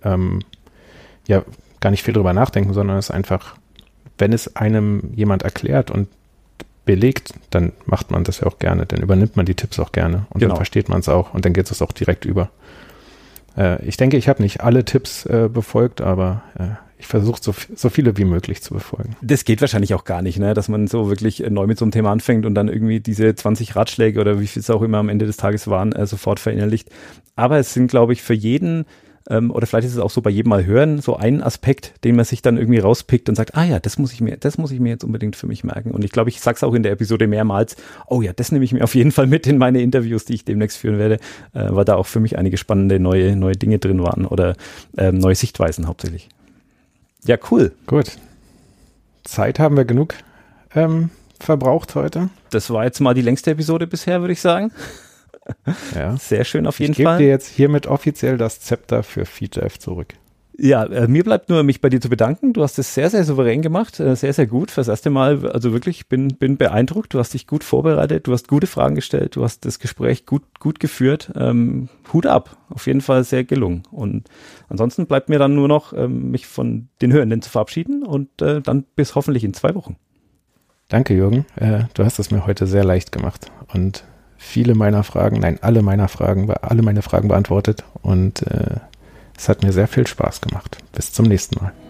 drüber nachdenken, sondern es ist einfach, wenn es einem jemand erklärt und belegt, dann macht man das ja auch gerne, dann übernimmt man die Tipps auch gerne und dann versteht man es auch und dann geht es auch direkt über. Ich denke, ich habe nicht alle Tipps befolgt, aber ich versuche so viele wie möglich zu befolgen. Das geht wahrscheinlich auch gar nicht, ne? Dass man so wirklich neu mit so einem Thema anfängt und dann irgendwie diese 20 Ratschläge oder wie viel es auch immer am Ende des Tages waren, sofort verinnerlicht. Aber es sind, glaube ich, für jeden oder vielleicht ist es auch so bei jedem Mal hören, so ein Aspekt, den man sich dann irgendwie rauspickt und sagt, das muss ich mir jetzt unbedingt für mich merken. Und ich glaube, ich sage es auch in der Episode mehrmals, das nehme ich mir auf jeden Fall mit in meine Interviews, die ich demnächst führen werde, weil da auch für mich einige spannende neue Dinge drin waren oder neue Sichtweisen hauptsächlich. Ja, cool. Gut. Zeit haben wir genug verbraucht heute. Das war jetzt mal die längste Episode bisher, würde ich sagen. Ja. Sehr schön auf jeden Fall. Ich gebe dir jetzt hiermit offiziell das Zepter für FeedDive zurück. Ja, mir bleibt nur, mich bei dir zu bedanken. Du hast es sehr, sehr souverän gemacht, sehr, sehr gut. Fürs erste Mal, also wirklich, bin beeindruckt. Du hast dich gut vorbereitet, du hast gute Fragen gestellt, du hast das Gespräch gut geführt. Hut ab, auf jeden Fall sehr gelungen. Und ansonsten bleibt mir dann nur noch, mich von den Hörenden zu verabschieden und dann bis hoffentlich in 2 Wochen. Danke, Jürgen. Du hast es mir heute sehr leicht gemacht und alle meine Fragen beantwortet und es hat mir sehr viel Spaß gemacht. Bis zum nächsten Mal.